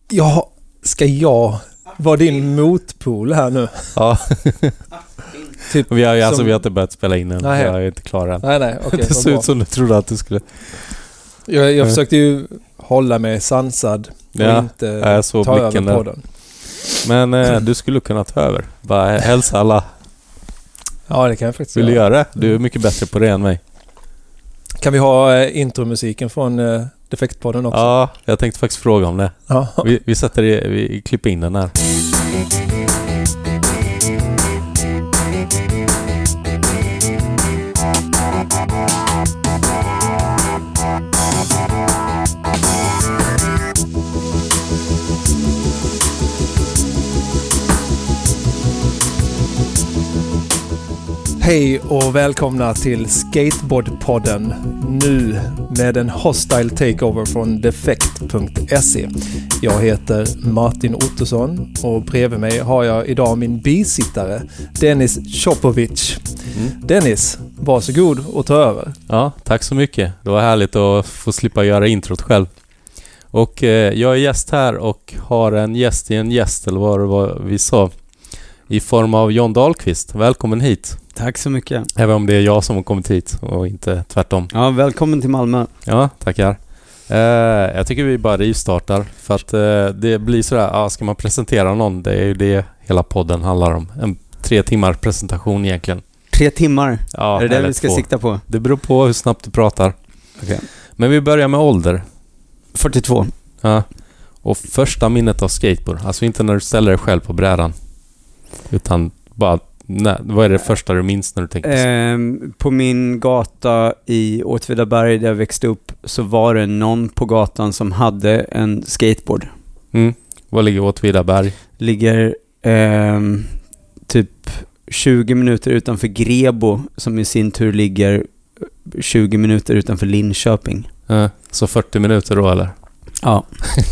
Ja, ska jag vara din motpol här nu? Ja. Typ vi har inte börjat spela in än. Nej. Jag är inte klar än. Nej, okej. Det ser ut som du trodde att du skulle. Jag försökte ju hålla mig sansad och inte ta över podden. Men du skulle kunna ta över. Bara hälsa alla. Ja, det kan jag faktiskt Vill du göra det? Du är mycket bättre på det än mig. Kan vi ha intromusiken från Defektpodden också? Ja, jag tänkte faktiskt fråga om det. Ja. Vi klipper in den här. Hej och välkomna till Skateboardpodden, nu med en hostile takeover från defekt.se. Jag heter Martin Ottosson och bredvid mig har jag idag min bisittare Dennis Chopovic. Dennis, varsågod och ta över. Ja, tack så mycket. Det var härligt att få slippa göra introt själv. Och jag är gäst här och har en gäst i en gäst, eller vad vi sa, i form av John Dahlqvist. Välkommen hit. Tack så mycket. Även om det är jag som har kommit hit och inte tvärtom. Ja, välkommen till Malmö. Ja, tackar. Jag tycker vi bara rivstartar. För att det blir sådär, ska man presentera någon? Det är ju det hela podden handlar om. En 3 timmar presentation egentligen. 3 timmar? Ja, är det vi ska sikta på? Det beror på hur snabbt du pratar. Okay. Men vi börjar med ålder. 42. Ja. Och första minnet av skateboard. Alltså inte när du ställer dig själv på brädan. Utan bara, vad är det första du minns när du tänkte? På min gata i Åtvidaberg där jag växte upp så var det någon på gatan som hade en skateboard. Var ligger Åtvidaberg? Ligger typ 20 minuter utanför Grebo, som i sin tur ligger 20 minuter utanför Linköping. Så 40 minuter då, eller? Ja.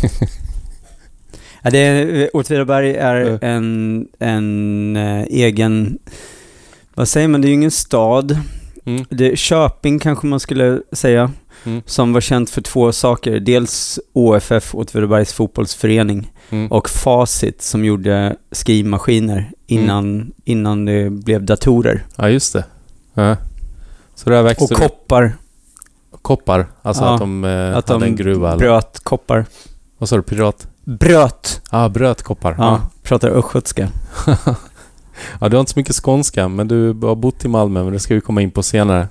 Åtvidaberg är en egen, vad säger man, det är ju ingen stad. Det är Köping kanske man skulle säga, som var känt för 2 saker. Dels OFF, Åtvidabergs fotbollsförening, och Facit som gjorde skrivmaskiner innan det blev datorer. Ja, just det. Ja. Så där växte och koppar. Koppar? Alltså att de hade en gruva? Bröt koppar. Vad sa du, pirat? Bröt. Ja, bröt koppar. Ja, pratar östgötska. Ja, du har inte så mycket skånska, men du har bott i Malmö, men det ska vi komma in på senare.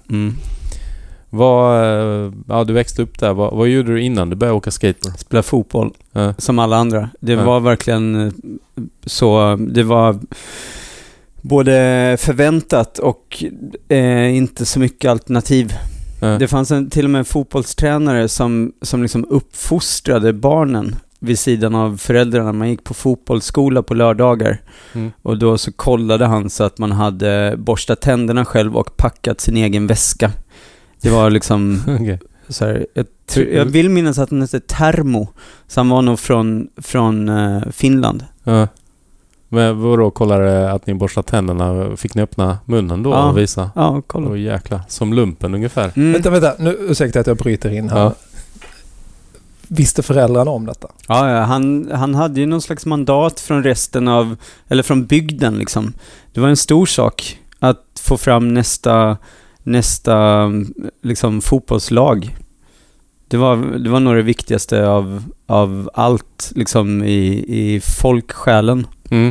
Du växte upp där. Vad gjorde du innan du började åka skateboard? Spela fotboll, som alla andra. Det var verkligen så, det var både förväntat och inte så mycket alternativ. Det fanns till och med en fotbollstränare som liksom uppfostrade barnen vid sidan av föräldrarna. Man gick på fotbollsskola på lördagar och då så kollade han så att man hade borstat tänderna själv och packat sin egen väska. Det var liksom okay. Så här, jag vill minnas att han hette Termo, så han var nog från Finland. Men vadå, kollade att ni borstat tänderna? Fick ni öppna munnen då och visa? Ja, kolla. Åh jäkla, som lumpen ungefär. Vänta, nu ursäkta att jag bryter in här. Visste föräldrarna om detta? Ja, han hade ju någon slags mandat från resten av, eller från bygden liksom. Det var en stor sak att få fram nästa liksom fotbollslag. Det var nog det viktigaste av allt liksom i folksjälen.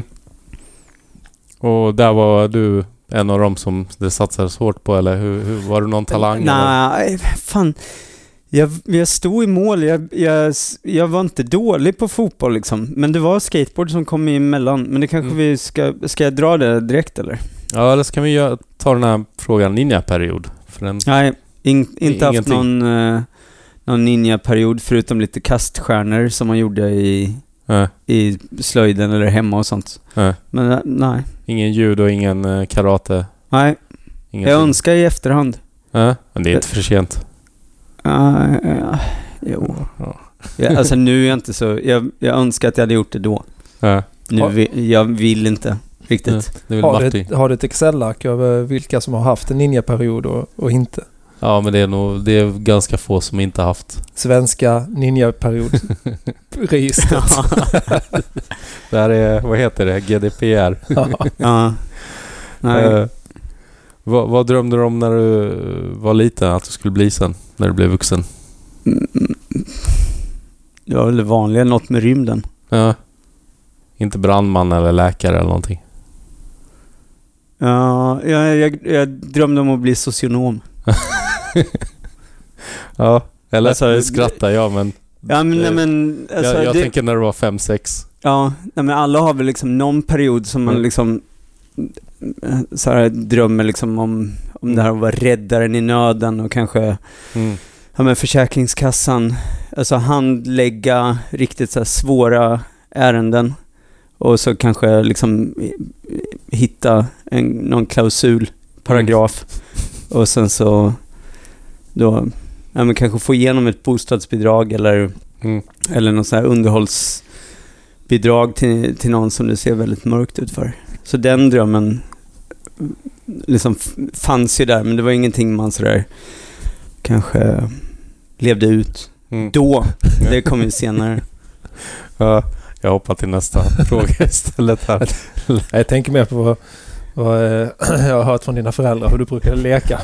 Och där var du en av dem som det satsades hårt på, eller hur var du någon talang? Nej, fan. Jag stod i mål. Jag var inte dålig på fotboll liksom, men det var skateboard som kom emellan. Men det kanske vi ska jag dra det direkt eller? Ja, eller så kan vi ta den här frågan ninja-period. Nej, inte haft någon ninja-period förutom lite kaststjärnor som man gjorde i slöjden eller hemma och sånt. Men nej. Ingen judo, ingen karate? Nej, jag önskar i efterhand. Men det är inte för sent. Jo. Alltså nu är jag inte så. Jag önskar att jag hade gjort det då. Jag vill inte riktigt. Har du ett Excel-ark över vilka som har haft en ninja-period och inte? Ja, men det är ganska få som inte haft. Svenska ninja-period. Registret. Det här är, vad heter det? GDPR. Ja. Nej. Vad drömde du om när du var liten att du skulle bli sen? När du blev vuxen? Ja, eller vanliga, något med rymden. Ja. Inte brandman eller läkare eller någonting. Ja, jag drömde om att bli socionom. Ja, eller alltså, skrattar jag, men... Ja, men alltså, jag tänker när du var 5-6. Ja, men alla har väl liksom någon period som man liksom så här drömmer liksom om det här att vara räddaren i nöden och kanske med Försäkringskassan, alltså handlägga riktigt så här svåra ärenden och så kanske liksom hitta någon klausul, paragraf och sen så då men kanske få igenom ett bostadsbidrag eller någon så här underhållsbidrag till någon som det ser väldigt mörkt ut för. Så den drömmen liksom fanns ju där, men det var ingenting man så där kanske levde ut då. Det kom ju senare. Ja, jag hoppar till nästa fråga istället här. Jag tänker mer på vad jag har hört från dina föräldrar, hur du brukar leka.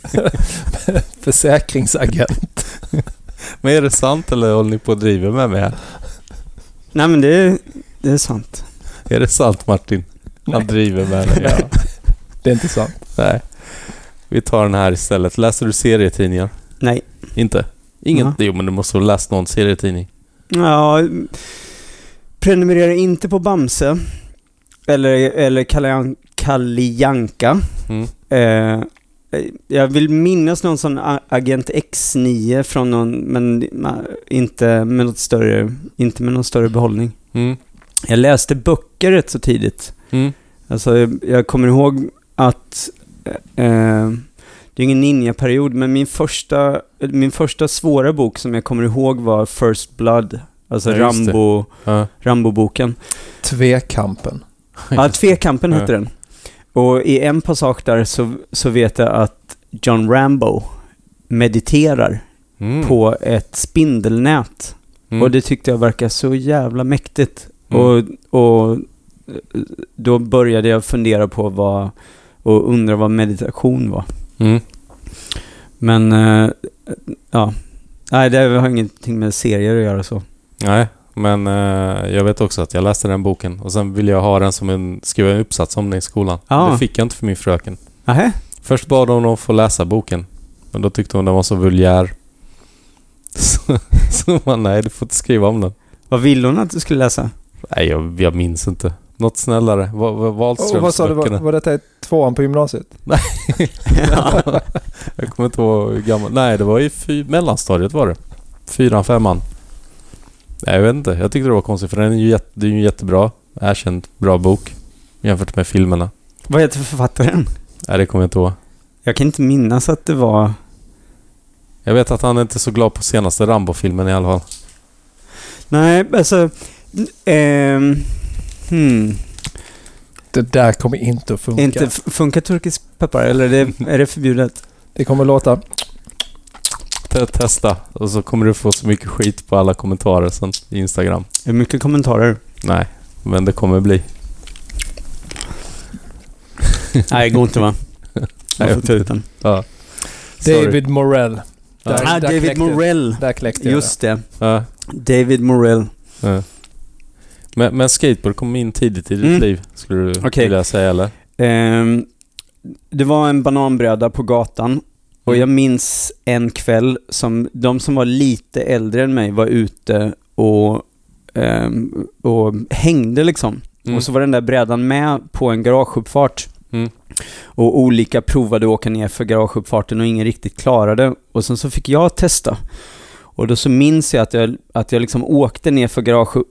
Försäkringsagent. Men är det sant eller håller ni på att driva med mig här? Nej, men det är sant. Är det sant, Martin? Han driver med mig. Ja. Det är inte sant. Nej. Vi tar den här istället. Läser du serietidningar? Nej. Inte? Ingen? Jo, men du måste ha läst någon serietidning. Ja, prenumererar inte på Bamse eller Kalle Janka. Jag vill minnas någon sån Agent X9 från någon, men inte med någon större behållning. Jag läste böcker rätt så tidigt. Alltså jag kommer ihåg att det är ingen ninja-period, men min första svåra bok som jag kommer ihåg var First Blood, alltså Rambo-boken. Tvekampen. Ja, Tvekampen hette den. Och i en passage där så vet jag att John Rambo mediterar på ett spindelnät. Och det tyckte jag verkar så jävla mäktigt. Och då började jag fundera på och undra vad meditation var. Men ja, nej, det har ingenting med serier att göra så. Nej, men jag vet också att jag läste den boken och sen ville jag ha den som skriva en uppsats om den i skolan. Det fick jag inte för min fröken. Aha. Först bad hon att få läsa boken, men då tyckte hon den var så vulgär. Så man, nej, du får inte skriva om den. Vad ville hon att du skulle läsa? Nej, jag minns inte. Något snällare. Vad sa du? Var detta 2:an på gymnasiet? Nej. Jag kommer inte ihåg hur gammal. Nej, det var i mellanstadiet var det. 4:an, 5:an. Nej, jag vet inte. Jag tyckte det var konstigt för det är ju en jättebra, erkänd bra bok jämfört med filmerna. Vad heter författaren? Nej, det kommer jag inte ihåg. Jag kan inte minnas att det var... Jag vet att han är inte så glad på senaste Rambo-filmen i alla fall. Nej, alltså... Det där kommer inte att funka. Inte funkar turkisk peppar, eller är det förbjudet? Det kommer att låta... Testa, och så kommer du få så mycket skit på alla kommentarer sen i Instagram. Är det mycket kommentarer? Nej, men det kommer bli. Nej, det går inte, va? Jag får ta ut den. Ja. David Morell. David Morell. Där kläckte just det. David Morell. Men skateboard kom in tidigt i ditt liv, skulle du vilja säga, eller? Det var en bananbräda på gatan. Och jag minns en kväll som de som var lite äldre än mig var ute och hängde liksom. Och så var den där brädan med på en garageuppfart. Och olika provade att åka ner för garageuppfarten och ingen riktigt klarade. Och sen så fick jag testa. Och då så minns jag att jag liksom åkte ner för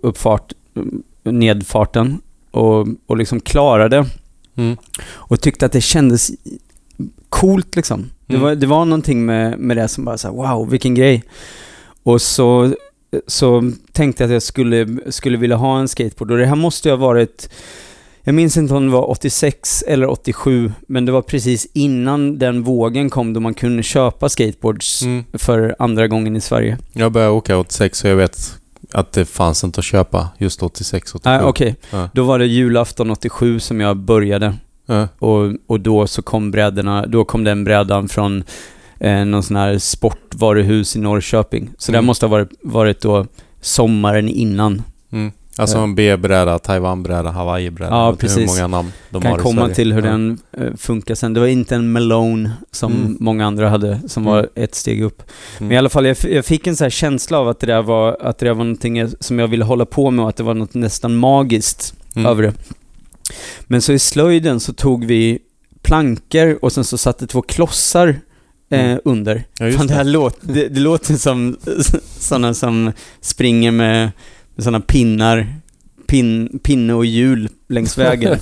nedfarten och liksom klarade. Och tyckte att det kändes coolt liksom. Det var någonting med det som bara så här, wow, vilken grej. Och så tänkte jag att jag skulle vilja ha en skateboard. Och det här måste ju ha varit, Jag minns inte om det var 86 eller 87, men det var precis innan den vågen kom då man kunde köpa skateboards för andra gången i Sverige. Jag började åka 86 så jag vet att det fanns inte att köpa just 86, 87. Okej. Ja. Då var det julafton 87 som jag började. Ja. Och då så kom brädorna, då kom den brädan från någon sån här sportvaruhus i Norrköping. Så det måste ha varit då sommaren innan. Alltså en B-bräda, Taiwan-bräda, Hawaii-bräda. Ja, precis. Hur många namn de kan har i komma Sverige. till hur den funkar sen. Det var inte en Malone som många andra hade, som var ett steg upp. Men i alla fall, jag fick en så här känsla av att det där var någonting som jag ville hålla på med och att det var något nästan magiskt över det. Men så i slöjden så tog vi plankor och sen så satte 2 klossar under. Ja, fan, det låter som sådana som springer med sådana pinnar, pinne och hjul längs vägen.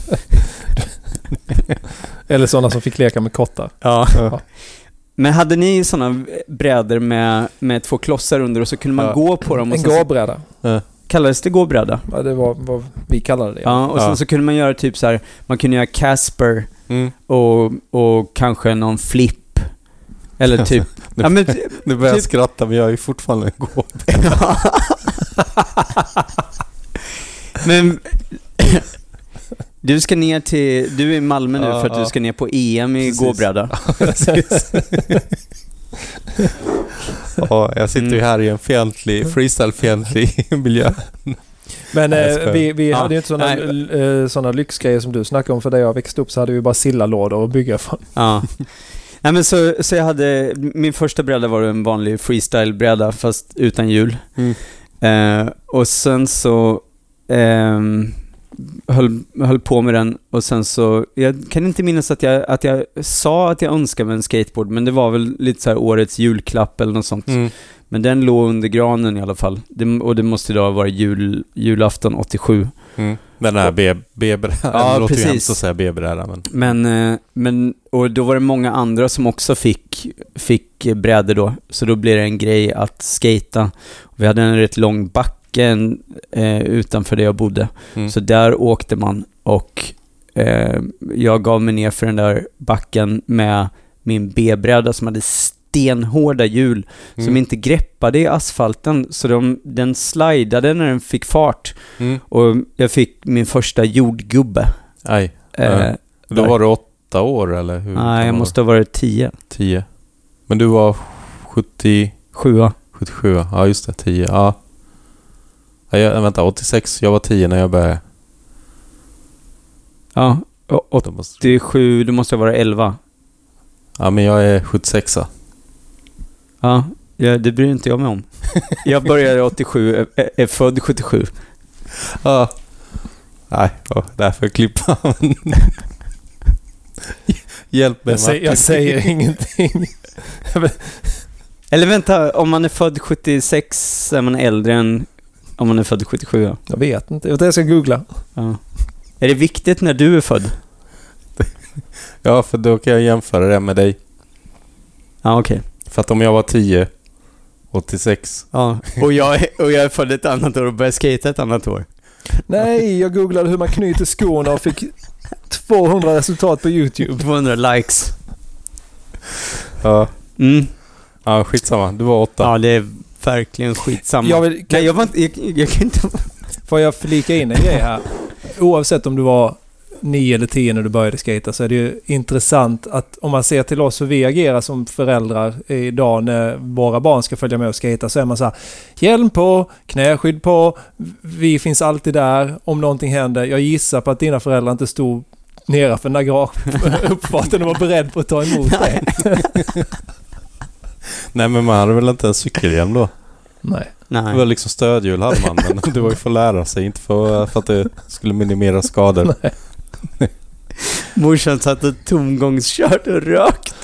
Eller sådana som fick leka med kottar. Ja. Men hade ni sådana brädor med 2 klossar under och så kunde man gå på dem? Och en gåbräda. Kallades det gåbräda? Ja, det var vad vi kallade det. Ja, och sen så kunde man göra typ så här, man kunde göra Casper och kanske någon flip. Eller typ... Nu börjar jag skratta, men jag är ju fortfarande en gåbräda. Men du ska ner till... Du är i Malmö nu för att du ska ner på EM i gåbräda. Ja, jag sitter ju här i en freestyle-fientlig miljö. Men vi hade ju inte såna lyxgrejer som du snackade om, för där jag växte upp så hade vi bara sillalådor att bygga från. Ja. Nej, men så jag hade... Min första bräda var en vanlig freestyle-bräda fast utan hjul. Och sen så höll på med den och sen så... Jag kan inte minnas att jag sa att jag önskade mig en skateboard, men det var väl lite så här årets julklapp eller något sånt. Men den låg under granen i alla fall. Och det måste då vara julafton 87. Den här B-brädan. Ja, det låter precis. ju hemskt att säga B-brädan. Men och då var det många andra som också fick brädor då. Så då blev det en grej att skata. Vi hade en rätt lång backe utanför där jag bodde. Så där åkte man och jag gav mig ner för den där backen med min B-bräda som hade stenhårda hjul som inte greppade i asfalten, så den slidade när den fick fart. Och jag fick min första jordgubbe. Aj. Då var du 8 år eller hur? Nej, jag måste ha varit 10. 10. Men du var 77. 77. Ja, just det, 10. Ja. Vänta, 86. Jag var 10 när jag började. Ja, 87, du måste vara 11. Ja, men jag är 76. Ja, det bryr inte jag mig om. Jag började 87, är född 77. Ja. Nej, därför klippa. Hjälp mig. Jag säger ingenting. Eller vänta, om man är född 76 är man äldre än om man är född 77. Ja. Jag vet inte, jag ska googla. Ja. Är det viktigt när du är född? Ja, för då kan jag jämföra det med dig. Ja, okej. För att om jag var 10, 86. Ja, och jag är född ett annat år och började skata ett annat år. Nej, jag googlade hur man knyter skorna och fick 200 resultat på YouTube. 200 likes. Ja. Ja, skitsamma. Du var 8. Ja, det är verkligen skitsamma. Jag kan inte... Får jag flika in en grej här? Oavsett om du var 9 eller 10 när du började skata, så är det ju intressant att om man ser till oss och vi agerar som föräldrar idag när våra barn ska följa med och skata, så är man så här: hjälm på, knäskydd på, vi finns alltid där om någonting händer. Jag gissar på att dina föräldrar inte stod nere för garageuppfarten och var beredd på att ta emot dig. Nej, men man hade väl inte en cykelhjälm då? Nej. Det var liksom stödhjul hade man, men det var ju för att lära sig, inte för att det skulle minimera skador. Nej. Morsan satt och tomgångskört och rökt.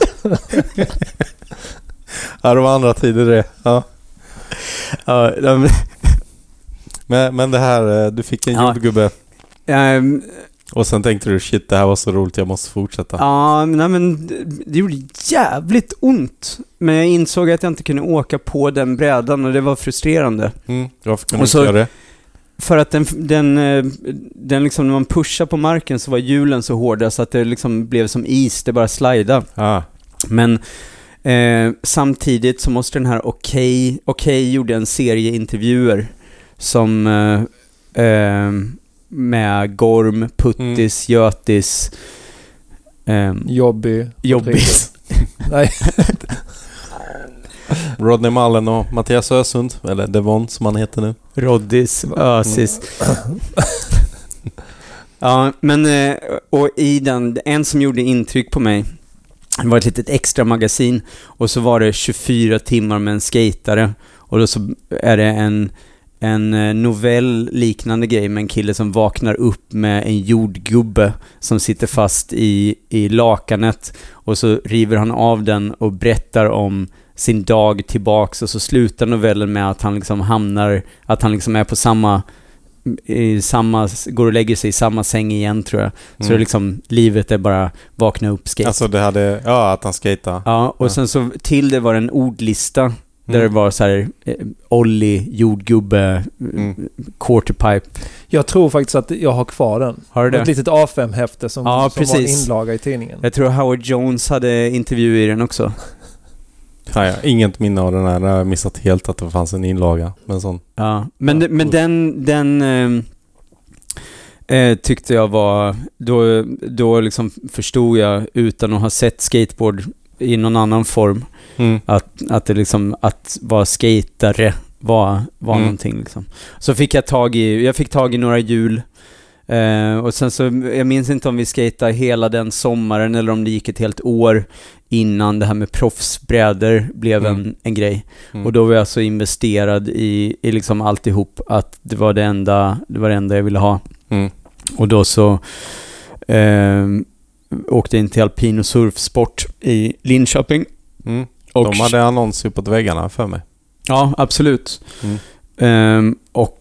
Ja, det var andra tider det. Ja. Men det här, du fick en jordgubbe. Och sen tänkte du, shit, det här var så roligt, jag måste fortsätta. Ja, men det gjorde jävligt ont. Men jag insåg att jag inte kunde åka på den brädan och det var frustrerande. Varför kunde du inte göra det? För att den liksom, när man pushar på marken så var hjulen så hårda så att det liksom blev som is, det bara slida. Men samtidigt så måste den här Okej gjorde en serie intervjuer som med Gorm, Puttis, Götis, Jobby. Nej. Rodney Mullen och Mattias Ösund, eller Devon som han heter nu. Roddis, Ösis. Ja, men och i den, en som gjorde intryck på mig, det var ett litet extra magasin och så var det 24 timmar med en skatare och då så är det en novell liknande grej med en kille som vaknar upp med en jordgubbe som sitter fast i lakanet och så river han av den och berättar om sin dag tillbaks och så slutar novellen med att han liksom är på går och lägger sig i samma säng igen, tror jag. Så det är liksom, livet är bara vakna upp, skate. Alltså det hade, att han skater. Ja, och sen så till det var en ordlista där det var så här Ollie, jordgubbe, quarterpipe. Jag tror faktiskt att jag har kvar den. Har du det? Ett litet A5-häfte som var en inlaga i tidningen. Jag tror Howard Jones hade intervju i den också. Ja, jag har inget minne av den här. Jag har missat helt att det fanns en inlaga. Men den tyckte jag var... Då liksom förstod jag, utan att ha sett skateboard i någon annan form, att det liksom, att vara skatare var någonting liksom. Så fick jag fick tag i några hjul. Och sen så, jag minns inte om vi skatade hela den sommaren eller om det gick ett helt år innan det här med proffsbrädor blev en grej. Och då var jag så investerad i liksom alltihop att det var det enda jag ville ha. Och då så åkte in till Alpino Surfsport i Linköping. Och de hade annonser på väggarna för mig. Ja, absolut. Och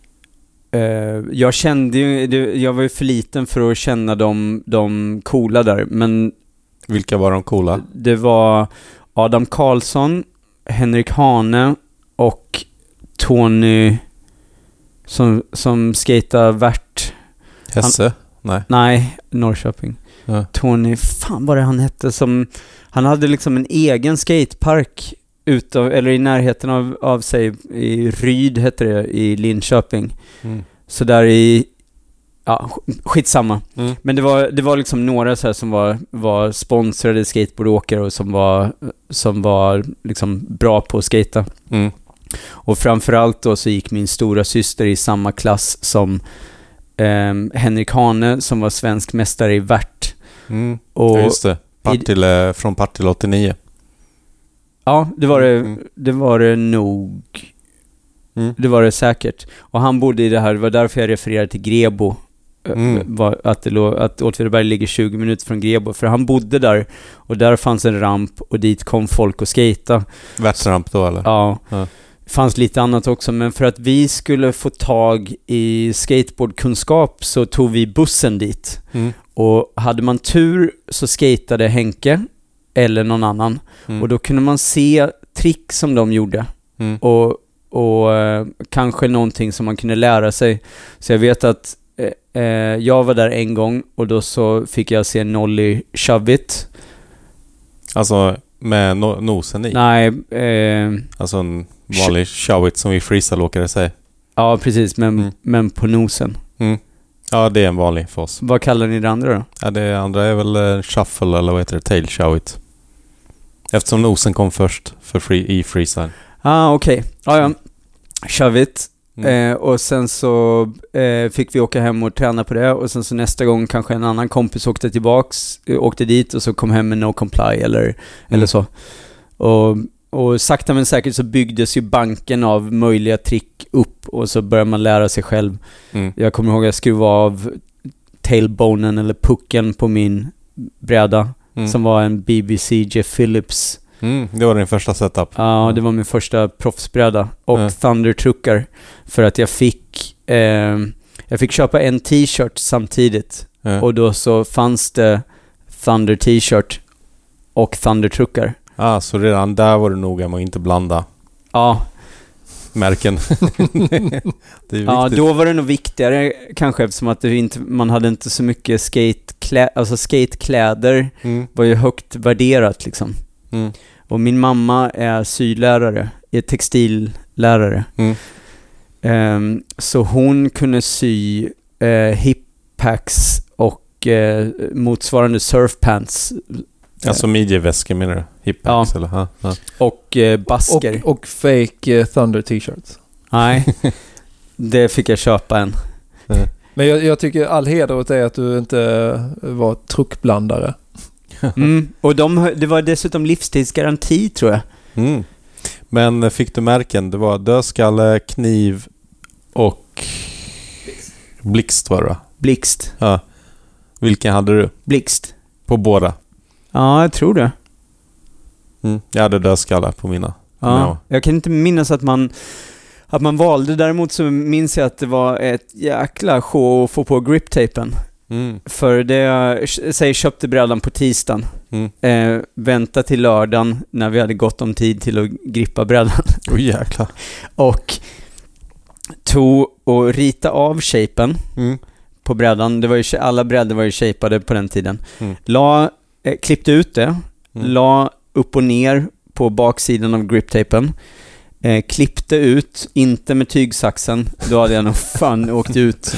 jag kände ju, jag var ju för liten för att känna de coola där, men vilka var de coola? Det var Adam Karlsson, Henrik Hane och Tony som skater värt. Hesse? Nej, Norrköping. Ja. Tony, fan vad det han hette, han hade liksom en egen skatepark eller i närheten av sig, i Ryd hette det, i Linköping. Så där skitsamma. Men det var liksom några så här som var sponsrade skateboardåkare och som var liksom bra på att skata. Och framförallt då så gick min stora syster i samma klass som Henrik Hane, som var svensk mästare i värt. Och just det. Från Partille 89. Ja, det var det nog. Det var det säkert. Och han bodde i det här, det var därför jag refererade till Grebo. Att Åtvidaberg ligger 20 minuter från Grebo, för han bodde där och där fanns en ramp och dit kom folk och skata. Värtsramp då eller? Ja. Fanns lite annat också, men för att vi skulle få tag i skateboardkunskap så tog vi bussen dit. Och hade man tur så skatade Henke eller någon annan. Och då kunde man se trick som de gjorde. Och kanske någonting som man kunde lära sig. Så jag vet att jag var där en gång och då så fick jag se Nolly Shove It. Alltså med nosen i? Nej. Alltså en vanlig Shove It som vi freestyle-åkare säger. Ja, precis. Men på nosen. Ja, det är en vanlig för oss. Vad kallar ni det andra då? Ja, det andra är väl shuffle eller vad heter det? Tail Shove It. Eftersom nosen kom först i freestyle. Okej. Ja. Shove It. Och sen så fick vi åka hem och träna på det. Och sen så nästa gång kanske en annan kompis åkte dit och så kom hem med No Comply eller så. Och sakta men säkert så byggdes ju banken av möjliga trick upp och så började man lära sig själv. Jag kommer ihåg att jag skruvade av tailbonen eller pucken på min bräda som var en BBC Jeff Phillips. Det var din första setup. Ja, det var min första proffsbräda. Och Thunder-truckar. För att jag fick köpa en t-shirt samtidigt. Och då så fanns det Thunder t-shirt och Thunder-truckar. Så redan där var du noga med att inte blanda. Ja. märken. Det är ja, då var det nog viktigare kanske eftersom att man hade inte så mycket skatekläder var ju högt värderat liksom. Och min mamma är sylärare, är textillärare. Så hon kunde sy hippacks och motsvarande surfpants. Alltså midjeväskor menar du? Hippacks ja. Eller? Ja. Och basker. Och fake Thunder t-shirts. Nej, det fick jag köpa en. Men jag tycker all heder åt dig att du inte var truckblandare. Och det var dessutom livstidsgaranti tror jag. Men fick du märken? Det var dödskalle, kniv och blixt var det va? Blixt. Ja. Vilken hade du? Blixt. På båda? Ja, jag tror det. Jag hade dödskalle på mina. Ja, jag kan inte minnas att man valde. Däremot så minns jag att det var ett jäkla show att få på griptapen. För det jag köpte brädan på tisdagen. Vänta till lördagen när vi hade gått om tid till att grippa brädan. Jäklar. Och tog och rita av shapen på brädan. Det var ju, alla brädor var ju shapade på den tiden. Klippte ut det. La upp och ner på baksidan av griptapen. Klippte ut, inte med tygsaxen. Då hade jag nog fan åkt ut.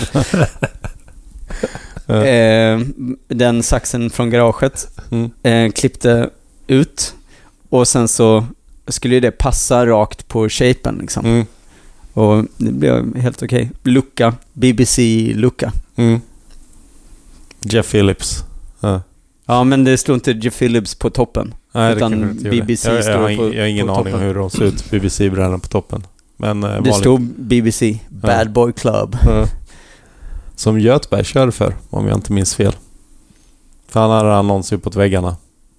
Den saxen från garaget. Klippte ut. Och sen så skulle det passa rakt på shapen liksom. Och det blev helt okej. Lucka, BBC-lucka. Jeff Phillips. Ja, men det stod inte Jeff Phillips på toppen. Nej, utan BBC stod på jag har ingen aning om hur de ser ut, BBC-brädan på toppen. Men det stod BBC, Bad Boy Club. Som Göthberg kör för, om jag inte minns fel. För han hade annonser uppåt väggarna.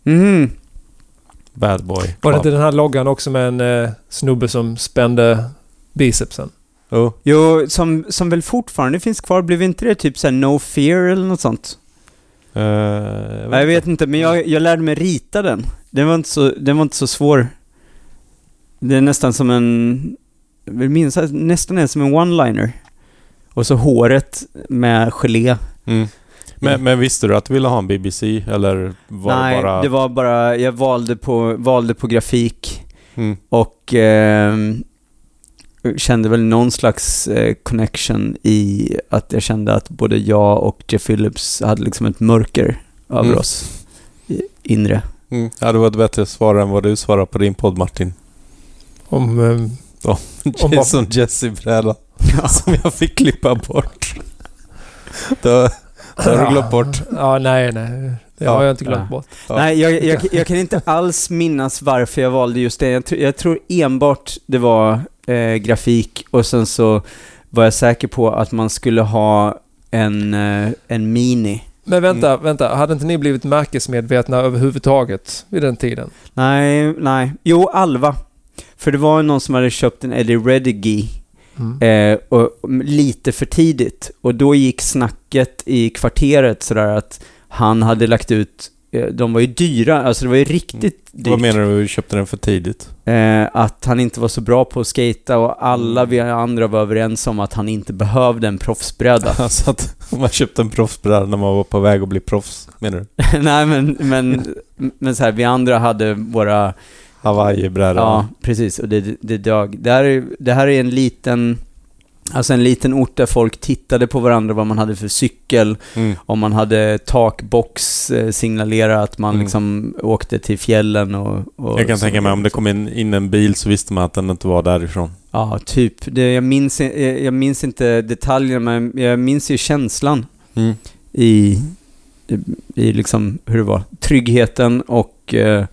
Bad Boy Club. Var det inte den här loggan också med en snubbe som spände bicepsen? Jo, som väl fortfarande finns kvar. Blev inte det typ såhär No Fear eller något sånt? Jag vet inte, men jag lärde mig rita den. Den var inte så svår. Det är nästan som nästan som en one-liner. Och så håret med gelé. Men visste du att du ville ha en BBC eller var Nej, det bara... det var bara jag valde på grafik och kände väl någon slags connection i att jag kände att både jag och Jeff Phillips hade liksom ett mörker över oss inre. Ja, det var ett bättre svar än vad du svarade på din podd, Martin. Om Jason Jesse-bräda som jag fick klippa bort. Då har du glömt bort. Ja, nej. Det har jag inte glömt bort. Ja. Nej, jag kan inte alls minnas varför jag valde just det. Jag tror enbart det var grafik och sen så var jag säker på att man skulle ha en mini. Men vänta. Hade inte ni blivit märkesmedvetna överhuvudtaget vid den tiden? Nej. Jo, Alva. För det var någon som hade köpt en Eddie Redigi och lite för tidigt. Och då gick snacket i kvarteret sådär att han hade lagt ut, de var ju dyra, alltså det var ju riktigt dyrt. Vad menar du köpte den för tidigt? Att han inte var så bra på att skata och alla vi andra var överens om att han inte behövde en proffsbräda. Alltså att man köpte en proffsbräda när man var på väg att bli proffs, menar du? Nej, men så här, vi andra hade våra Hawaii-bräda. Ja, precis. Och det dög. Det här är en liten ort där folk tittade på varandra vad man hade för cykel. Om man hade takbox signalera att man liksom åkte till fjällen och jag kan tänka mig om det kom in en bil så visste man att den inte var därifrån. Ja, typ. Jag minns inte detaljerna, men jag minns ju känslan i liksom hur det var. Tryggheten och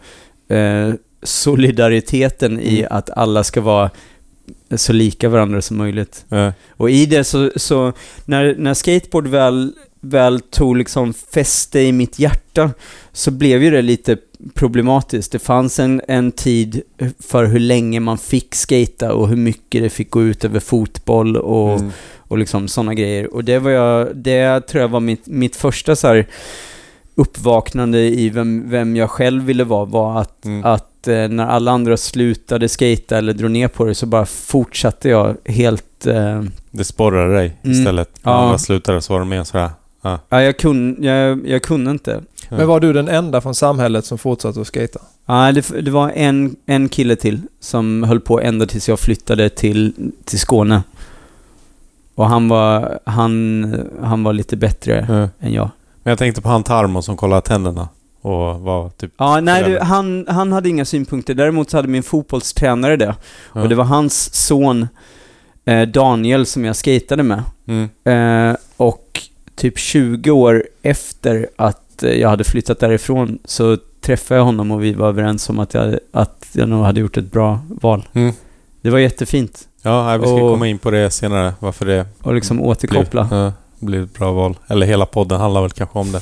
solidariteten i att alla ska vara så lika varandra som möjligt. Och i det så när skateboard väl tog liksom fäste i mitt hjärta så blev ju det lite problematiskt. Det fanns en tid för hur länge man fick skata och hur mycket det fick gå ut över fotboll och liksom såna grejer. Och det tror jag var mitt första så här uppvaknande i vem jag själv ville vara var att när alla andra slutade skata eller drog ner på det så bara fortsatte jag helt... Det sporrade dig istället. När andra slutade så var det mer sådär. Ja, jag kunde inte. Men var du den enda från samhället som fortsatte att skata? Ja, det var en kille till som höll på ända tills jag flyttade till Skåne. Och han var lite bättre än jag. Men jag tänkte på han Tarmo som kollade tänderna och var typ... Ja, nej, han hade inga synpunkter. Däremot så hade min fotbollstränare det. Och det var hans son Daniel som jag skatade med. Och typ 20 år efter att jag hade flyttat därifrån så träffade jag honom och vi var överens om att jag nog hade gjort ett bra val. Det var jättefint. Ja, vi ska komma in på det senare. Varför det... Och liksom återkoppla. Blev ett bra val. Eller hela podden handlar väl kanske om det.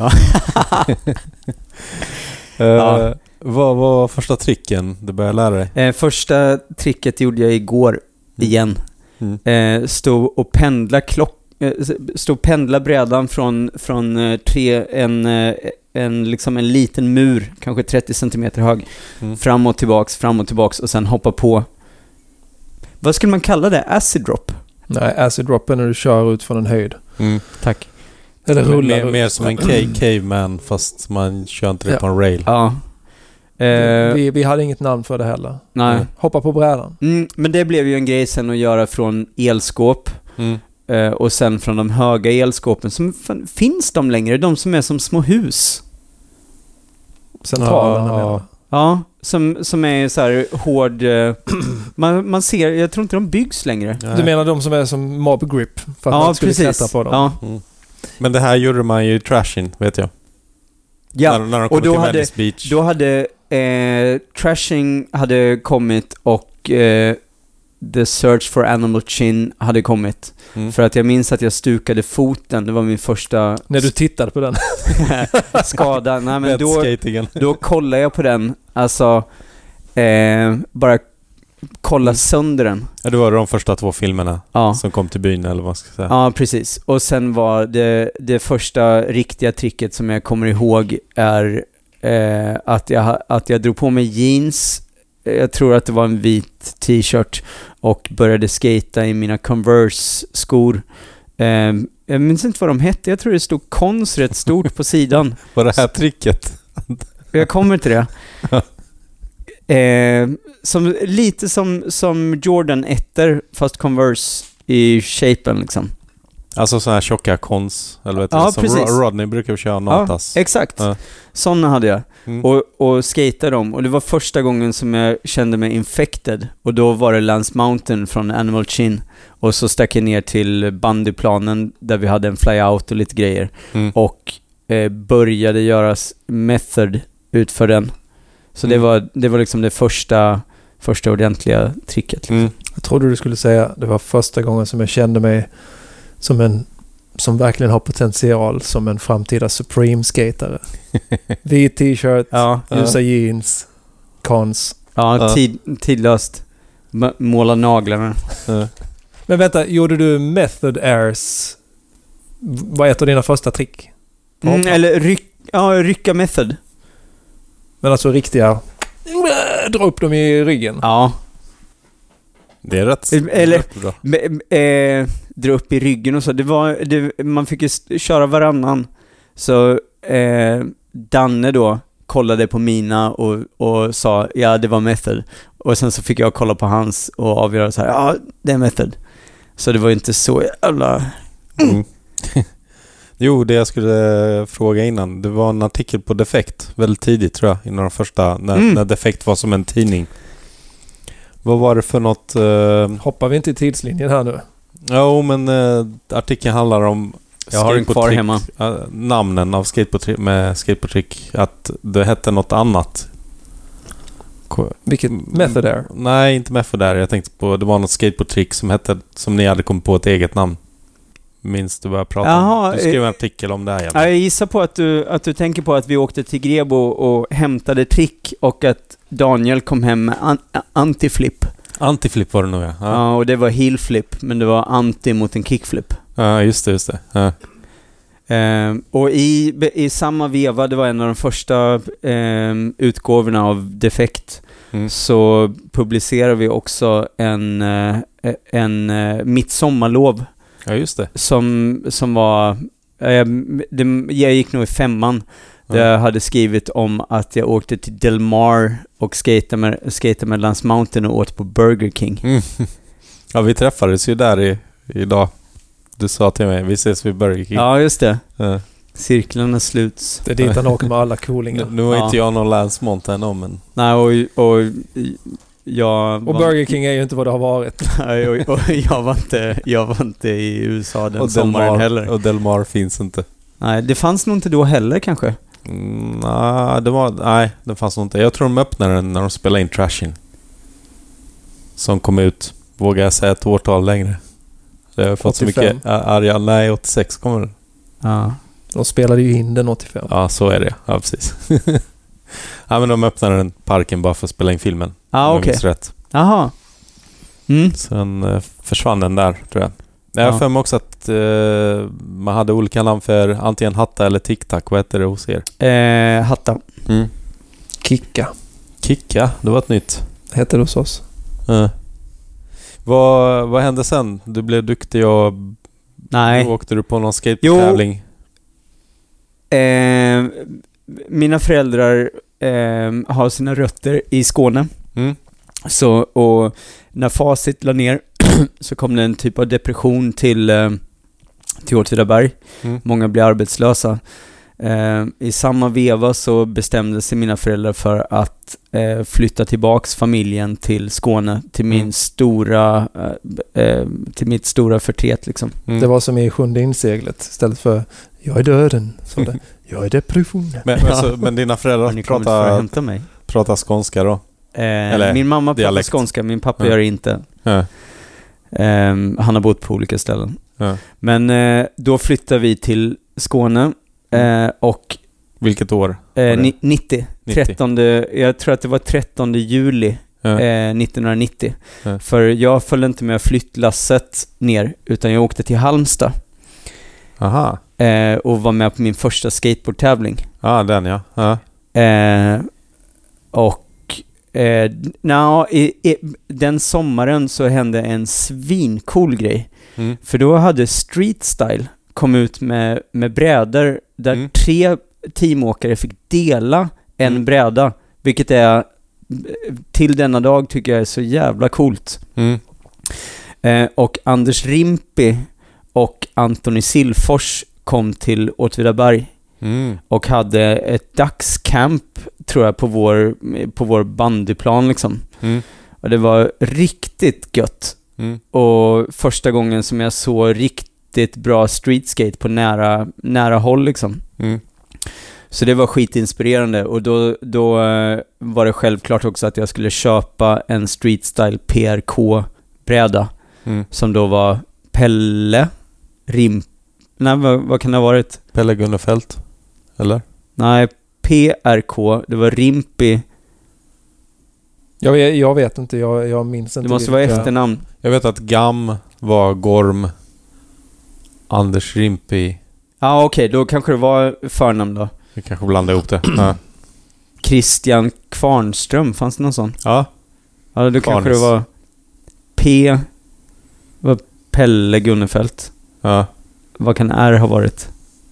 Vad var första tricken du började lära dig? Första tricket gjorde jag igår igen. Stod och pendla brädan från liksom en liten mur, kanske 30 centimeter hög, fram och tillbaks och sen hoppa på. Vad skulle man kalla det? Acid drop? Nej, acid drop är när du kör ut från en höjd. Tack. Eller rullar mer som en caveman fast man kör inte det på en rail. Ja. Vi hade inget namn för det heller. Nej. Hoppa på brädan. Men det blev ju en grej sen att göra från elskåp. Och sen från de höga elskåpen som finns de längre, de som är som små hus. Centralerna. Ja, som är så här hård. Man ser, jag tror inte de byggs längre. Du menar de som är som mob grip för att man skulle klättra på dem. Ja. Men det här gjorde man ju i Trashing, vet jag. Ja, när de och till Venice Beach. Då hade Trashing hade kommit och The Search for Animal Chin hade kommit. För att jag minns att jag stukade foten. Det var min första... När du tittade på den. skada. Nej, men då kollade jag på den. Alltså, bara kolla sönder den. Ja, det var de första 2 filmerna som kom till byn, eller vad ska jag säga. Ja, precis. Och sen var det första riktiga tricket som jag kommer ihåg är att jag drog på mig jeans. Jag tror att det var en vit t-shirt och började skata i mina Converse-skor. Jag minns inte vad de hette. Jag tror det stod Cons rätt stort på sidan. Var det här tricket? Jag kommer till det. Lite som Jordan 1 fast Converse i shapen liksom. Alltså så här tjocka Cons eller vet ja, som precis. Rodney brukar köra Natas. Ja, exakt. Såna hade jag. Och skatade dem. Och det var första gången som jag kände mig infected. Och då var det Lance Mountain från Animal Chin. Och så stack jag ner till bandyplanen där vi hade en flyout och lite grejer. Och började göra method utför den. Så det var liksom det första ordentliga tricket. Liksom. Jag trodde du skulle säga det var första gången som jag kände mig som verkligen har potential som en framtida Supreme-skatare. Vit t-shirt, ljusa jeans, Cons. Ja, tidlöst. Måla naglarna. Men vänta, gjorde du method airs? Vad är ett av dina första trick? Eller rycka method. Men alltså riktiga dra upp dem i ryggen. Ja. Det är rätt. Eller dra upp i ryggen och så. Man fick ju köra varannan. Så Danne då kollade på mina och sa ja, det var method. Och sen så fick jag kolla på hans och avgöra så här, ja, det är method. Så det var inte så jävla... Jo, det jag skulle fråga innan, det var en artikel på Defekt väldigt tidigt tror jag, innan de första, när Defekt var som en tidning. Vad var det för något... Hoppar vi inte i tidslinjen här nu? Jo, men artikeln handlar om... Jag har en kvar hemma. Namnen av skateboardtrick, att det hette något annat. Vilket Method Air? Nej, inte Method Air. Jag tänkte på, det var något skateboardtrick som ni hade kommit på ett eget namn. Minns du började prata om? Du skrev en artikel om det här. Jag gissar på att du tänker på att vi åkte till Grebo och hämtade trick och att Daniel kom hem med anti-flip. Anti-flip var det nog, ja. Ja, och det var heel-flip, men det var anti mot en kickflip. Ja, just det. Ja. Och i samma veva, det var en av de första utgåvorna av Defekt, så publicerar vi också en Mitt sommarlov. Ja, just det. Som var... jag gick nog i 5:an. Där jag hade skrivit om att jag åkte till Del Mar och skatade med Lance Mountain och åt på Burger King. Ja, vi träffades ju där idag. Du sa till mig, vi ses vid Burger King. Ja, just det. Cirklarna sluts. Det är dit han åker med alla coolingar. Nu var inte jag någon Lance Mountain men... Nej, och jag... Och Burger King är ju inte vad det har varit. Nej, och jag var inte i USA den sommaren heller. Och Del Mar finns inte. Nej, det fanns nog inte då heller kanske. Nej, det fanns nog inte. Jag tror de öppnade den när de spelade in Trashin'. Som kom ut, vågar jag säga ett årtal längre. Jag har fått 85. Så mycket arga. Nej, 86 kommer den. Ja. De spelade ju in den 85. Ja, så är det. Ja, precis. Ja, men de öppnade den parken bara för att spela in filmen. Ja, okej. Rätt. Jaha. Sen försvann den där, tror jag. Jag har för mig också att man hade olika namn för antingen Hatta eller TikTok. Vad heter det hos er? Hatta. Kicka. Kicka, det var ett nytt. Hette det hos oss. Vad hände sen? Du blev duktig och... Nej. Då åkte du på någon skate-tävling? Mina föräldrar har sina rötter i Skåne. Så, och när Facit la ner så kom det en typ av depression till Åtvidaberg. Många blev arbetslösa. I samma veva så bestämde sig mina föräldrar för att flytta tillbaks familjen till Skåne, till min stora till mitt stora förtret liksom. Det var som i Sjunde inseglet. Istället för jag är döden, så det jag är depressionen. Men dina föräldrar pratar skånska då? Min mamma pratar skånska, min pappa gör det inte. Han har bott på olika ställen. Men då flyttade vi till Skåne och vilket år? 90. 13, jag tror att det var 13 juli 1990. För jag följde inte med flyttlasset ner, utan jag åkte till Halmstad. Aha. Och var med på min första skateboardtävling. Ja, den ja. Och den sommaren så hände en svincool grej. För då hade Street Style kom ut med brädor där 3 teamåkare fick dela en bräda, vilket är till denna dag tycker jag är så jävla coolt. Och Anders Rimpi och Antoni Silfors kom till Åtvidaberg och hade ett dagscamp tror jag på vår bandyplan liksom. Och det var riktigt gött. Och första gången som jag såg riktigt bra streetskate på nära håll liksom. Så det var skitinspirerande, och då var det självklart också att jag skulle köpa en Street Style PRK-bräda som då var Pelle Nej, vad kan det ha varit? Pelle Gunnefelt, eller? Nej, PRK, det var Rimpi. Jag vet inte, jag minns inte. Det måste vara efternamn. Jag vet att Gam var Gorm, Anders Rimpi. Ja, okej, då kanske det var förnamn då. Vi kanske blandar ihop det. Christian Kvarnström, fanns det någon sån? Ja. Ja, då kanske det var Pelle Gunnefelt. Ja. Vad kan R ha varit?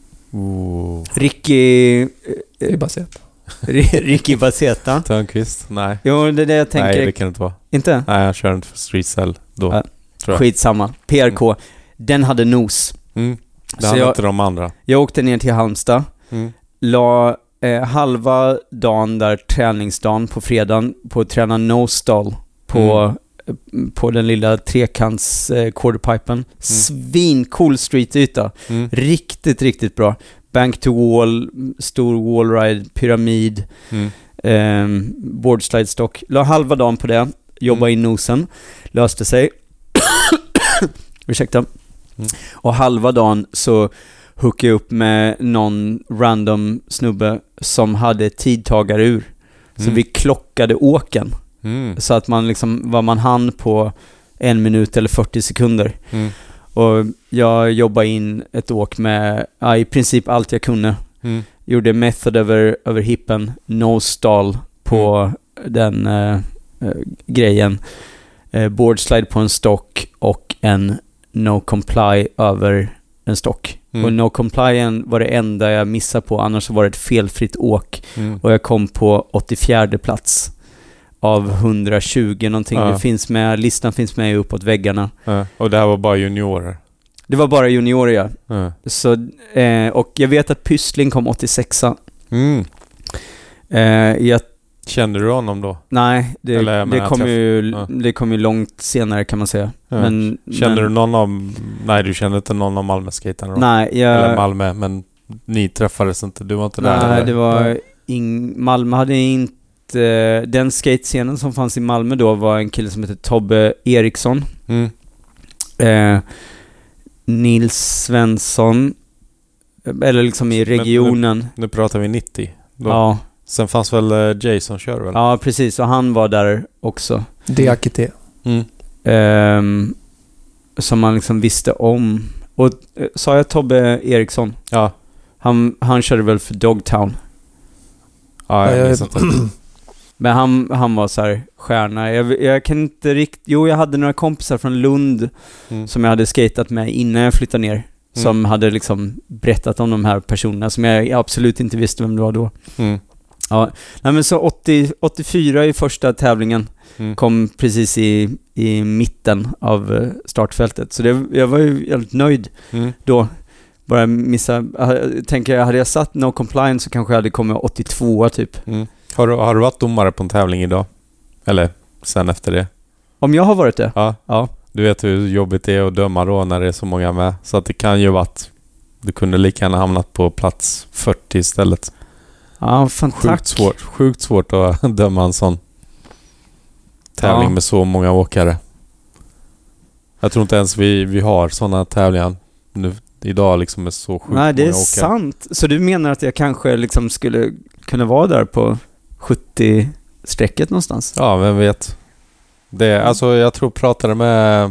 Ricky Baseta. Ricky Baseta. Törnqvist? Nej. Jo, det är det jag tänker. Nej, det kan det inte vara. Inte? Nej, jag kör inte för Street Style då. Ja. Skitsamma. PRK. Den hade nos. Det hade inte de andra. Jag åkte ner till Halmstad. La halva dagen där, träningsdagen på fredagen, på att träna no-stall på den lilla trekants quarterpipen. Svincool streetyta. Riktigt, riktigt bra. Bank to wall, stor wallride, pyramid, boardslide stock. La halva dagen på det. Jobba in nosen. Löste sig. Ursäkta. Och halva dagen så hookade jag upp med någon random snubbe som hade tidtagarur. Så vi klockade åken. Så att man liksom, var man hann på 1 minut eller 40 sekunder. Och jag jobbade in ett åk med i princip allt jag kunde. Gjorde method över hippen, no stall på den grejen. Boardslide på en stock och en no comply över en stock. Och no comply var det enda jag missade på, annars var det ett felfritt åk. Och jag kom på 84:e plats av 120 någonting. Det finns med, listan finns med uppåt väggarna. Och det här var bara juniorer? Det var bara juniorer, ja. Så, och jag vet att Pyssling kom 86a. Kände du honom då? Nej, det kom ju långt senare kan man säga. Kände du någon av... Nej, du kände inte någon av Malmö-skaterna då? Nej, eller Malmö, men ni träffades inte, du var inte där? Nej, eller? Det var Malmö hade inte... Den skatescenen som fanns i Malmö då var en kille som heter Tobbe Eriksson. Nils Svensson, eller liksom i regionen. Nu pratar vi 90 då. Ja. Sen fanns väl Jason kör väl? Ja, precis. Och han var där också. Diakité. Som man liksom visste om. Och sa jag Tobbe Eriksson? Ja. Han körde väl för Dogtown. Ja, jag minns inte. Men han var så här stjärna. Jag kan inte riktigt... Jo, jag hade några kompisar från Lund som jag hade skatat med innan jag flyttade ner. Som hade liksom berättat om de här personerna som jag absolut inte visste vem det var då. Ja, nej, men så 84 i första tävlingen kom precis i mitten av startfältet. Så jag var ju helt nöjd då. Bara missa... Tänker jag, hade jag satt no compliance så kanske jag hade kommit 82 typ. Har du varit domare på en tävling idag? Eller sen efter det? Om jag har varit det? Ja. Du vet hur jobbigt det är att döma då när det är så många med. Så att det kan ju varit... Du kunde lika gärna hamnat på plats 40 istället. Ja, fantastiskt. Sjukt svårt att döma en sån tävling med så många åkare. Jag tror inte ens vi har såna tävlingar nu idag liksom med så sjukt många åkare. Nej, det är sant. Så du menar att jag kanske liksom skulle kunna vara där på 70-strecket någonstans? Ja, vem vet. Alltså jag tror pratade med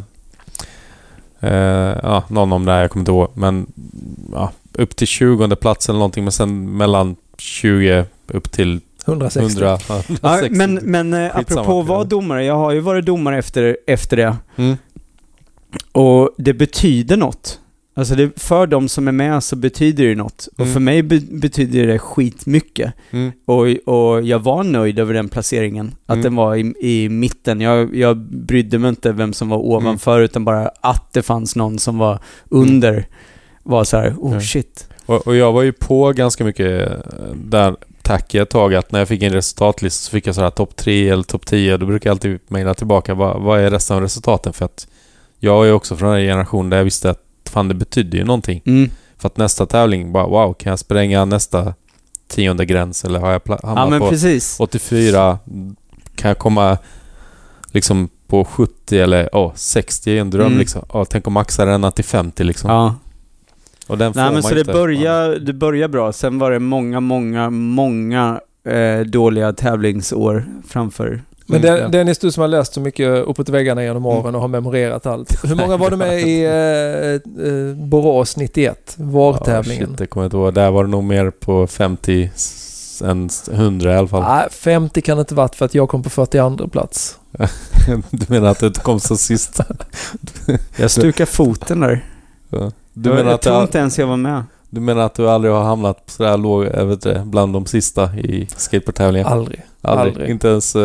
någon om det här, jag kommer inte ihåg. Men upp till 20:e plats eller någonting, men sen mellan 20 upp till 160. 160. Men apropå att vara domare, jag har ju varit domare efter det. Och det betyder något. Alltså för de som är med så betyder det något. Och för mig betyder det skitmycket. Och jag var nöjd över den placeringen. Att den var i mitten. Jag brydde mig inte vem som var ovanför, utan bara att det fanns någon som var under. Var så här, shit. Och jag var ju på ganska mycket där tack ett tag, att när jag fick en resultatlist så fick jag så här topp 3 eller topp 10. Då brukar jag alltid mejla tillbaka vad är resten av resultaten, för att jag är också från den här generationen där jag visste att fan, det betyder ju någonting. För att nästa tävling bara, wow, kan jag spränga nästa 10:e gräns, eller har jag hamnat på precis. 84, kan jag komma liksom på 70 eller 60 i en dröm liksom. Tänk om maxa den till 50 liksom. Ja. Och den Nej, men så det börjar bra. Sen var det många dåliga tävlingsår framför. Men Dennis, du som har läst så mycket uppåt väggarna genom åren och har memorerat allt. Hur många var du med i Borås 91? Vågtävlingen? Det kommer jag inte ihåg. Där var det nog mer på 50 än 100 i alla fall. Nej, 50 kan det inte varit, för att jag kom på 42 plats. Du menar att du inte kom så sist? Jag stukar foten där. Ja. Jag tror inte ens jag var med. Du menar att du aldrig har hamnat så där låg bland de sista i skateboardtävlingen? Aldrig. Inte ens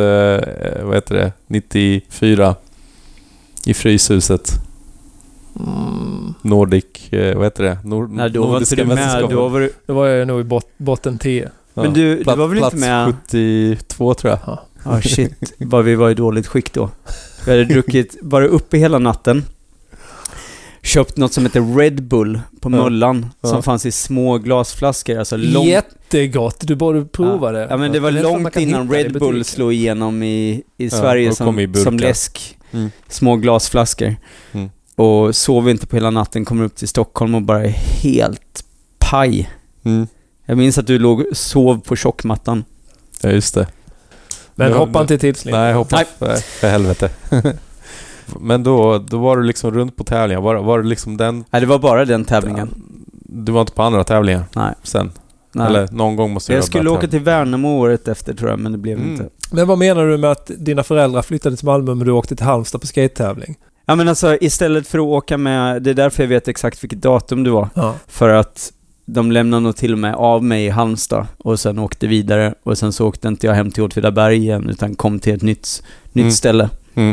94 i Fryshuset. Nordic, Nej, då var inte du med. Då var jag nog i botten 10. Men du var väl inte med? Plats 72 tror jag. Shit, vad vi var i dåligt skick då. Vi hade druckit bara uppe hela natten. Köpt något som heter Red Bull på Möllan, som fanns i små glasflaskor, alltså jättegott, du borde prova det. Ja, men det var långt innan Red Bull slog igenom i Sverige som läsk. Små glasflaskor. Och sov inte på hela natten, kommer upp till Stockholm och bara helt paj. Jag minns att du sov på tjockmattan. Ja, just det. Men hoppa inte i tidslinjen. Nej, hoppa för helvete. Men då var du liksom runt på tävlingar. Var det liksom den... Nej, det var bara den tävlingen. Du var inte på andra tävlingar? Nej. Sen? Nej. Eller någon gång måste jag skulle åka till Värnamo året efter, tror jag, men det blev inte. Men vad menar du med att dina föräldrar flyttade till Malmö men du åkte till Halmstad på skate-tävling? Ja, men alltså istället för att åka med... Det är därför jag vet exakt vilket datum det var. Ja. För att de lämnade nog till och med av mig i Halmstad och sen åkte vidare. Och sen så åkte inte jag hem till Åtvidaberg igen utan kom till ett nytt ställe. Mm.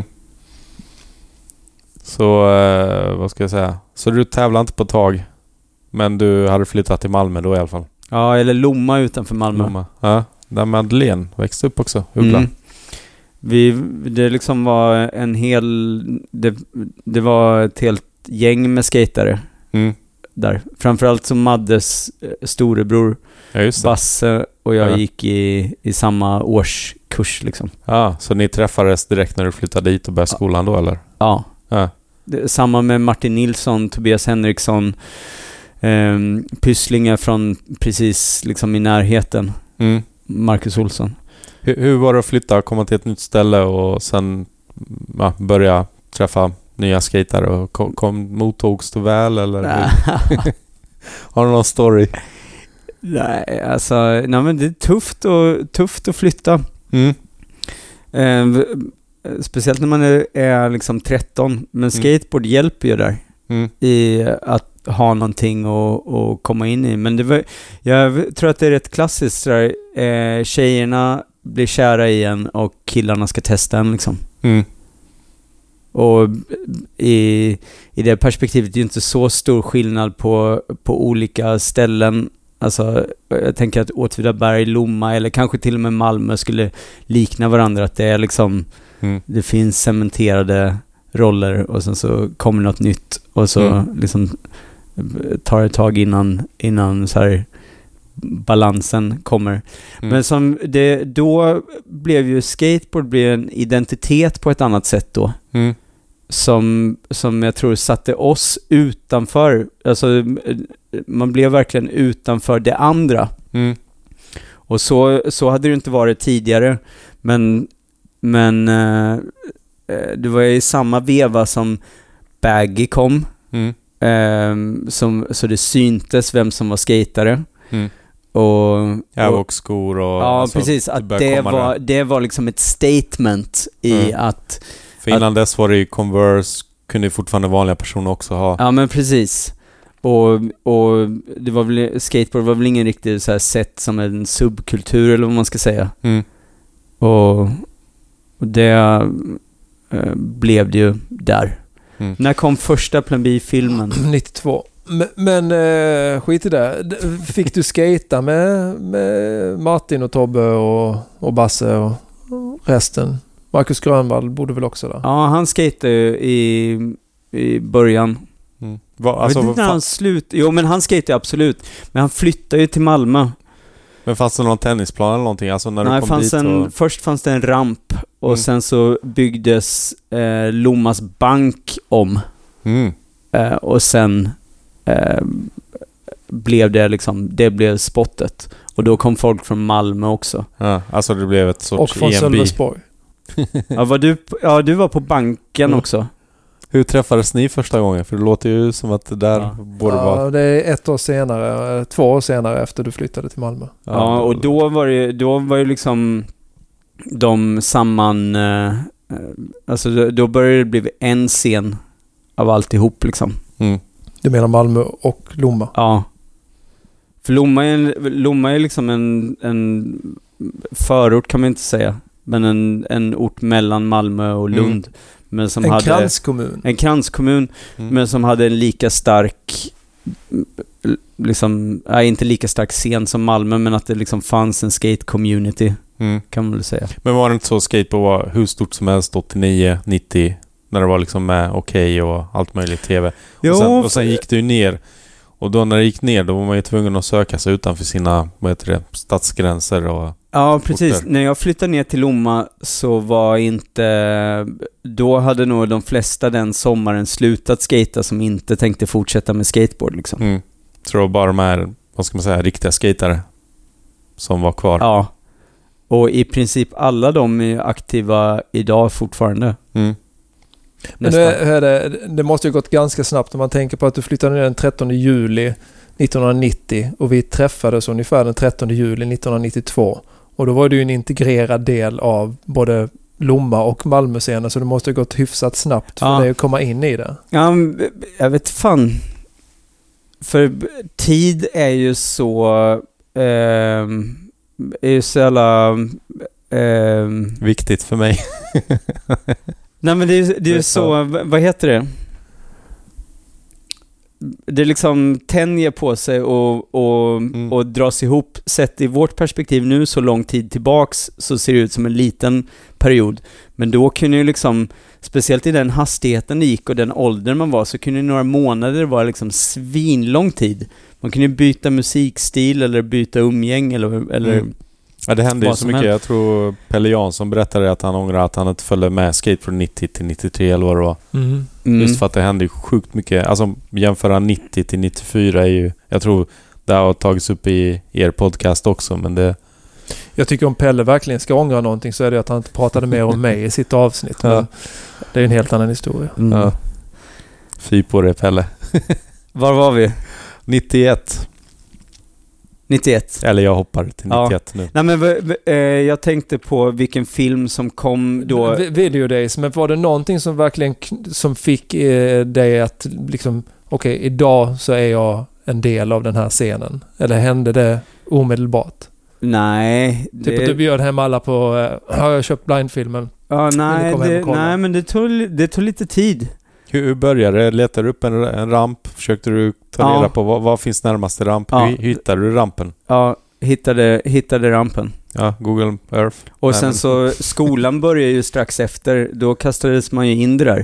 Så, vad ska jag säga? Så du tävlade inte på ett tag, men du hade flyttat till Malmö då i alla fall? Ja, eller Lomma utanför Malmö. Lomma. Ja, där Madeleine växte upp också. Det liksom var en hel... Det var ett helt gäng med skatare där. Framförallt som Maddes storebror Basse och jag gick i samma årskurs liksom. Ja, så ni träffades direkt när du flyttade dit och började skolan då, eller? Ja. Samma med Martin Nilsson, Tobias Henriksson, Pysslingar från precis liksom i närheten. Marcus Olsson. Hur var det att flytta och komma till ett nytt ställe och sen börja träffa nya skatare och mottogs du väl, eller? Har du någon story? Nej, alltså men det är tufft att flytta. Speciellt när man är liksom 13, men skateboard hjälper ju där i att ha någonting och komma in i. Men jag tror att det är rätt klassiskt där, tjejerna blir kära i en och killarna ska testa en liksom. Och i det perspektivet är det inte så stor skillnad på olika ställen. Alltså, jag tänker att Åtvidaberg, Lomma eller kanske till och med Malmö skulle likna varandra. Att det är liksom det finns cementerade roller och sen så kommer något nytt och så liksom tar ett tag innan så här balansen kommer. Men som då blev ju skateboard en identitet på ett annat sätt då. Som jag tror satte oss utanför. Alltså man blev verkligen utanför det andra. Och så hade det inte varit tidigare. Men det var i samma veva som Baggy kom. Så det syntes vem som var skatare. Och skor och... Ja, alltså, precis. Att det var liksom ett statement i att... För innan dess var det ju Converse, kunde fortfarande vanliga personer också ha. Ja, men precis. Och det var väl, skateboard var väl ingen riktigt så här sett som en subkultur eller vad man ska säga. Och det blev det ju där. När kom första Plan B-filmen? 92. Men skit i det. Fick du skata med Martin och Tobbe och Basse och resten? Marcus Grönvall bodde väl också där? Ja, han skatade i början. Alltså, vet inte när han Jo, men han skatade absolut. Men han flyttade ju till Malmö. Men fanns det någon tennisplan eller någonting? Alltså när du kom dit först fanns det en ramp och sen så byggdes Lommas bank om. Och sen blev det liksom, det blev spottet. Och då kom folk från Malmö också. Ja, alltså det blev ett sorts och från Sölvesborg. Du var på banken också. Hur träffades ni första gången? För det låter ju som att det där borde vara... Ja, det är 2 år senare efter du flyttade till Malmö. Ja, och då var det liksom de samman... alltså då började det bli en scen av alltihop liksom. Du menar Malmö och Lomma? Ja. För Lomma är liksom en förort kan man inte säga. Men en ort mellan Malmö och Lund. Men som hade kranskommun. En kranskommun, men som hade en lika stark liksom, inte lika stark scen som Malmö, men att det liksom fanns en skate community kan man väl säga. Men var det inte så skateboard var hur stort som helst 89, 90 när det var liksom med Okej och allt möjligt TV. Och sen gick det ju ner. Och då när det gick ner, då var man ju tvungen att söka sig utanför sina stadsgränser och... Ja, precis. orter. När jag flyttade ner till Lomma så var inte... Då hade nog de flesta den sommaren slutat skata som inte tänkte fortsätta med skateboard liksom. Så det var bara de här, vad ska man säga, riktiga skatare som var kvar. Ja. Och i princip alla de är aktiva idag fortfarande. Men det måste ju gått ganska snabbt om man tänker på att du flyttade ner den 13 juli 1990 och vi träffades ungefär den 13 juli 1992. Och då var det ju en integrerad del av både Lomma och Malmö-scenen, så det måste ha gått hyfsat snabbt för dig att komma in i det. Ja, jag vet fan. För tid är ju så jävla viktigt för mig. Nej, men det är ju så, vad heter det? Det liksom tänjer på sig och dras ihop. Sett i vårt perspektiv nu så lång tid tillbaks så ser det ut som en liten period. Men då kunde ju liksom, speciellt i den hastigheten det gick och den åldern man var, så kunde några månader vara liksom svinlång tid. Man kunde byta musikstil eller byta umgäng eller Ja, det hände ju så mycket. Jag tror Pelle Jansson berättade att han ångrar att han inte följde med skate från 90 till 93 eller vad det var. Just för att det hände ju sjukt mycket. Alltså jämföra 90 till 94 är ju, jag tror det har tagits upp i er podcast också, men det... Jag tycker om Pelle verkligen ska ångra någonting så är det att han inte pratade mer om mig i sitt avsnitt. Men det är en helt annan historia. Ja. Fy på det, Pelle. Var var vi? 91. Eller jag hoppar till 91 nu. Nej, men jag tänkte på vilken film som kom då. Video Days, men var det någonting som verkligen som fick dig att liksom, okej, idag så är jag en del av den här scenen? Eller hände det omedelbart? Nej. Typ att du bjöd hem alla på, har jag köpt blindfilmen? Ja, nej, men det tog lite tid. Hur började det? Letade du upp en ramp? Försökte du ta reda på vad finns närmaste ramp? Ja. Hur hittade du rampen? Ja, hittade rampen. Ja, Google Earth. Och sen så, skolan började ju strax efter. Då kastades man ju in det där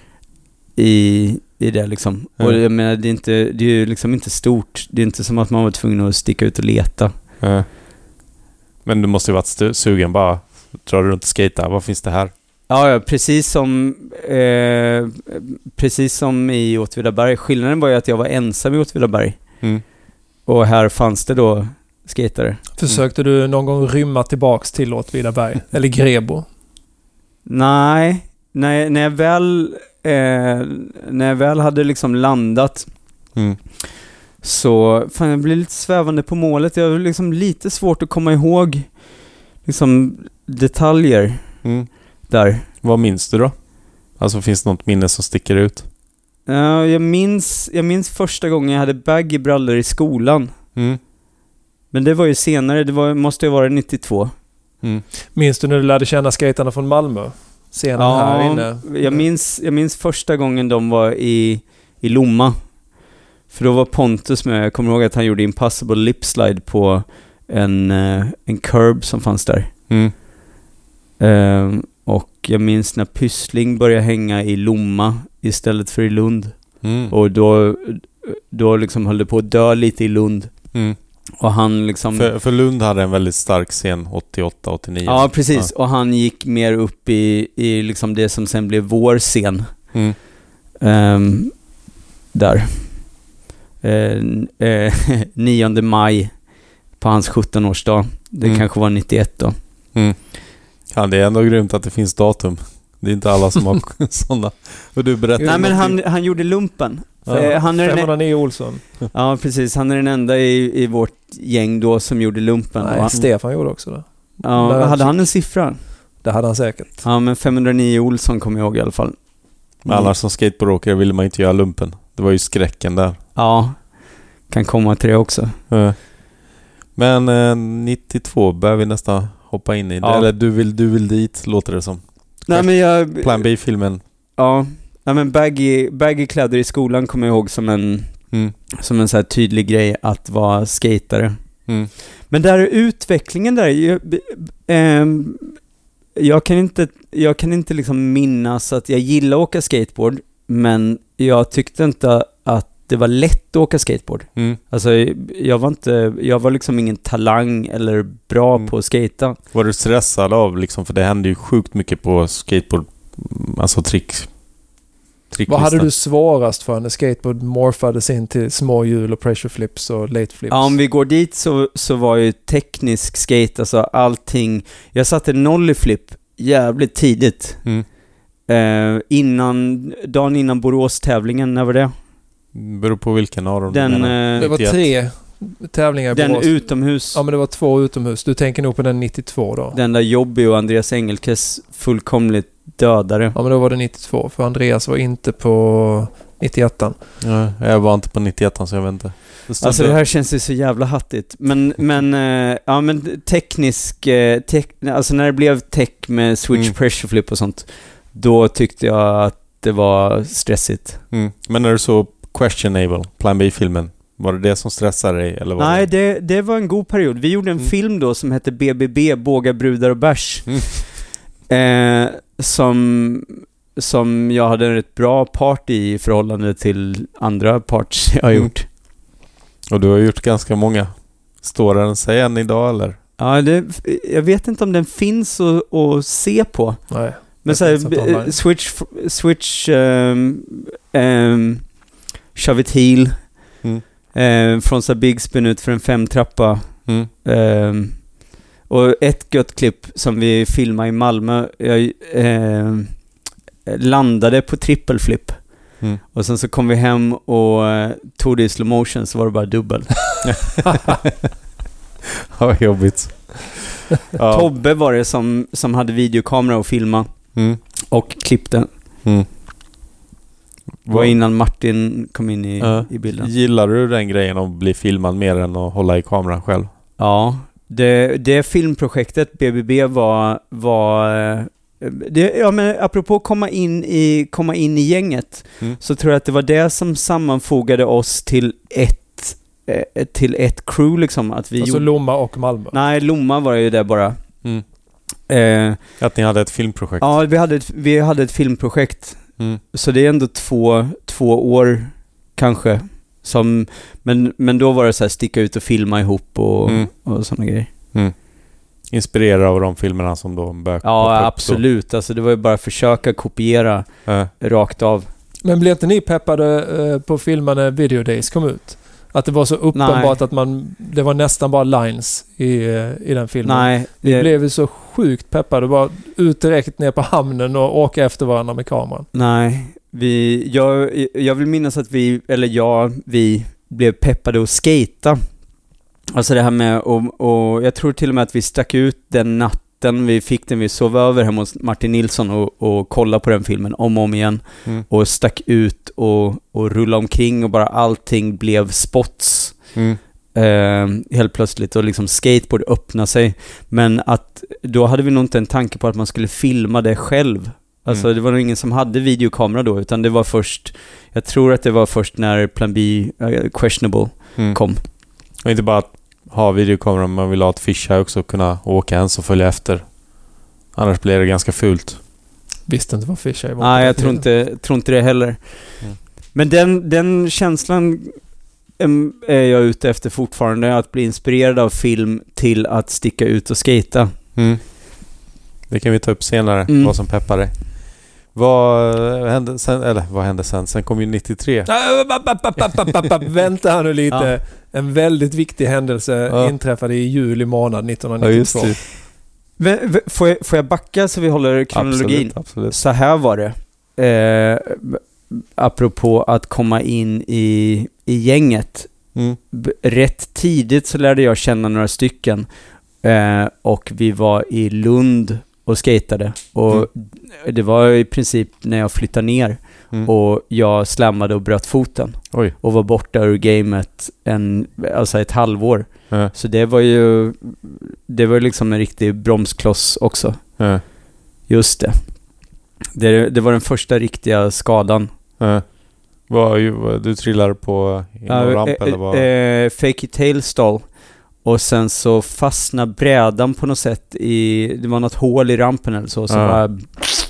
i det liksom. Och jag menar, det är ju liksom inte stort. Det är inte som att man var tvungen att sticka ut och leta. Men du måste ju varit sugen bara. Drar du runt och skata? Vad finns det här? Ja, precis som i Åtvidaberg. Skillnaden var ju att jag var ensam i Åtvidaberg. Och här fanns det då skatare. Försökte du någon gång rymma tillbaks till Åtvidaberg? Eller Grebo? Nej, när jag väl hade liksom landat så fan, jag blev lite svävande på målet. Jag var liksom lite svårt att komma ihåg liksom detaljer där. Vad minns du då? Alltså finns det något minne som sticker ut? Ja, jag minns första gången jag hade baggy brallor i skolan. Men det var ju senare, måste ju vara 92. Minns du när du lärde känna skaterna från Malmö? Scenen här inne. Jag minns första gången de var i Lomma. För då var Pontus med. Jag kommer ihåg att han gjorde Impossible Lip Slide på en curb som fanns där. Och jag minns när Pyssling började hänga i Lomma istället för i Lund. Och då liksom höll det på att dö lite i Lund. Och han liksom... För Lund hade en väldigt stark scen 88-89. Ja, precis. Ja. Och han gick mer upp i liksom det som sen blev vår scen. Där. 9 maj på hans 17-årsdag. Det kanske var 91 då. Ja, det är ändå grymt att det finns datum. Det är inte alla som har sådana. Och du berättade. Nej, men han gjorde lumpen. Han är 509 Olsson. Ja, precis. Han är den enda i vårt gäng då som gjorde lumpen. Nej, Stefan gjorde också det. Ja, hade han en siffra? Det hade han säkert. Ja, men 509 Olsson kommer jag ihåg i alla fall. Men annars som skateboardåkare ville man inte göra lumpen. Det var ju skräcken där. Ja, kan komma till det också. Men 92 börjar vi nästan hoppa in i det. Eller du vill dit, låter det som. Nej, men Plan B-filmen. Ja, men baggy kläder i skolan kommer jag ihåg som en så här tydlig grej att vara skatare. Men där utvecklingen där, jag kan inte liksom minnas att jag gillar att åka skateboard, men jag tyckte inte att det var lätt att åka skateboard. Alltså jag var liksom ingen talang eller bra på att skata. Var du stressad av liksom, för det hände ju sjukt mycket på skateboard, alltså tricklistan. Vad hade du svårast för när skateboard morfades in till små hjul och pressure flips och late flips? Ja, om vi går dit så var ju teknisk skate, alltså allting. Jag satte nollie flip jävligt tidigt. Dagen innan Borås-tävlingen, när var det? Beror på vilken av dem. Det var 3 tävlingar i den Borås. Utomhus. Ja, men det var 2 utomhus. Du tänker nog på den 92 då. Den där Jobby och Andreas Engelkes fullkomligt dödare. Ja, men då var det 92. För Andreas var inte på 91. Ja, jag var inte på 91, så jag vet inte. Alltså det här känns ju så jävla hattigt. Men teknisk... alltså när det blev tech med switch pressure flip och sånt, då tyckte jag att det var stressigt. Men när du så questionable, Plan B-filmen, var det som stressade dig? Eller var Nej, det var en god period. Vi gjorde en film då som hette BBB, Båga, brudar och bärs. Som jag hade en rätt bra part i förhållande till andra parts jag har gjort. Och du har gjort ganska många. Står den sig än idag, eller? Ja, jag vet inte om den finns att se på. Nej. Men så här, Switch Shove It Heel från så Big Spin ut för en 5-trappa. Och ett gött klipp som vi filmade i Malmö. Jag landade på trippelflip. Och sen så kom vi hem och tog det i slow motion, så var det bara dubbel. Ja, jobbigt. Tobbe var det som hade videokamera och filma och klippte. Var innan Martin kom in i bilden. Gillar du den grejen att bli filmad mer än att hålla i kameran själv? Ja, det filmprojektet BBB var ja, men apropå komma in i gänget, så tror jag att det var det som sammanfogade oss till ett crew liksom, att vi alltså Lomma och Malmö. Nej, Lomma var ju det bara. Att ni hade ett filmprojekt. Ja, vi hade ett filmprojekt. Så det är ändå två år kanske men då var det så här, sticka ut och filma ihop och såna grejer. Inspirerad av de filmerna som då började. Ja, absolut. Alltså det var ju bara att försöka kopiera rakt av. Men blev inte ni peppade på filmen när Video Days kom ut? Att det var så uppenbart att det var nästan bara lines i den filmen. Nej. Vi blev ju så sjukt peppade. Bara ut direkt ner på hamnen och åka efter varandra med kameran. Nej. Jag vill minnas att vi blev peppade att skata. Alltså det här med och jag tror till och med att vi stack ut den natten vi sov över hemma hos Martin Nilsson och kollade på den filmen om och om igen och stack ut och rullade omkring och bara allting blev spots helt plötsligt och liksom skateboard öppnade sig, men att då hade vi nog inte en tanke på att man skulle filma det själv. Alltså det var nog ingen som hade videokamera då, utan det var jag tror att det var först när Plan B Questionable kom. Och inte bara att ha videokameran, man vill ha ett fisheye också, kunna åka ens och följa efter. Annars blir det ganska fult. Visste inte vad fisheye var. Nej, jag tror inte det heller. Men den känslan är jag ute efter fortfarande, att bli inspirerad av film till att sticka ut och skata. Det kan vi ta upp senare, vad som peppar dig. Vad hände sen? Sen kom ju 93. Vänta här nu lite. Ja. En väldigt viktig händelse inträffade i juli månad 1992. Ja, får jag backa så vi håller kronologin? Absolut. Så här var det. Apropå att komma in i gänget. Rätt tidigt så lärde jag känna några stycken. Och vi var i Lund och skatade. Och det var i princip när jag flyttade ner och jag slammade och bröt foten. Oj. Och var borta ur gamet ett halvår. Så det var liksom en riktig bromskloss också. Just det. Det var den första riktiga skadan. Du trillade på en ramp eller vad? Fake it tail stall. Och sen så fastnade brädan på något sätt det var något hål i rampen eller så. Var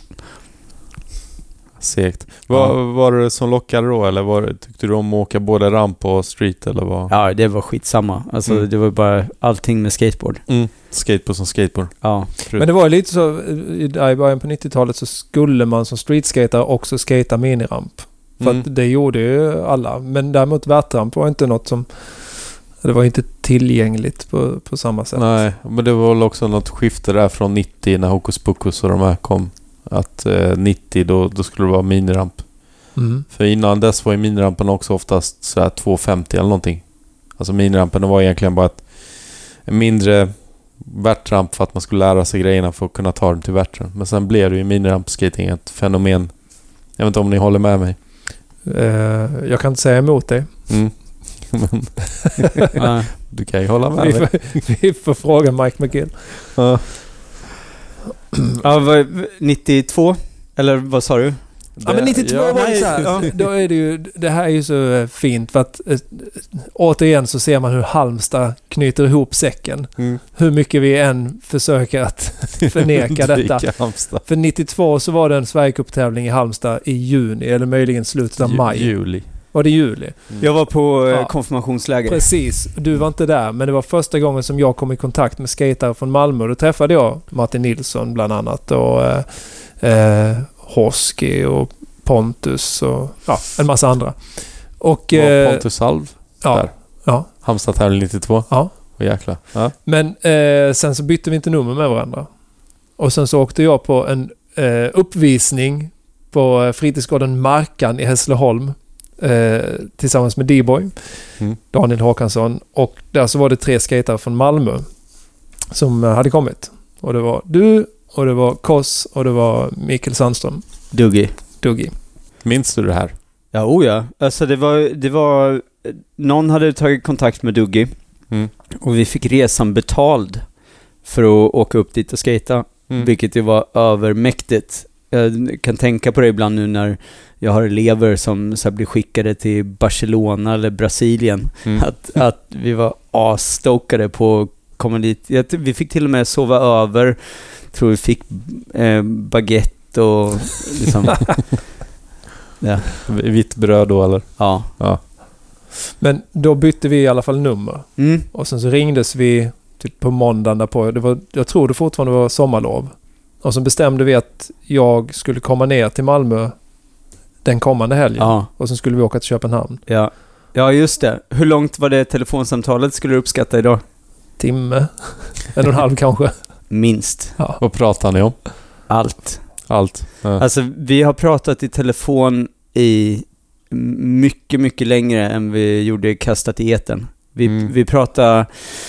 segt. Var det som lockade då? Eller tyckte du om att åka både ramp och street? Eller vad? Ja, det var skitsamma. Alltså det var bara allting med skateboard. Skateboard som skateboard. Ja. Men det var lite så, i början på 90-talet så skulle man som streetskater också skata miniramp. För att det gjorde ju alla. Men däremot värtramp var inte något som... Det var inte tillgängligt på samma sätt. Nej, men det var väl också något skifte där från 90 när Hokus Pokus och de här kom. att 90 då skulle det vara miniramp. För innan dess var ju minirampen också oftast så här 250 eller någonting. Alltså minirampen var egentligen bara en mindre värtramp för att man skulle lära sig grejerna för att kunna ta den till värten. Men sen blev det ju minirampskating ett fenomen. Jag vet inte om ni håller med mig. Jag kan inte säga emot dig. Men du kan ju hålla med mig. Vi får fråga Mike McGill. Ja, 92? Eller vad sa du? Ja, men 92 var det så här. Ja, då är det ju, det här är ju så fint för att återigen så ser man hur Halmstad knyter ihop säcken. Hur mycket vi än försöker att förneka detta. För 92 så var det en Sverigecup-tävling i Halmstad i juni eller möjligen slutet av maj. Juli. Var det juli? Jag var på konfirmationsläger. Precis, du var inte där, men det var första gången som jag kom i kontakt med skatare från Malmö. Då träffade jag Martin Nilsson bland annat och Hoski och Pontus och en massa andra. Och Pontus Alv där. Ja. Halmstad tävling 92. Ja. Och jäkla. Ja. Men sen så bytte vi inte nummer med varandra. Och sen så åkte jag på en uppvisning på fritidsgården Markan i Hässleholm tillsammans med D-Boy, Daniel Håkansson, och där så var det 3 skatare från Malmö som hade kommit. Och det var du, och det var Koss, och det var Mikael Sandström. Duggi. Minns du det här? Ja, ja. Alltså det var någon hade tagit kontakt med Duggi och vi fick resan betald för att åka upp dit och skata, vilket ju var övermäktigt. Jag kan tänka på det ibland nu när jag har elever som så här blir skickade till Barcelona eller Brasilien, att vi var asstokade på att komma dit. Vi fick till och med sova över, tror vi fick baguette och liksom ja. Vitt bröd då eller? Ja. Men då bytte vi i alla fall nummer. Och sen så ringdes vi typ på måndagen därpå. Jag tror det fortfarande var sommarlov. Och så bestämde vi att jag skulle komma ner till Malmö den kommande helgen. Ja. Och sen skulle vi åka till Köpenhamn. Ja, just det. Hur långt var det telefonsamtalet skulle du uppskatta idag? Timme. 1,5 kanske. Minst. Ja. Vad pratar ni om? Allt. Ja. Alltså vi har pratat i telefon i mycket, mycket längre än vi gjorde kastat i etern. Vi pratar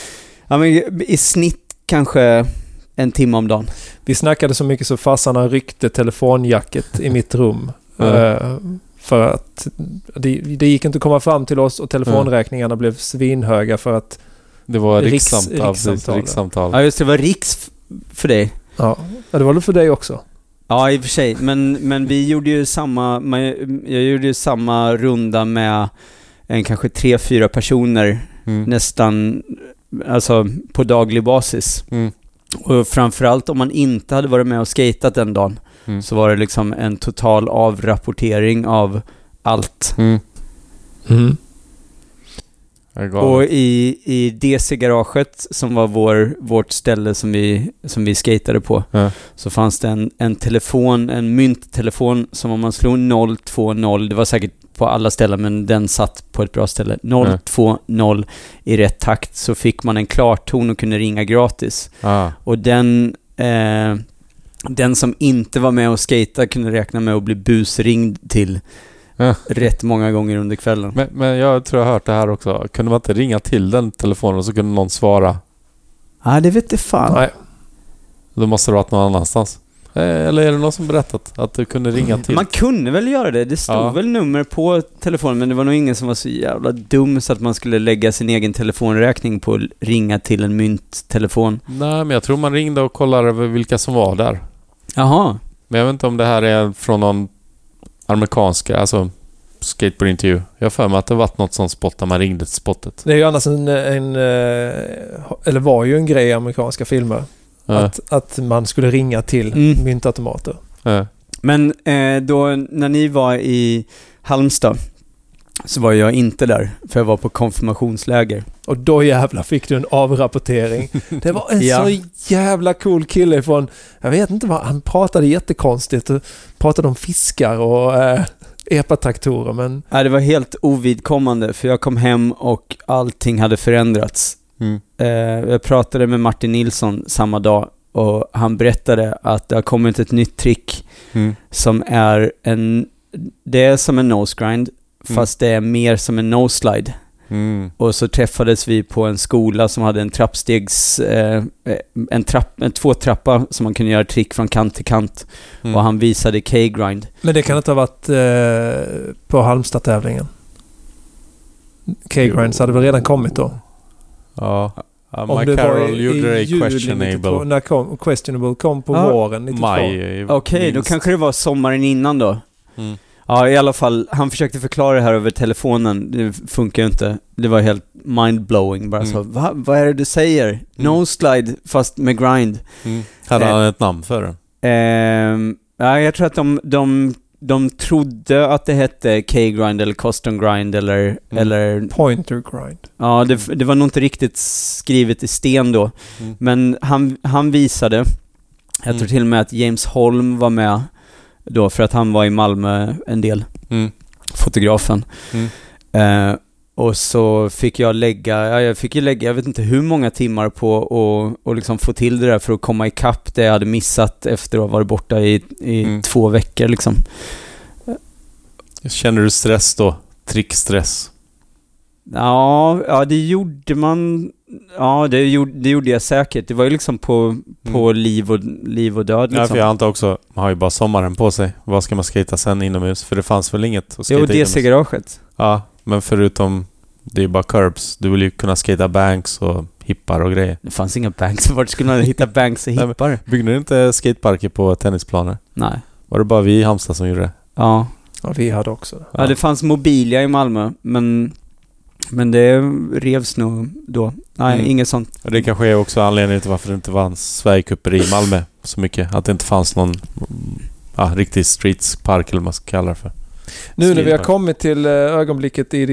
i snitt kanske 1 timme om dagen. Vi snackade så mycket så farsarna ryckte telefonjacket i mitt rum. För att det gick inte att komma fram till oss och telefonräkningarna blev svinhöga för att det var rikssamtal. Ja, just det, var riks för dig. Ja, det var det för dig också. Ja, i och för sig. Men vi gjorde ju jag gjorde ju samma runda med kanske 3-4 personer nästan, alltså på daglig basis. Och framförallt om man inte hade varit med och skatat den dagen så var det liksom en total avrapportering av allt. Och i DC-garaget som var vårt ställe som vi skatade på, så fanns det en mynttelefon som om man slog 020, det var säkert på alla ställen men den satt på ett bra ställe, 020 i rätt takt, så fick man en klarton och kunde ringa gratis. Och den som inte var med och skata kunde räkna med att bli busringd till rätt många gånger under kvällen. Men jag tror jag har hört det här också. Kunde man inte ringa till den telefonen och så kunde någon svara? Ja, det vet jag fan. Nej. Då måste det varit någon annanstans. Eller är det någon som berättat att du kunde ringa till? Man kunde väl göra det. Det stod väl nummer på telefonen, men det var nog ingen som var så jävla dum så att man skulle lägga sin egen telefonräkning på att ringa till en mynttelefon. Nej, men jag tror man ringde och kollade vilka som var där. Jaha. Men jag vet inte om det här är från någon amerikanska, alltså skateboardintervju. Jag har för mig att det varit något sånt spot där man ringde till spottet. Det är ju annars eller var ju en grej i amerikanska filmer. Att man skulle ringa till myntautomater. Men då när ni var i Halmstad så var jag inte där, för jag var på konfirmationsläger. Och då jävla fick du en avrapportering. Det var en så jävla cool kille från, jag vet inte vad, han pratade jättekonstigt och pratade om fiskar och epatraktorer, men... Nej, det var helt ovidkommande, för jag kom hem och allting hade förändrats. Jag pratade med Martin Nilsson samma dag och han berättade att det har kommit ett nytt trick som är det är som en nose grind fast det är mer som en nose slide. Och så träffades vi på en skola som hade en trappstegs en tvåtrappa som man kunde göra trick från kant till kant och han visade K-grind. Men det kan inte ha varit på Halmstad-tävlingen. K-grinds hade väl redan kommit då? Ja. Om det Carol var gjorde det i questionable. När questionable kom på våren 92. Maj. Okej, då kanske det var sommaren innan då. Ja, i alla fall, han försökte förklara det här över telefonen. Det funkar ju inte. Det var helt mindblowing. Bara så, vad är det du säger? No slide, fast med grind. Hade han ett namn för det? Ja, jag tror att de trodde att det hette K-grind eller custom grind eller pointer grind. Ja, det var nog inte riktigt skrivet i sten då. Men han visade. Jag tror till och med att James Holm var med då för att han var i Malmö en del. Fotografen. Och så fick jag lägga, jag vet inte hur många timmar på och liksom få till det där för att komma ikapp det jag hade missat efter att ha varit borta i 2 veckor liksom. Känner du stress då? Trickstress? Ja, det gjorde man. Ja, det gjorde jag säkert. Det var ju liksom på liv och död liksom. Ja, för jag antar också, man har ju bara sommaren på sig. Vad ska man skata sen inomhus? För det fanns väl inget att skata inomhus? Jo, DC-garaget. Ja, men förutom det är ju bara curbs. Du vill ju kunna skata banks och hippar och grejer. Det fanns inga banks. Vart skulle man hitta banks och hippar? Byggde du inte skateparker på tennisplaner? Nej. Var det bara vi i Halmstad som gjorde det? Ja. Ja, vi hade också. Ja, det fanns Mobilia i Malmö, men det revs nog då. Nej, inget sånt. Och det kanske är också anledningen till varför det inte vanns Sverigecuper i Malmö så mycket. Att det inte fanns någon riktig streetspark eller vad man ska kalla det för. Nu när vi har kommit till ögonblicket i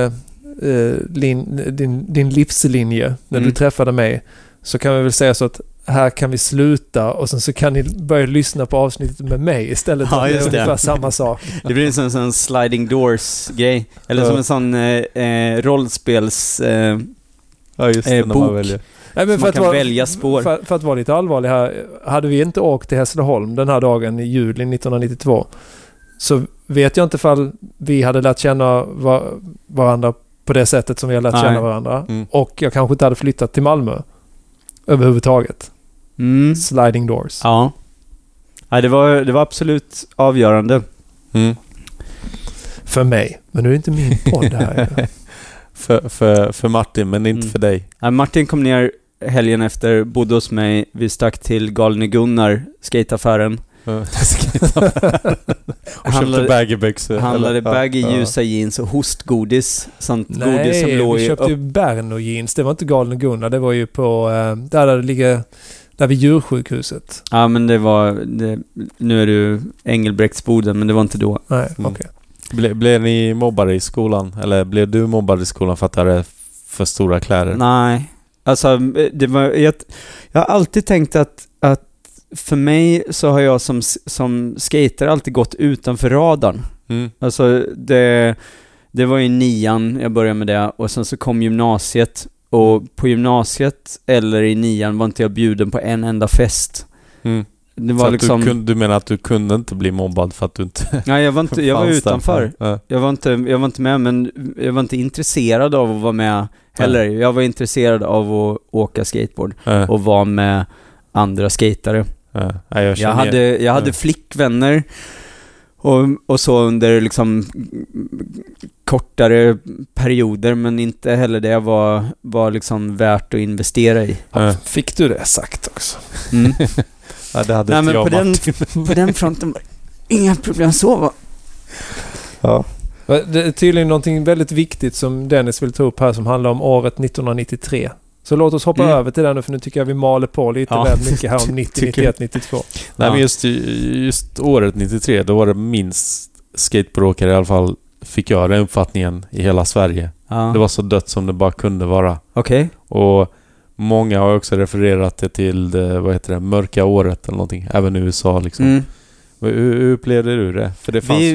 din livslinje när du träffade mig, så kan vi väl säga så att här kan vi sluta och sen så kan ni börja lyssna på avsnittet med mig istället. Ja, det är ungefär samma sak. Det blir en sån sliding doors grej. Eller som en sån rollspels bok. Nej, men man kan välja spår. För att vara lite allvarlig här, hade vi inte åkt till Hässleholm den här dagen i juli 1992 så vet jag inte ifall vi hade lärt känna varandra på det sättet som vi har lärt känna varandra. Och jag kanske inte hade flyttat till Malmö överhuvudtaget. Sliding doors. Ja. Nej, det var absolut avgörande. För mig. Men nu är det inte min podd här. för Martin, men inte för dig. Ja, Martin kom ner helgen efter, bodde hos mig. Vi stack till Galne Gunnar, skateaffären. Och köpte baggybyxor. Handlade baggy, ljusa jeans och hostgodis. Sånt godis som låg vi köpte ju Berno jeans. Det var inte Galne Gunnar. Det var ju på där det ligger där vid djursjukhuset. Ja, men nu är du Engelbrektsboden, men det var inte då. Nej, okej. Blev ni mobbade i skolan? Eller blev du mobbad i skolan för att du hade för stora kläder? Nej. Alltså, jag har alltid tänkt att för mig så har jag som skater alltid gått utanför radarn. Alltså det var ju 9:an jag började med det och sen så kom gymnasiet och på gymnasiet eller i 9:an var inte jag bjuden på en enda fest. Det var så liksom du menar att du kunde inte bli mobbad för att du inte... Nej, jag var utanför. Ja. Jag var inte med, men jag var inte intresserad av att vara med heller. Jag var intresserad av att åka skateboard och vara med andra skatare. Jag hade flickvänner och så under liksom kortare perioder, men inte heller det var liksom värt att investera i. Fick du det sagt också? Ja, det hade inte jag. På den fronten inga problem så. Ja. Det är tydligen någonting väldigt viktigt som Dennis vill ta upp här som handlar om året 1993. Så låt oss hoppa över till det nu, för nu tycker jag vi maler på lite väl mycket här om 90, 91, 92. Nej, men just året 93, då var det minst skateboardåkare i alla fall, fick jag den uppfattningen i hela Sverige. Det var så dött som det bara kunde vara. Okej. Och många har också refererat det till det, mörka året eller någonting, även i USA liksom. Hur upplevde du det? För det fanns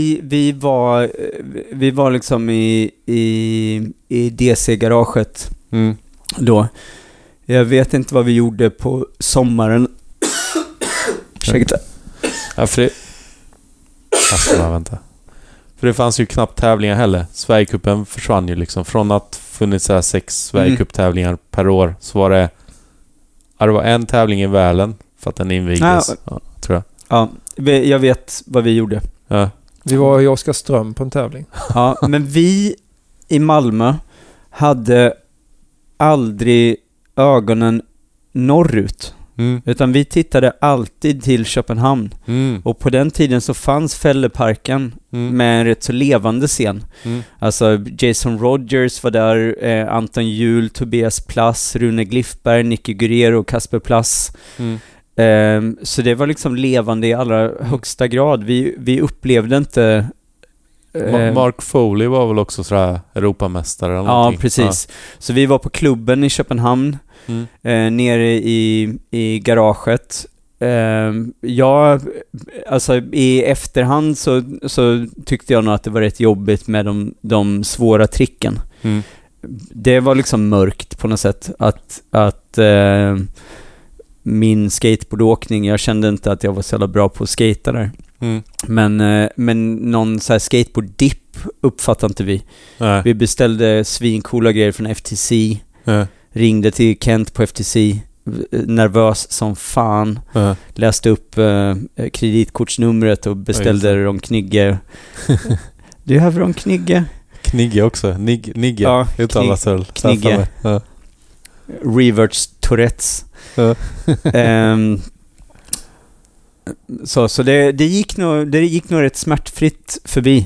vi var liksom i DC-garaget då. Jag vet inte vad vi gjorde på sommaren. Ursäkta. Ja, för det... Alltså, vänta. För det fanns ju knappt tävlingar heller. Sverigecupen försvann ju liksom. Från att funnits så här 6 Sverigecup-tävlingar per år, så var det... Ja, det var en tävling i Välen för att den invigdes, tror jag. Ja, jag vet vad vi gjorde. Ja. Vi var i Oskarström på en tävling. Ja, men vi i Malmö hade aldrig ögonen norrut. Utan vi tittade alltid till Köpenhamn. Och på den tiden så fanns Fälleparken med en rätt så levande scen. Alltså Jason Rogers var där, Anton Hjul, Tobias Plass, Rune Gliffberg, Nicky Guerrero och Kasper Plass. Så det var liksom levande i allra högsta grad. Vi upplevde inte... Mark Foley var väl också sådär Europamästare eller någonting. Ja, precis. Ja. Så vi var på klubben i Köpenhamn, nere i garaget. Alltså i efterhand så tyckte jag nog att det var rätt jobbigt med de svåra tricken. Det var liksom mörkt på något sätt att min skateboardåkning, jag kände inte att jag var så jävla bra på att skata där. Men någon så här skateboard-dip uppfattade inte vi. Nej. Vi beställde svincoola grejer från FTC. Ringde till Kent på FTC, nervös som fan. Läste upp kreditkortsnumret och beställde Ron Knigge. Du har Ron Knigge? Knigge också. Nigge. Ja, uttalas väl. Knigge. Reverts Tourettes. Så det gick nog rätt smärtfritt förbi.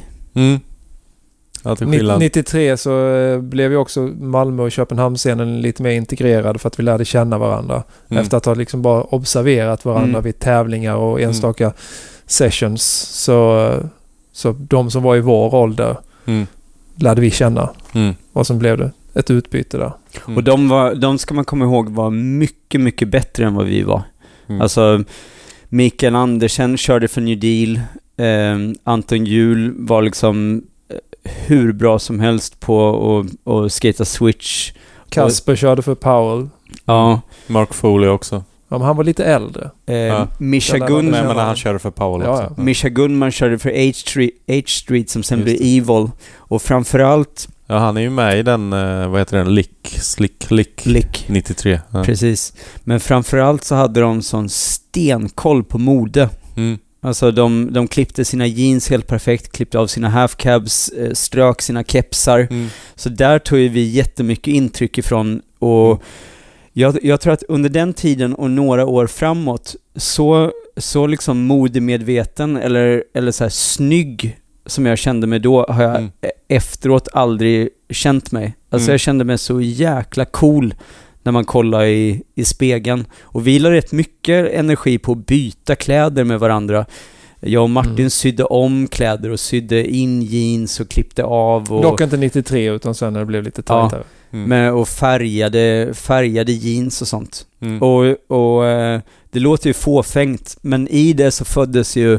93 så blev ju också Malmö och Köpenhamn-scenen lite mer integrerad för att vi lärde känna varandra. Efter att ha liksom bara observerat varandra vid tävlingar och enstaka sessions. Så de som var i vår ålder lärde vi känna. Och sen blev det ett utbyte där. Och de ska man komma ihåg var mycket, mycket bättre än vad vi var. Alltså Mikael Andersen körde för New Deal. Anton Hjul var liksom hur bra som helst på att skata switch. Kasper körde för Powell. Ja. Mark Foley också. Ja, men han var lite äldre. Mischa Gunman, men han körde för Powell också. Ja. Mischa Gunman körde för H Street som sen blev Evil. Och framförallt... Ja, han är ju med i den, vad heter den? Lick 93. Ja. Precis. Men framförallt så hade de sån stenkoll på mode. Alltså de klippte sina jeans helt perfekt, klippte av sina halfcabs, strök sina kepsar. Så där tog vi jättemycket intryck ifrån. Och jag tror att under den tiden och några år framåt så liksom modemedveten eller så här snygg som jag kände mig då har jag efteråt aldrig känt mig. Alltså jag kände mig så jäkla cool när man kollar i spegeln. Och vi la rätt mycket energi på att byta kläder med varandra. Jag och Martin sydde om kläder och sydde in jeans och klippte av. Och, dock inte 93 utan sen när det blev lite tajtare. Och färgade jeans och sånt. Och det låter ju fåfängt, men i det så föddes ju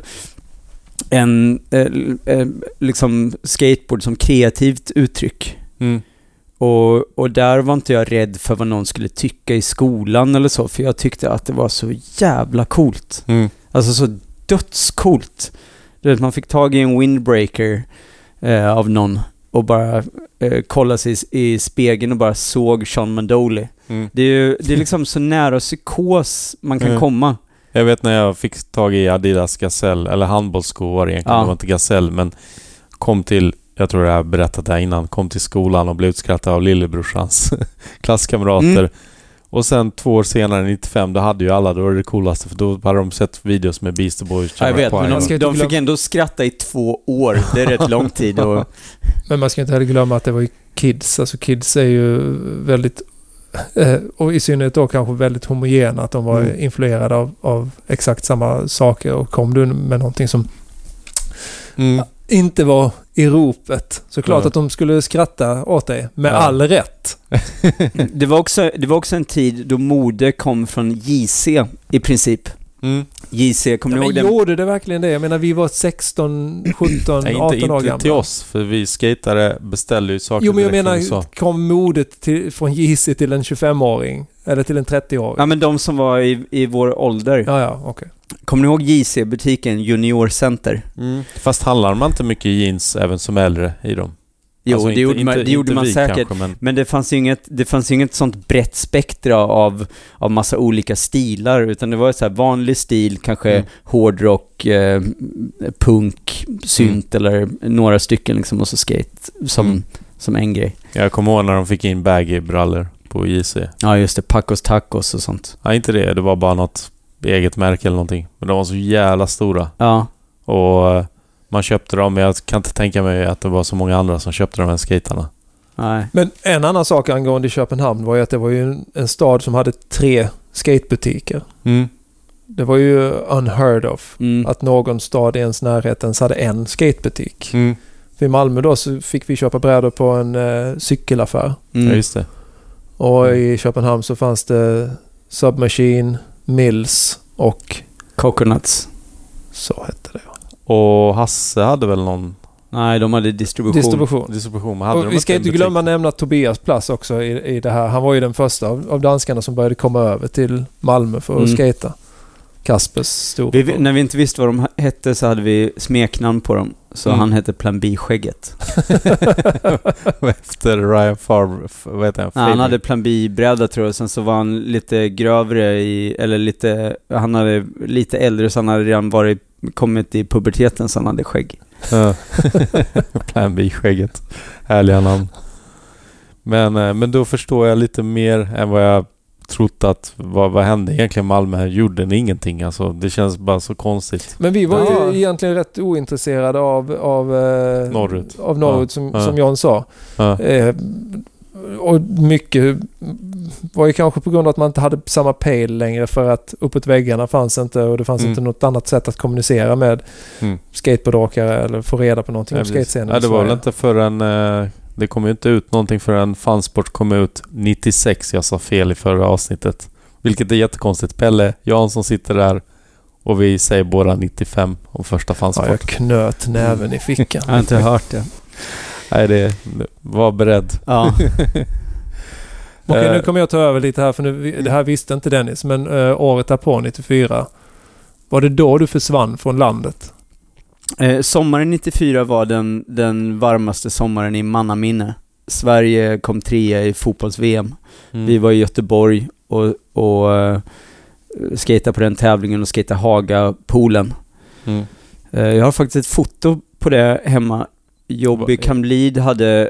en liksom skateboard som kreativt uttryck. Och där var inte jag rädd för vad någon skulle tycka i skolan eller så, för jag tyckte att det var så jävla coolt. Alltså så dödscoolt. Du vet, man fick tag i en windbreaker av någon och bara kolla sig i spegeln och bara såg Sean Mandoli. Det är liksom så nära psykos man kan komma. Jag vet när jag fick tag i Adidas Gazelle, eller handbollsskor var det egentligen, det var inte Gazelle, men kom till, jag tror jag har berättat det här innan, kom till skolan och blev utskrattad av lillebrorsans klasskamrater. Och sen 2 år senare, 95, då hade ju alla, då var det coolaste, för då hade de sett videos med Beastie Boys. Jag vet, men de fick ändå skratta i 2 år. Det är rätt lång tid. Men man ska inte heller glömma att det var ju kids. Alltså kids är ju väldigt, och i synnerhet då kanske väldigt homogena, att de var influerade av exakt samma saker, och kom du med någonting som inte var i ropet, så klart att de skulle skratta åt dig med all rätt. Det var också en tid då mode kom från JC i princip. JC, kommer ni ihåg det? Gjorde det verkligen det? Jag menar, vi var 16, 17, 18 år gamla. Inte till oss, för vi skatare beställde ju saker. Jo, men jag menar, kom modet från JC till en 25-åring? Eller till en 30-åring? Ja, men de som var i vår ålder. Ja, okej. Kommer ni ihåg JC-butiken Junior Center? Fast handlar man inte mycket jeans även som äldre i dem? Jo, alltså det gjorde man säkert. Kanske, men det fanns ju inget sånt brett spektra av massa olika stilar, utan det var så här vanlig stil, kanske hårdrock, punk, synt eller några stycken liksom, och så skate som en grej. Jag kommer ihåg när de fick in baggy-brallor på JC. Ja, just det. Pacos Tacos och sånt. Ja, inte det. Det var bara något eget märke eller någonting. Men de var så jävla stora. Ja. Och man köpte dem, men jag kan inte tänka mig att det var så många andra som köpte de här skaterna. Nej. Men en annan sak angående Köpenhamn var ju att det var ju en stad som hade 3 skatebutiker. Det var ju unheard of att någon stad i ens närhet ens hade en skatebutik. För i Malmö då så fick vi köpa brädor på en cykelaffär. Ja, just det. Och i Köpenhamn så fanns det Submachine, Mills och Coconuts. Så hette det. Och Hasse hade väl någon... Nej, de hade distribution. Hade och vi ska inte glömma nämna Tobias Plats också i det här. Han var ju den första av danskarna som började komma över till Malmö för att skata. Kaspers stor. När vi inte visste vad de hette så hade vi smeknamn på dem. Så han hette Plan B-skägget. Efter Ryan Farber, vad heter han? Han hade Plan B-bräda tror jag. Sen så var han lite grövre han hade lite äldre, så han hade redan kommit i puberteten, så han hade skägg. Plan B-skägget. Härliga namn. Men då förstår jag lite mer än vad jag trott att vad hände egentligen. Malmö gjorde ingenting, alltså det känns bara så konstigt. Men vi var ju egentligen rätt ointresserade av norrut som John sa. Och mycket var ju kanske på grund av att man inte hade samma pejl längre, för att uppåt väggarna fanns inte, och det fanns inte något annat sätt att kommunicera med skateboardåkare eller få reda på någonting om skatescenen. Ja, det var väl inte förrän det kom ju inte ut någonting förrän Fansport kom ut 96. Jag sa fel i förra avsnittet. Vilket är jättekonstigt. Pelle Jansson sitter där och vi säger båda 95 om första Fansport. Ja, jag knöt näven i fickan. Jag har inte hört det. Nej, var beredd. Ja. Okej, nu kommer jag ta över lite här, för det här visste inte Dennis, men året därpå, 94, var det då du försvann från landet? Sommaren 94 var den varmaste sommaren i mannaminne. Sverige kom 3 i fotbolls-VM. Vi var i Göteborg och skejtade på den tävlingen och skejtade Haga-poolen. Jag har faktiskt ett foto på det hemma. Jobby Kamlid hade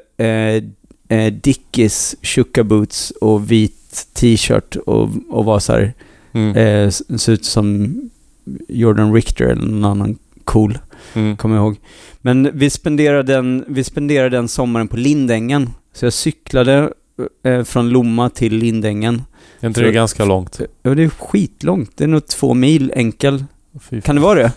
Dickies Shuka boots och vit t-shirt och var så här såg ut som Jordan Richter eller någon annan cool. Kommer jag ihåg. Men vi spenderade den sommaren på Lindängen. Så jag cyklade från Lomma till Lindängen. Jag tror det är ganska långt. Ja, det är skitlångt. Det är nog 2 mil enkel. Kan det vara det?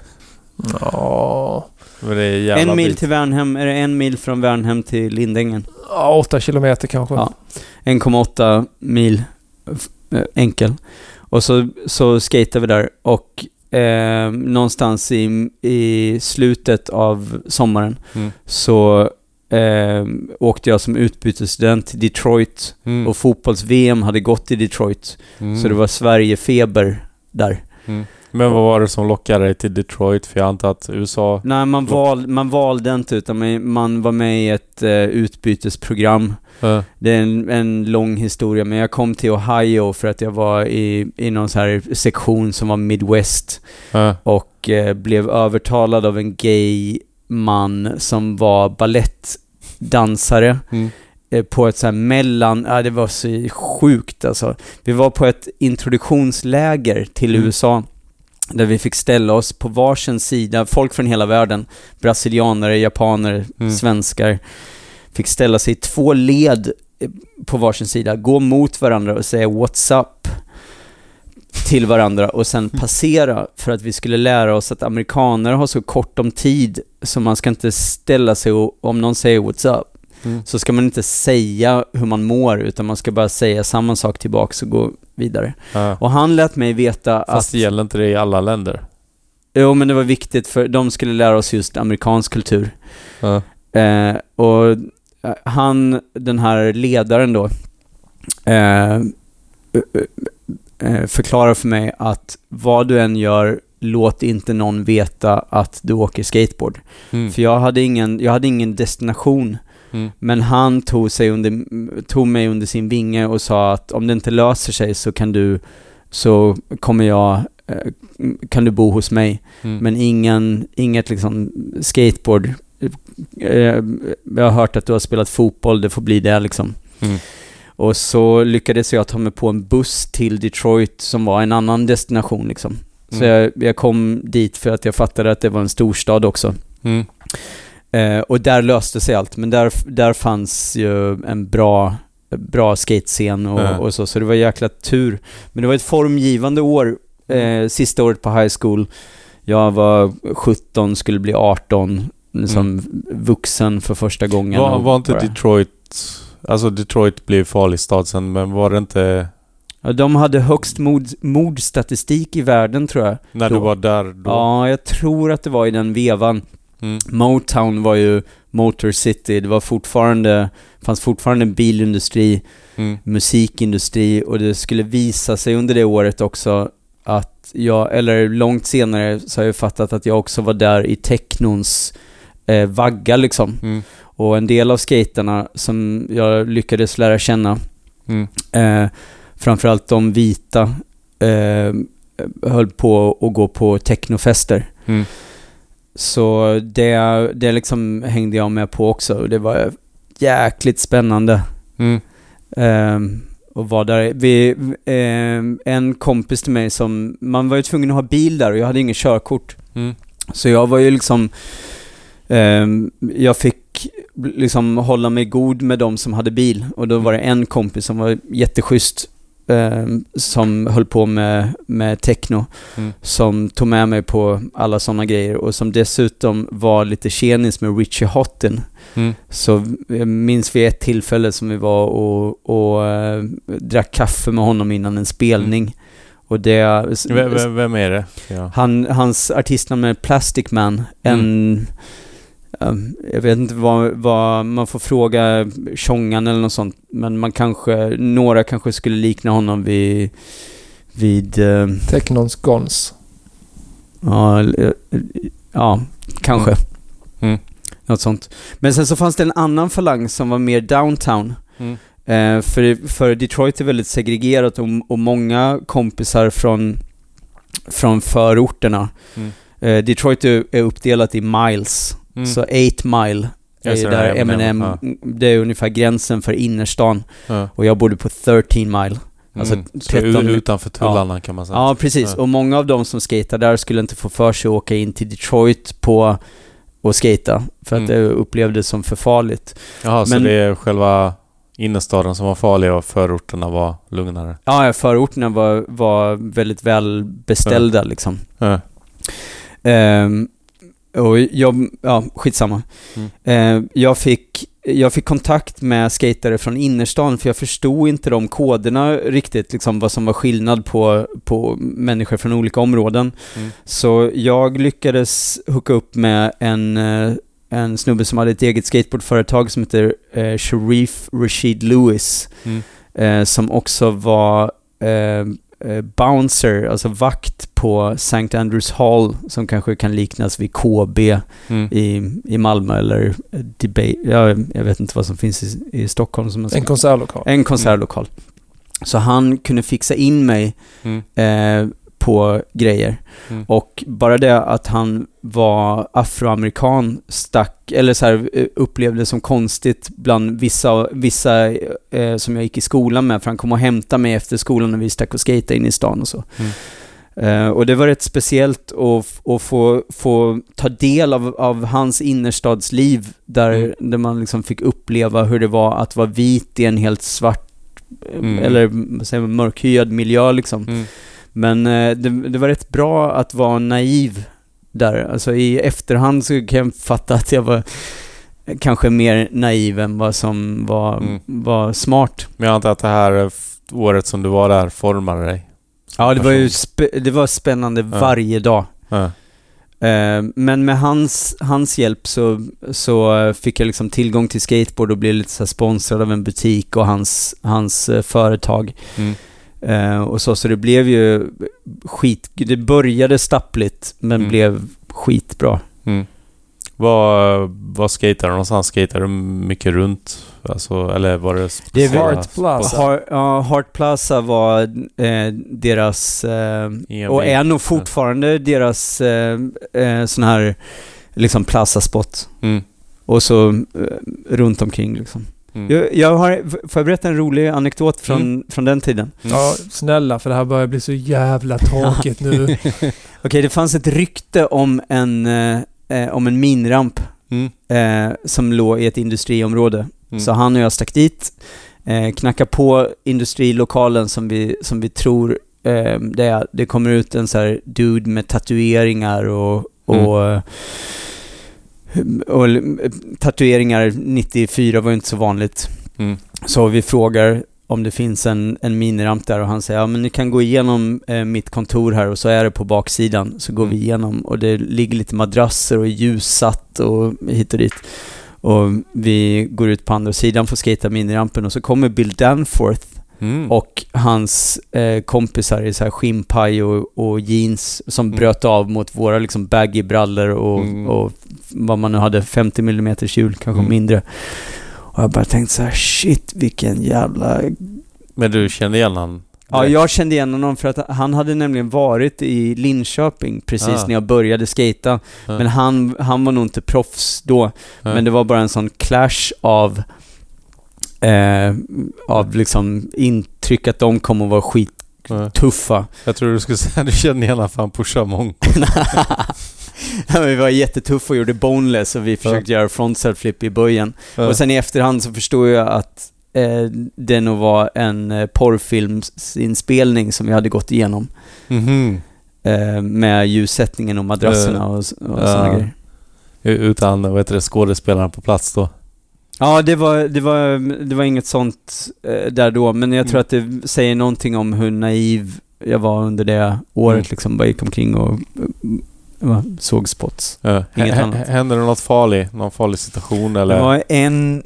Ja. Men det är 1 mil till Värnhem. Är det 1 mil från Värnhem till Lindängen? Ja, 8 kilometer kanske. Ja, 1,8 mil enkel. Och så skatade vi där. Och någonstans i slutet av sommaren så åkte jag som utbytesstudent till Detroit och fotbolls-VM hade gått i Detroit, så det var Sverige-feber där. Men vad var det som lockade dig till Detroit? För jag antar att USA... Nej, man valde inte, utan man var med i ett utbytesprogram. Det är en lång historia, men jag kom till Ohio för att jag var i någon så här sektion som var Midwest och blev övertalad av en gay man som var ballettdansare på ett så här det var så sjukt alltså. Vi var på ett introduktionsläger till USA där vi fick ställa oss på varsin sida, folk från hela världen, brasilianare, japaner, svenskar, fick ställa sig i 2 led på varsin sida, gå mot varandra och säga what's up till varandra och sen passera, för att vi skulle lära oss att amerikaner har så kort om tid, så man ska inte ställa sig och, om någon säger what's up så ska man inte säga hur man mår, utan man ska bara säga samma sak tillbaka och gå vidare. Och han lät mig veta Fast det gäller inte det i alla länder. Jo, men det var viktigt, för de skulle lära oss just amerikansk kultur. Och den här ledaren då förklara för mig att vad du än gör, låt inte någon veta att du åker skateboard. För jag hade ingen destination. Men han tog mig under sin vinge och sa att om det inte löser sig så kan du bo hos mig. Men inget liksom skateboard. Jag har hört att du har spelat fotboll, det får bli det liksom. Och så lyckades jag ta mig på en buss till Detroit som var en annan destination liksom. Så jag kom dit för att jag fattade att det var en storstad också. Och där löste sig allt. Men där fanns ju en bra skatescen och så det var jäkla tur. Men det var ett formgivande år, sista året på high school. Jag var 17, skulle bli 18 som vuxen för första gången. Var inte Detroit, alltså Detroit blev farlig stad sen, men var det inte... Ja, de hade högst mordstatistik i världen, tror jag. När du var där då? Ja, jag tror att det var i den vevan. Motown var ju Motor City. Det var fanns fortfarande en bilindustri, musikindustri, och det skulle visa sig under det året också att eller långt senare så har jag fattat att jag också var där i technons vagga liksom. Och en del av skaterna som jag lyckades lära känna, framförallt de vita, höll på att gå på technofester. Så det liksom hängde jag med på också. Och det var jäkligt spännande. Och var där. En kompis till mig som... Man var ju tvungen att ha bil där och jag hade ingen körkort. Så jag var ju liksom... jag fick liksom hålla mig god med dem som hade bil. Och då var det en kompis som var jätteschysst, som höll på med techno, som tog med mig på alla sådana grejer och som dessutom var lite tjenis med Richie Houghton. Så jag minns vid ett tillfälle som vi var och drack kaffe med honom innan en spelning. Och det... Vem är det? Ja. Hans artistnamn är Plastic Man. Jag vet inte vad man får fråga Tjongan eller något sånt, men några kanske skulle likna honom vid Technons Gons. Ja, kanske. Något sånt. Men sen så fanns det en annan falang som var mer downtown. För Detroit är väldigt segregerat och många kompisar från förorterna. Detroit är uppdelat i miles. Så 8 mile är där Eminem, det är ungefär gränsen för innerstan. Och jag bodde på 13 mile. Alltså 13 utanför tullarna kan man säga. Ja, precis. Och många av dem som skater där skulle inte få för sig att åka in till Detroit och skata för att det upplevdes som för farligt. Jaha, så det är själva innerstaden som var farlig och förorterna var lugnare? Ja, förorterna var väldigt väl beställda liksom. Och skitsamma. Jag fick kontakt med skatare från innerstan, för jag förstod inte de koderna riktigt, liksom vad som var skillnad på människor från olika områden. Så jag lyckades hooka upp med en snubbe som hade ett eget skateboardföretag som heter Sharif Rashid Lewis, som också var bouncer, alltså vakt på St. Andrews Hall, som kanske kan liknas vid KB i Malmö eller jag vet inte vad som finns i Stockholm som en konsertlokal. Så han kunde fixa in mig på grejer. Och bara det att han var afroamerikan upplevde som konstigt bland vissa som jag gick i skolan med, för han kom och hämtade mig efter skolan när vi stack och skejtade in i stan och så. Och det var rätt speciellt att få ta del av hans innerstadsliv där man liksom fick uppleva hur det var att vara vit i en helt svart eller vad säger man, mörkhyad miljö liksom. Men det var rätt bra att vara naiv där. Alltså i efterhand så kan jag fatta att jag var kanske mer naiv än vad som var smart. Men jag antar att det här året som du var där formade dig? Ja, det var ju det var spännande varje dag. Men med hans hjälp så fick jag liksom tillgång till skateboard och blev lite så sponsrad av en butik och hans företag. Och så det blev ju det började stappligt men blev skitbra. Vad skater du någonstans? Skater du mycket runt? Alltså, eller var det Hart Plaza? Hart Plaza var deras och är nog fortfarande deras sån här liksom plaza-spot. Och så runt omkring liksom. Får jag berätta en rolig anekdot från den tiden? Ja, snälla, för det här börjar bli så jävla tråkigt nu. Okej, det fanns ett rykte om en minramp som låg i ett industriområde. Så han och jag stack dit, knackar på industrilokalen som vi tror det kommer ut en så här dude med tatueringar och tatueringar 94 var inte så vanligt. Så vi frågar om det finns en miniramp där och han säger, ja men ni kan gå igenom mitt kontor här och så är det på baksidan. Så går vi igenom och det ligger lite madrasser och ljussatt och hit och dit. Och vi går ut på andra sidan för att skata minirampen och så kommer Bill Danforth och hans kompisar i så här skinnpaj och jeans som bröt av mot våra liksom baggy brallor och vad man nu hade 50 mm hjul, kanske mindre. Och jag bara tänkte så här, shit, vilken jävla... Men du kände igen han? Ja, jag kände igen honom för att han hade nämligen varit i Linköping precis när jag började skata. Men han var nog inte proffs då. Men det var bara en sån clash av liksom intryck att de kommer att vara skittuffa. Jag tror du skulle säga att du kände igen att han pushar många. Vi var jättetuffa och gjorde boneless och vi försökte göra frontside flip i böjen. Och sen i efterhand så förstod jag att det nog var en porrfilmsinspelning som vi hade gått igenom. Med ljussättningen och madrasserna och sådana grejer. Utan skådespelarna på plats då? Ja, det var inget sånt där då, men jag tror att det säger någonting om hur naiv jag var under det året liksom, bara gick omkring och såg spots. Inget annat. Hände det någon farlig situation eller? Det var en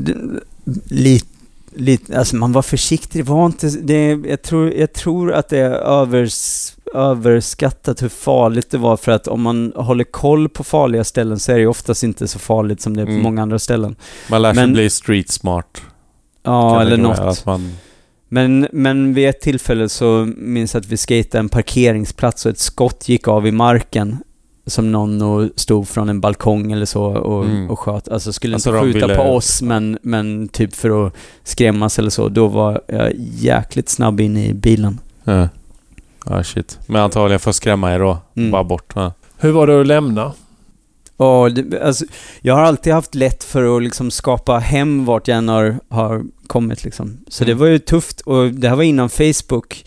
lite alltså man var försiktig, det var inte det, jag tror att det är överskattat hur farligt det var, för att om man håller koll på farliga ställen så är det oftast inte så farligt som det är på många andra ställen. Man lär sig bli street smart. Ja, eller något. Men vid ett tillfälle så minns jag att vi skatade en parkeringsplats och ett skott gick av i marken som någon stod från en balkong eller så och sköt. Alltså skulle inte skjuta på oss men typ för att skrämmas eller så. Då var jag jäkligt snabb in i bilen. Ja, shit. Men antagligen för att skrämma er då. Bara bort. Ja. Hur var det att lämna? Alltså, jag har alltid haft lätt för att liksom skapa hem vart jag än har kommit liksom. Så det var ju tufft, och det här var innan Facebook,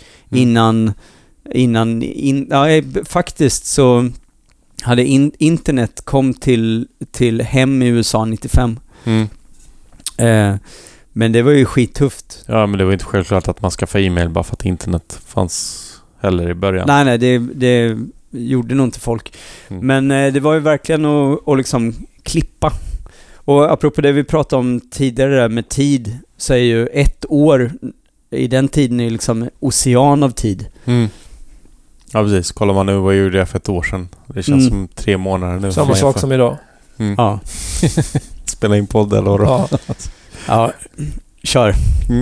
faktiskt så hade internet kom till hem i USA 95. Men det var ju skittufft. Ja, men det var inte självklart att man ska få e-mail bara för att internet fanns heller i början. Nej, det gjorde nog inte folk. Men det var ju verkligen att liksom klippa. Och apropå det vi pratade om tidigare där med tid, så är ju 1 år i den tiden är liksom ocean av tid. Ja, precis. Kollar man nu vad jag gjorde för 1 år sedan. Det känns som 3 månader nu. Samma sak som idag. Ja. Spela in podd eller då. Ja, kör.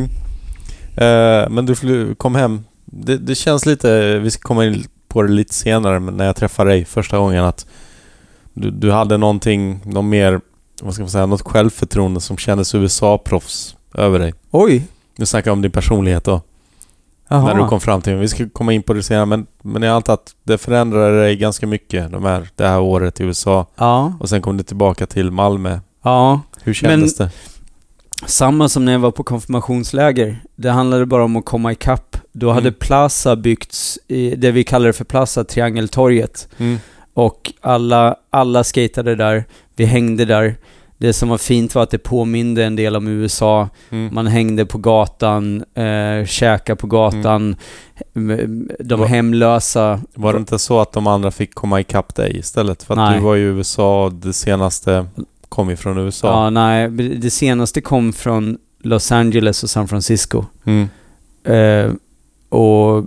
Men du kom hem. Det känns lite, vi ska komma in på det lite senare, men när jag träffade dig första gången, att du hade något mer, vad ska man säga, något självförtroende som kändes USA-proffs över dig. Oj! Nu snackar jag om din personlighet då. Aha. När du kom fram till mig. Vi ska komma in på det senare, men jag antar att det förändrade dig ganska mycket det här året i USA. Ja. Och sen kom du tillbaka till Malmö. Ja. Hur kändes det? Samma som när jag var på konfirmationsläger. Det handlade bara om att komma ikapp. Då hade Plaza byggts i det vi kallar för Plaza, Triangeltorget. Och alla skatade där. Vi hängde där. Det som var fint var att det påminde en del om USA. Man hängde på gatan, käka på gatan. De hemlösa. Var det inte så att de andra fick komma ikapp dig istället? För att nej. Du var i USA, det senaste kom ju från USA. Ja, nej. Det senaste kom från Los Angeles och San Francisco. och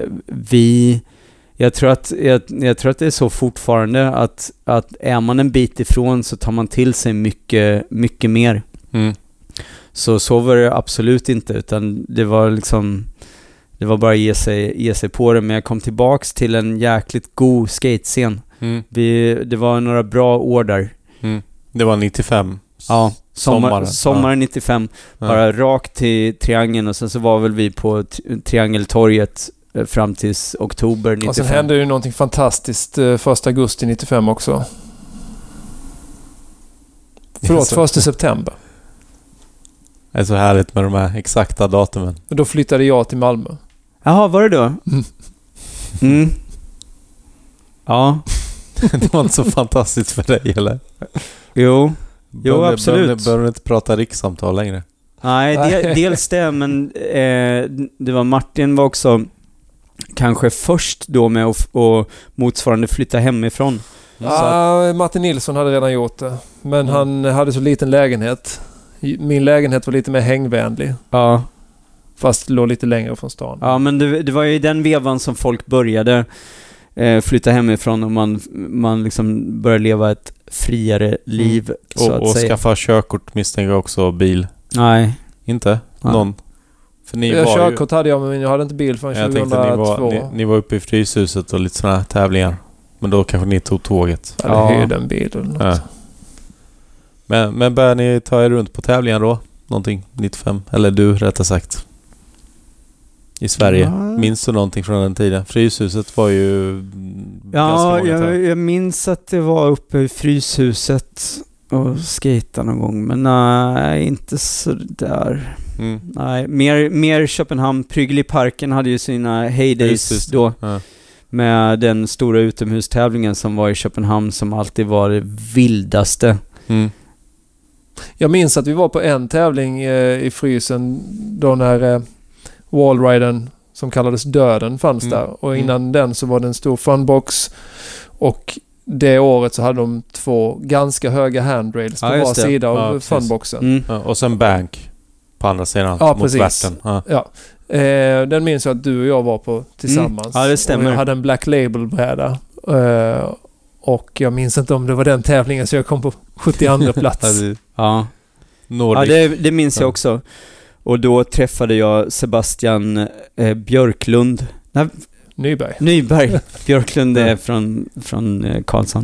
jag tror att det är så fortfarande att är man en bit ifrån så tar man till sig mycket, mycket mer. Så var det absolut inte, utan det var bara ge sig på det. Men jag kom tillbaks till en jäkligt god skatescen. Det var några bra år där. Det var 95. Ja, sommaren 95. Bara rakt till Triangeln, och sen så var väl vi på Triangeltorget fram till oktober 95. Och sen hände ju någonting fantastiskt 1 augusti 95 också. Förlåt, 1 september. Det är så härligt med de här exakta datumen. Och då flyttade jag till Malmö. Jaha, var det då? Ja. Det var inte så fantastiskt för dig, eller? Jo, absolut. Bör du inte prata rikssamtal längre? Nej, dels det, men det var Martin var också kanske först då med att motsvarande flytta hemifrån. Ja, Martin Nilsson hade redan gjort det. Men han hade så liten lägenhet. Min lägenhet var lite mer hängvänlig. Ja. Fast låg lite längre från stan. Ja, men det var ju i den vevan som folk började flytta hemifrån, och man liksom började leva ett friare liv, så att och säga. skaffa körkort, misstänker också bil. Nej. Inte? Ja. Någon? För ni körkort hade jag, men jag hade inte bil förrän 2002. Ni var uppe i Fryshuset och lite sådana här tävlingar. Men då kanske ni tog tåget. Eller hyrde en bil eller något. Ja. Men började ni ta er runt på tävlingar då? Någonting 95? Eller du, rättare sagt. I Sverige. Ja. Minns du någonting från den tiden? Fryshuset var ju ganska många jag minns att det var uppe i Fryshuset och skejta någon gång. Men nej, inte så där. Nej, mer Köpenhamn. Prygelparken hade ju sina heydays då. Ja. Med den stora utomhustävlingen som var i Köpenhamn, som alltid var det vildaste. Jag minns att vi var på en tävling i Frysen då när wallriden som kallades Döden fanns där. Och innan den så var det en stor funbox. Och det året så hade de 2 ganska höga handrails på var sida av funboxen. Och sen bank på andra sidan mot värten. Den minns jag att du och jag var på tillsammans. Ja, det stämmer. Och jag hade en Black Label-bräda. Och jag minns inte om det var den tävlingen, så jag kom på 72 plats. Ja, det minns jag också. Och då träffade jag Sebastian Björklund. Nyberg. Björklund är från Karlsson.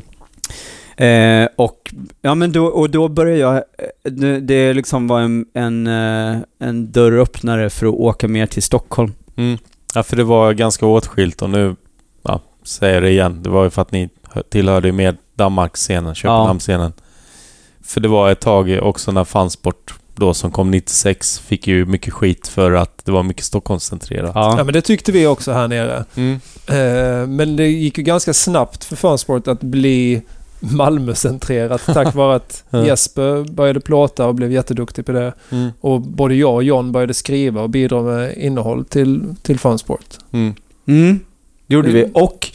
Och ja, men då började jag. Det liksom var en dörröppnare för att åka mer till Stockholm. Ja, för det var ganska åtskilt, och nu säger det igen. Det var ju för att ni tillhörde med Danmark-scenen, Köpenhamn-scenen. För det var ett tag också när Fansport då som kom 96 fick ju mycket skit för att det var mycket Stockholmscentrerat. Ja, men det tyckte vi också här nere. Men det gick ju ganska snabbt för Fansport att bli Malmö-centrerat tack vare att Jesper började plåta och blev jätteduktig på det. Och både jag och John började skriva och bidra med innehåll till Fansport. Gjorde vi. Och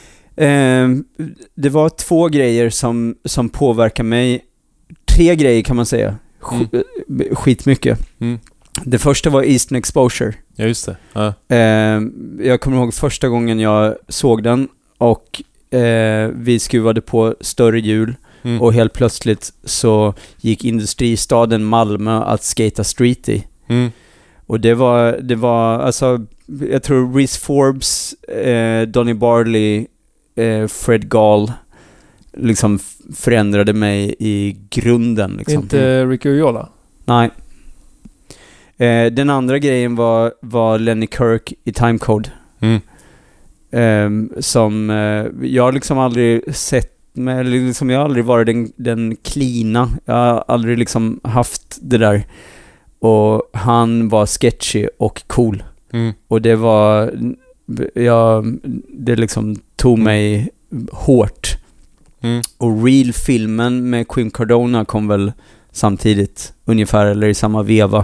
det var 2 grejer som påverkar mig. 3 grejer kan man säga. Skitmycket. Det första var Eastern Exposure. Ja, just det. Ja. Jag kommer ihåg första gången jag såg den, och vi skruvade på större hjul, och helt plötsligt så gick industristaden Malmö att skata street i. Och det var alltså, jag tror Reese Forbes, Donny Barley, Fred Gall liksom förändrade mig i grunden liksom. Inte Ricky Oyola? Nej. Den andra grejen var Lenny Kirk i Timecode. Som jag liksom aldrig sett, men liksom jag har aldrig varit den klina. Jag har aldrig liksom haft det där. Och han var sketchy och cool. Och det var det liksom tog mig hårt. Och Real-filmen med Quim Cardona kom väl samtidigt ungefär, eller i samma veva.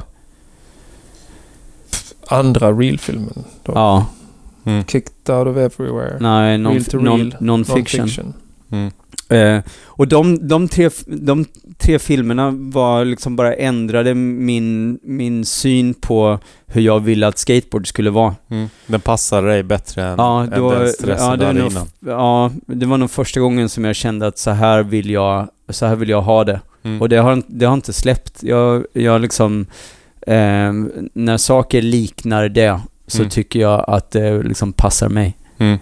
Andra Real-filmen då? Ja. Kicked Out of Everywhere. Nej, non-fiction. Och de tre filmerna var liksom bara ändrade min syn på hur jag ville att skateboard skulle vara. Den passar dig bättre än den stressen du hade innan. Ja, det var nog första gången som jag kände att så här vill jag ha det. Och det har inte släppt. Jag liksom när saker liknar det så tycker jag att det liksom passar mig.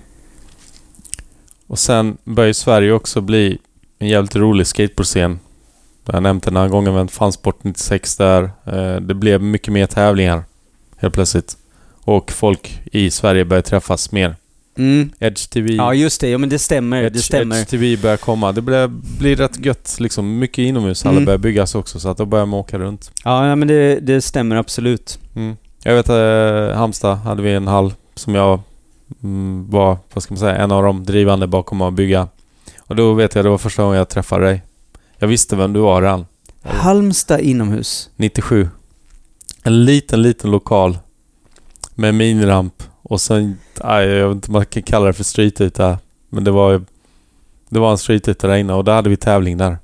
Och sen börjar Sverige också bli en jävligt rolig skateboardscen. Jag har nämnt den här gången med Fansport 96 där. Det blev mycket mer tävlingar helt plötsligt. Och folk i Sverige börjar träffas mer. Edge TV. Ja, just det. Ja, men det stämmer. Edge TV börjar komma. Det blir rätt gött liksom. Mycket inomhus. Alla börjar byggas också. Så att då börjar man åka runt. Ja, men det stämmer absolut. Jag vet Halmstad hade vi en hall som jag var, vad ska man säga, en av de drivande bakom att bygga. Och då vet jag, det var första gången jag träffade dig. Jag visste vem du var redan. Halmstad inomhus. 97. En liten lokal med miniramp. Och sen, jag vet inte om man kan kalla det för streetyta. Men det var en streetyta där inne och där hade vi tävling där.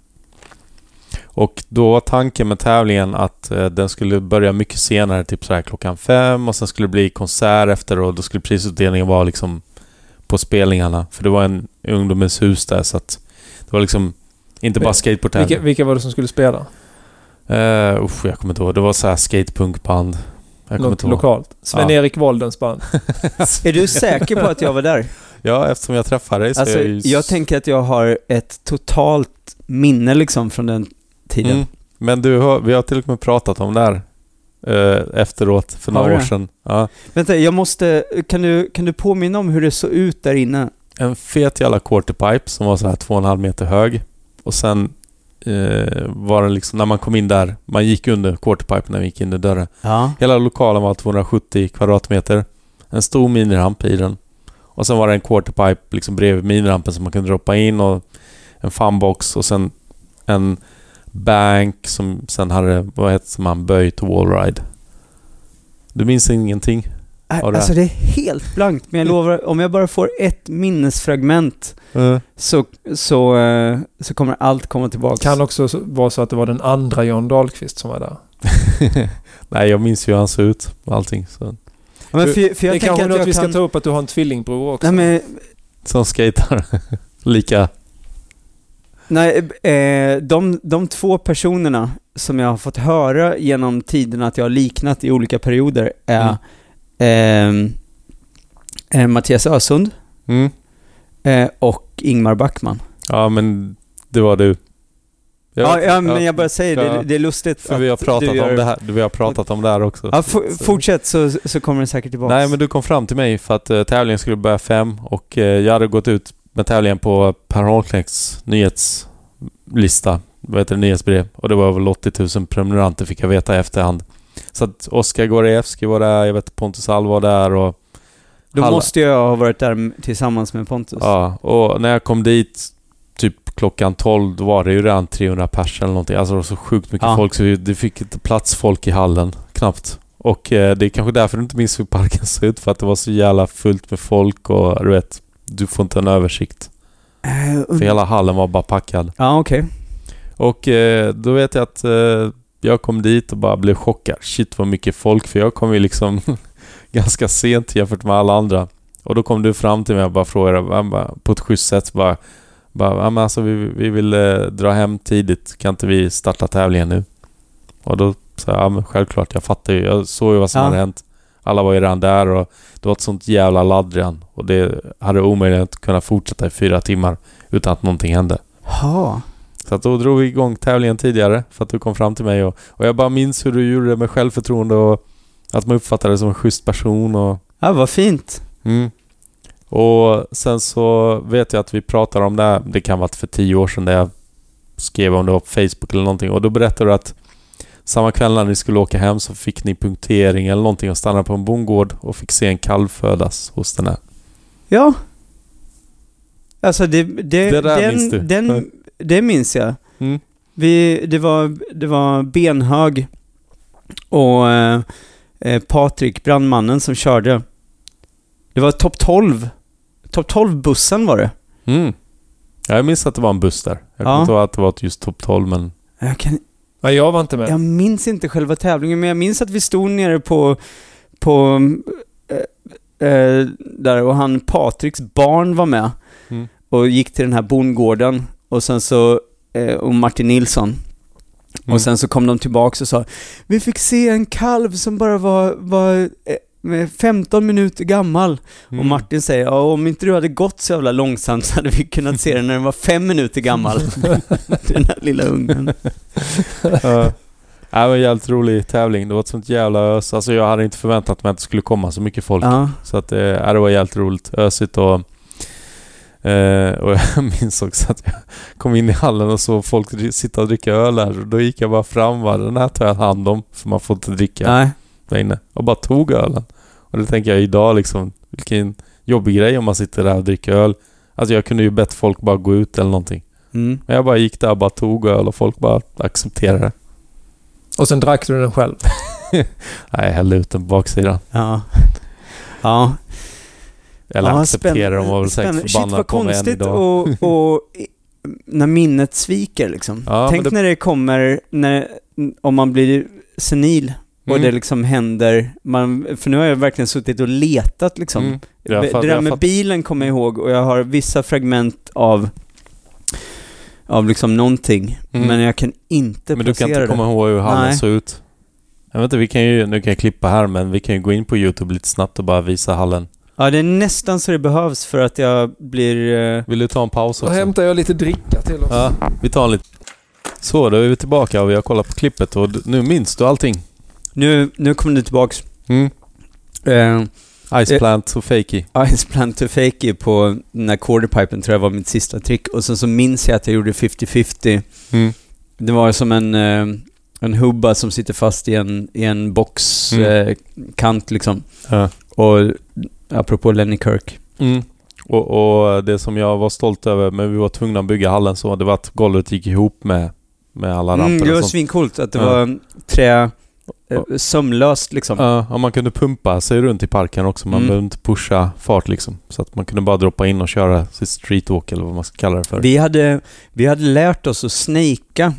Och då var tanken med tävlingen att den skulle börja mycket senare, typ så här 5:00, och sen skulle det bli konsert efter och då skulle prisutdelningen vara liksom på spelningarna. För det var en ungdomens hus där, så att det var liksom inte bara skateboardtävling. Vilka var det som skulle spela? Jag kommer inte ihåg. Det var så här skatepunkband. Lokalt. Sven-Erik Woldens band. Är du säker på att jag var där? Ja, eftersom jag träffade dig så alltså, jag tänker att jag har ett totalt minne liksom från den tiden. Men vi har till och med pratat om det här efteråt för några år sedan. Ja. Vänta, kan du påminna om hur det såg ut där inne? En fet jävla quarterpipe som var så här 2,5 meter hög. Och sen var det liksom, när man kom in där, man gick under quarterpipe när vi gick in i dörren. Ja. Hela lokalen var 270 kvadratmeter. En stor miniramp i den. Och sen var det en quarterpipe liksom bredvid minirampen som man kunde droppa in, och en funbox och sen en bank som sen hade, vad heter man, böjt wallride. Du minns ingenting? Alltså det är helt blankt, men jag lovar, om jag bara får ett minnesfragment så kommer allt komma tillbaka. Kan också vara så att det var den andra John Dahlqvist som var där. Nej, jag minns ju hur han såg ut och allting. Så. Men för jag det är kanske något vi ska ta upp, att du har en tvillingbror också. Nej, men som skater. Lika. Nej, de två personerna som jag har fått höra genom tiden att jag har liknat i olika perioder är Mattias Ösund och Ingmar Backman. Ja, men det var du. Men jag bara säger det är lustigt. För vi har pratat om det här. Vi har pratat om det här också. Ja, fortsätt så kommer det säkert tillbaka. Nej, men du kom fram till mig för att tävlingen skulle börja 5 och jag hade gått ut med tävlingen på Per Holknekts nyhetslista. Vad heter det, nyhetsbrev? Och det var väl 80 000 prenumeranter, fick jag veta i efterhand. Så att Oskar Gorevski var där, jag vet Pontus All var där och då måste jag ha varit där tillsammans med Pontus. Ja, och när jag kom dit typ 12:00, då var det ju redan 300 pers eller någonting. Alltså det var så sjukt mycket folk så det fick inte plats folk i hallen, knappt. Och det är kanske därför du inte minns hur parken såg ut, för att det var så jävla fullt med folk och du vet, du får inte en översikt. För hela hallen var bara packad. Ja, okej. Och då vet jag att jag kom dit och bara blev chockad. Shit vad mycket folk, för jag kom ju liksom ganska sent jämfört med alla andra. Och då kom du fram till mig och bara frågade på ett schysst sätt bara men alltså vi vill dra hem tidigt, kan inte vi starta tävlingen nu? Och då sa jag, men självklart, jag fattar ju, jag såg ju vad som hade hänt. Alla var ju redan där och det var ett sånt jävla ladd redan. Och det hade omöjligt att kunna fortsätta i 4 timmar utan att någonting hände. Ja. Så att då drog vi igång tävlingen tidigare för att du kom fram till mig och jag bara minns hur du gjorde det med självförtroende och att man uppfattade det som en schysst person. Och ja, vad fint. Och sen så vet jag att vi pratar om det här, det kan vara för 10 år sedan, där jag skrev om det på Facebook eller någonting, och då berättade du att samma kväll när ni skulle åka hem så fick ni punktering eller någonting och stanna på en bondgård och fick se en kalv födas hos den här. Ja. Alltså det minns jag. Det var benhög och Patrik, brandmannen, som körde. Det var topp 12 bussen var det. Jag minns att det var en buss där. Jag kommer inte ihåg att det var just topp 12, men... Nej, jag var inte med. Jag minns inte själva tävlingen, men jag minns att vi stod nere på där, och han Patriks barn var med och gick till den här bondgården, och sen så och Martin Nilsson. Och sen så kom de tillbaka och sa, vi fick se en kalv som bara var 15 minuter gammal. Och Martin säger, om inte du hade gått så jävla långsamt så hade vi kunnat se den när den var 5 minuter gammal. Den här lilla ungen. Det var en jävligt rolig tävling. Det var ett sånt jävla ös. Alltså jag hade inte förväntat mig att det skulle komma så mycket folk. Så att det var jävligt roligt. Ösigt och jag minns också att jag kom in i hallen och så folk sitta och dricka öl där. Och då gick jag bara fram, den här tar jag hand om, för man får inte dricka där inne. Och bara tog ölen. Och det tänker jag idag liksom, vilken jobbig grej om man sitter där och dricker öl. Alltså jag kunde ju bett folk bara gå ut eller någonting. Men jag bara gick där och bara tog öl och folk bara accepterade det. Och sen drack du den själv? Nej, jag hällde ut den på baksidan. Ja. Eller accepterar dem och väl säkert förbannad på mig än idag. och när minnet sviker liksom. Tänk när det kommer, om man blir senil och det liksom händer, för nu har jag verkligen suttit och letat liksom. Det där med bilen kommer jag ihåg, och jag har vissa fragment av liksom någonting, men jag kan inte men placera det. Men du kan inte komma ihåg hur hallen såg ut? Jag vet inte, nu kan jag klippa här, men vi kan ju gå in på YouTube lite snabbt och bara visa hallen. Ja, det är nästan så det behövs för att jag blir... Vill du ta en paus också? Då hämtar jag lite dricka till oss. Ja, vi tar en lite. Så, då är vi tillbaka och vi har kollat på klippet och nu minns du allting. Nu kommer du tillbaks. Iceplant to Fakey. Iceplant to Fakey på den här quarterpipen tror jag var mitt sista trick. Och sen så minns jag att jag gjorde 50-50. Det var som en hubba som sitter fast i en boxkant liksom. Och apropå Lenny Kirk. Och det som jag var stolt över, men vi var tvungna att bygga hallen så, det var att golvet gick ihop med alla ramper. Det var svincoolt att det var trä sömlöst liksom. Ja, man kunde pumpa sig runt i parken också. Man behövde inte pusha fart liksom. Så att man kunde bara droppa in och köra sitt streetwalk eller vad man ska kalla det för. Vi hade lärt oss att snaka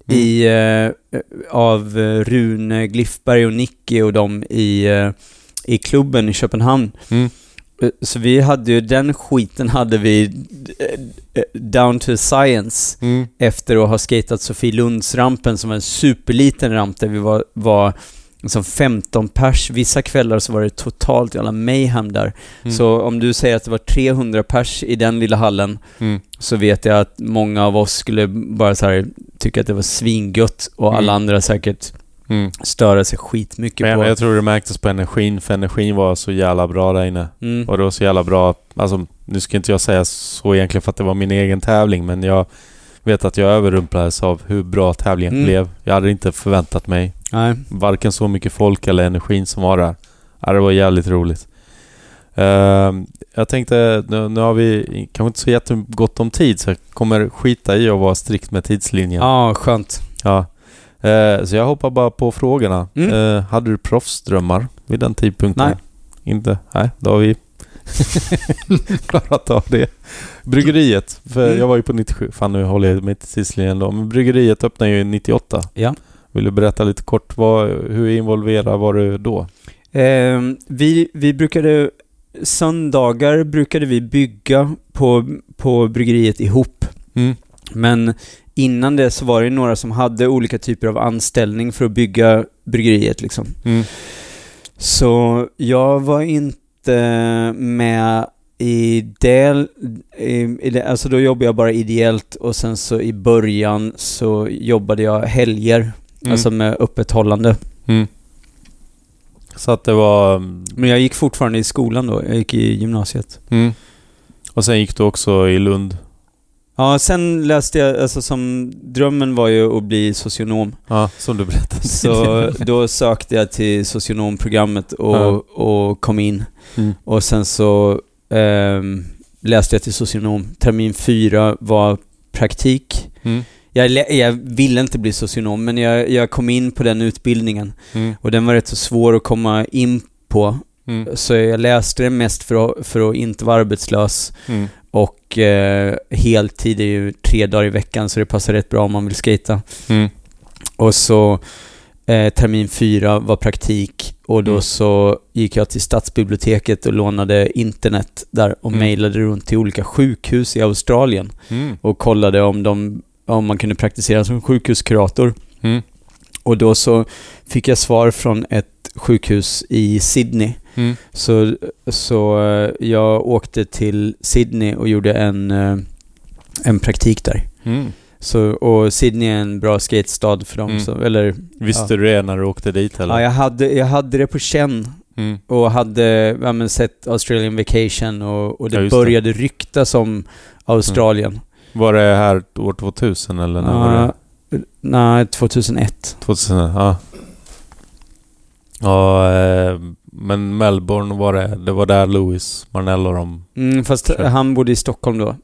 av Rune Gliffberg och Nicky och dem i klubben i Köpenhamn. Så vi hade ju den skiten hade vi down to science efter att ha skatat Sofie Lunds-rampen som var en superliten ramp där vi var liksom 15 pers. Vissa kvällar så var det totalt jävla mayhem där. Så om du säger att det var 300 pers i den lilla hallen så vet jag att många av oss skulle bara så här tycka att det var svingött och alla andra säkert störa sig skitmycket på. Jag tror det märktes på energin, för energin var så jävla bra där inne. Och det var så jävla bra, alltså nu ska inte jag säga så egentligen för att det var min egen tävling, men jag vet att jag överrumplades av hur bra tävlingen blev. Jag hade inte förväntat mig varken så mycket folk eller energin som var där. Det var jävligt roligt. Jag tänkte, nu har vi kanske inte så jättegott om tid, så jag kommer skita i att vara strikt med tidslinjen. Ja, skönt. Ja. Så jag hoppar bara på frågorna. Hade du proffsdrömmar vid den tidpunkten? Nej. Inte? Nej, då har vi klarat av det. Bryggeriet, för jag var ju på 97. Fan, nu håller jag mig till tidslinjen då. Men bryggeriet öppnade ju 98. Ja. Vill du berätta lite kort, hur involverad var du då? Vi brukade... Söndagar brukade vi bygga på bryggeriet ihop. Men innan det så var det några som hade olika typer av anställning för att bygga bryggeriet liksom. Så jag var inte med i det, alltså då jobbade jag bara ideellt, och sen så i början så jobbade jag helger, alltså med öppethållande. Så att det var... Men jag gick fortfarande i skolan då. Jag gick i gymnasiet. Och sen gick du också i Lund? Ja, sen läste jag, alltså som drömmen var ju att bli socionom. Ja, som du berättade. Så då sökte jag till socionomprogrammet och kom in. Och sen så läste jag till socionom. Termin 4 var praktik. Jag ville inte bli socionom, men jag kom in på den utbildningen. Och den var rätt så svår att komma in på. Så jag läste det mest för att inte vara arbetslös. Och heltid är ju 3 dagar i veckan, så det passar rätt bra om man vill skata. Och så termin 4 var praktik, och då så gick jag till stadsbiblioteket och lånade internet där och mejlade runt till olika sjukhus i Australien och kollade om man kunde praktisera som sjukhuskurator. Och då så fick jag svar från ett sjukhus i Sydney. Så jag åkte till Sydney och gjorde en praktik där. Så, och Sydney är en bra skatestad för dem. Så, visste du det när du åkte dit? Eller? Ja, jag hade det på känn. Och hade sett Australian Vacation och det började ryktas om Australien. Var det här år 2000 eller när var det? Nej, 2001. 2001, ja. Ja, men Melbourne det var där Louis Marnell och de... fast han bodde i Stockholm då.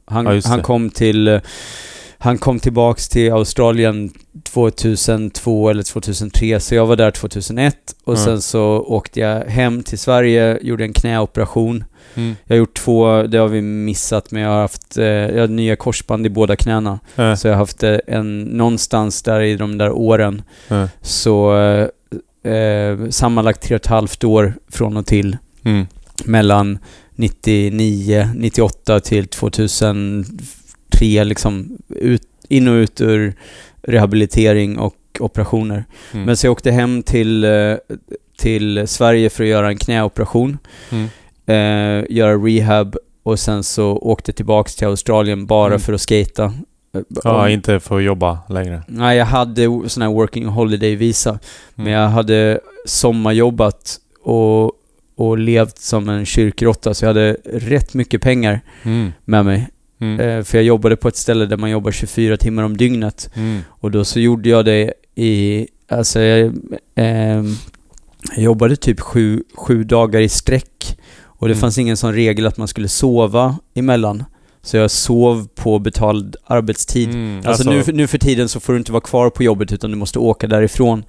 Han kom tillbaks till Australien 2002 eller 2003, så jag var där 2001 och sen så åkte jag hem till Sverige, gjorde en knäoperation. Jag har gjort 2, det har vi missat, men jag har nya korsband i båda knäna. Så jag har haft någonstans där i de där åren. Så sammanlagt 3,5 år från och till. Mellan 99, 98 till 2003 liksom in och ut ur rehabilitering och operationer. Men så jag åkte hem till Sverige för att göra en knäoperation. Göra rehab, och sen så åkte tillbaks till Australien bara för att skata. Ja, inte för att jobba längre. Nej, jag hade sån här working holiday visa. Men jag hade sommarjobbat och levt som en kyrkråtta, så jag hade rätt mycket pengar med mig. För jag jobbade på ett ställe där man jobbar 24 timmar om dygnet. Och då så gjorde jag det jag jobbade typ 7 dagar i sträck. Och det fanns ingen sån regel att man skulle sova emellan. Så jag sov på betald arbetstid. Alltså nu för tiden så får du inte vara kvar på jobbet, utan du måste åka därifrån.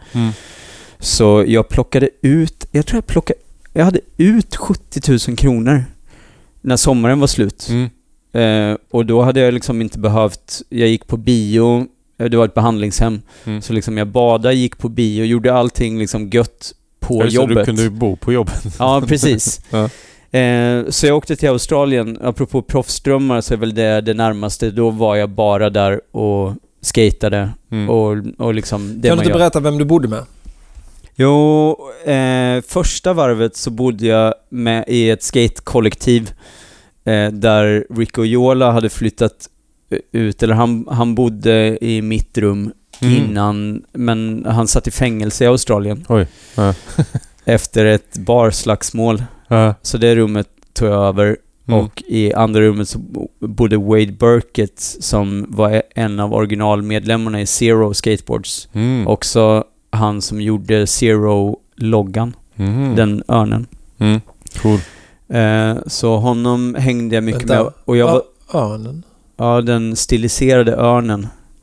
Så jag plockade ut, jag hade ut 70 000 kronor när sommaren var slut. Och då hade jag liksom inte behövt, jag gick på bio, det var ett behandlingshem. Så liksom jag badade, gick på bio, gjorde allting liksom gött på jobbet. Så du kunde ju bo på jobbet. Ja, precis. Så jag åkte till Australien. Apropå proffsdrömmar så är väl det närmaste. Då var jag bara där och skatade. Och liksom det. Kan du inte berätta vem du bodde med? Jo, första varvet så bodde jag med i ett skatekollektiv där Rico Yola hade flyttat ut. Eller han bodde i mitt rum innan, men han satt i fängelse i Australien. Oj. Efter ett barslagsmål. Så det rummet tog jag över. Och i andra rummet så bodde Wade Burkett, som var en av originalmedlemmarna i Zero Skateboards. Också han som gjorde Zero-loggan. Den örnen. Cool. Så honom hängde jag mycket med. Och jag var, örnen? Ja, den stiliserade örnen.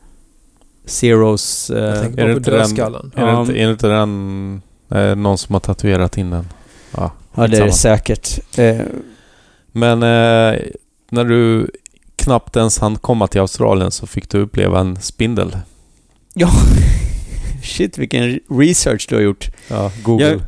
Zeros... jag tänker på dödskallen. Är det inte den någon som har tatuerat in den? Ja, det är det säkert. Men när du knappt ens hann komma till Australien så fick du uppleva en spindel. Ja, shit, vilken research du har gjort. Ja, Google.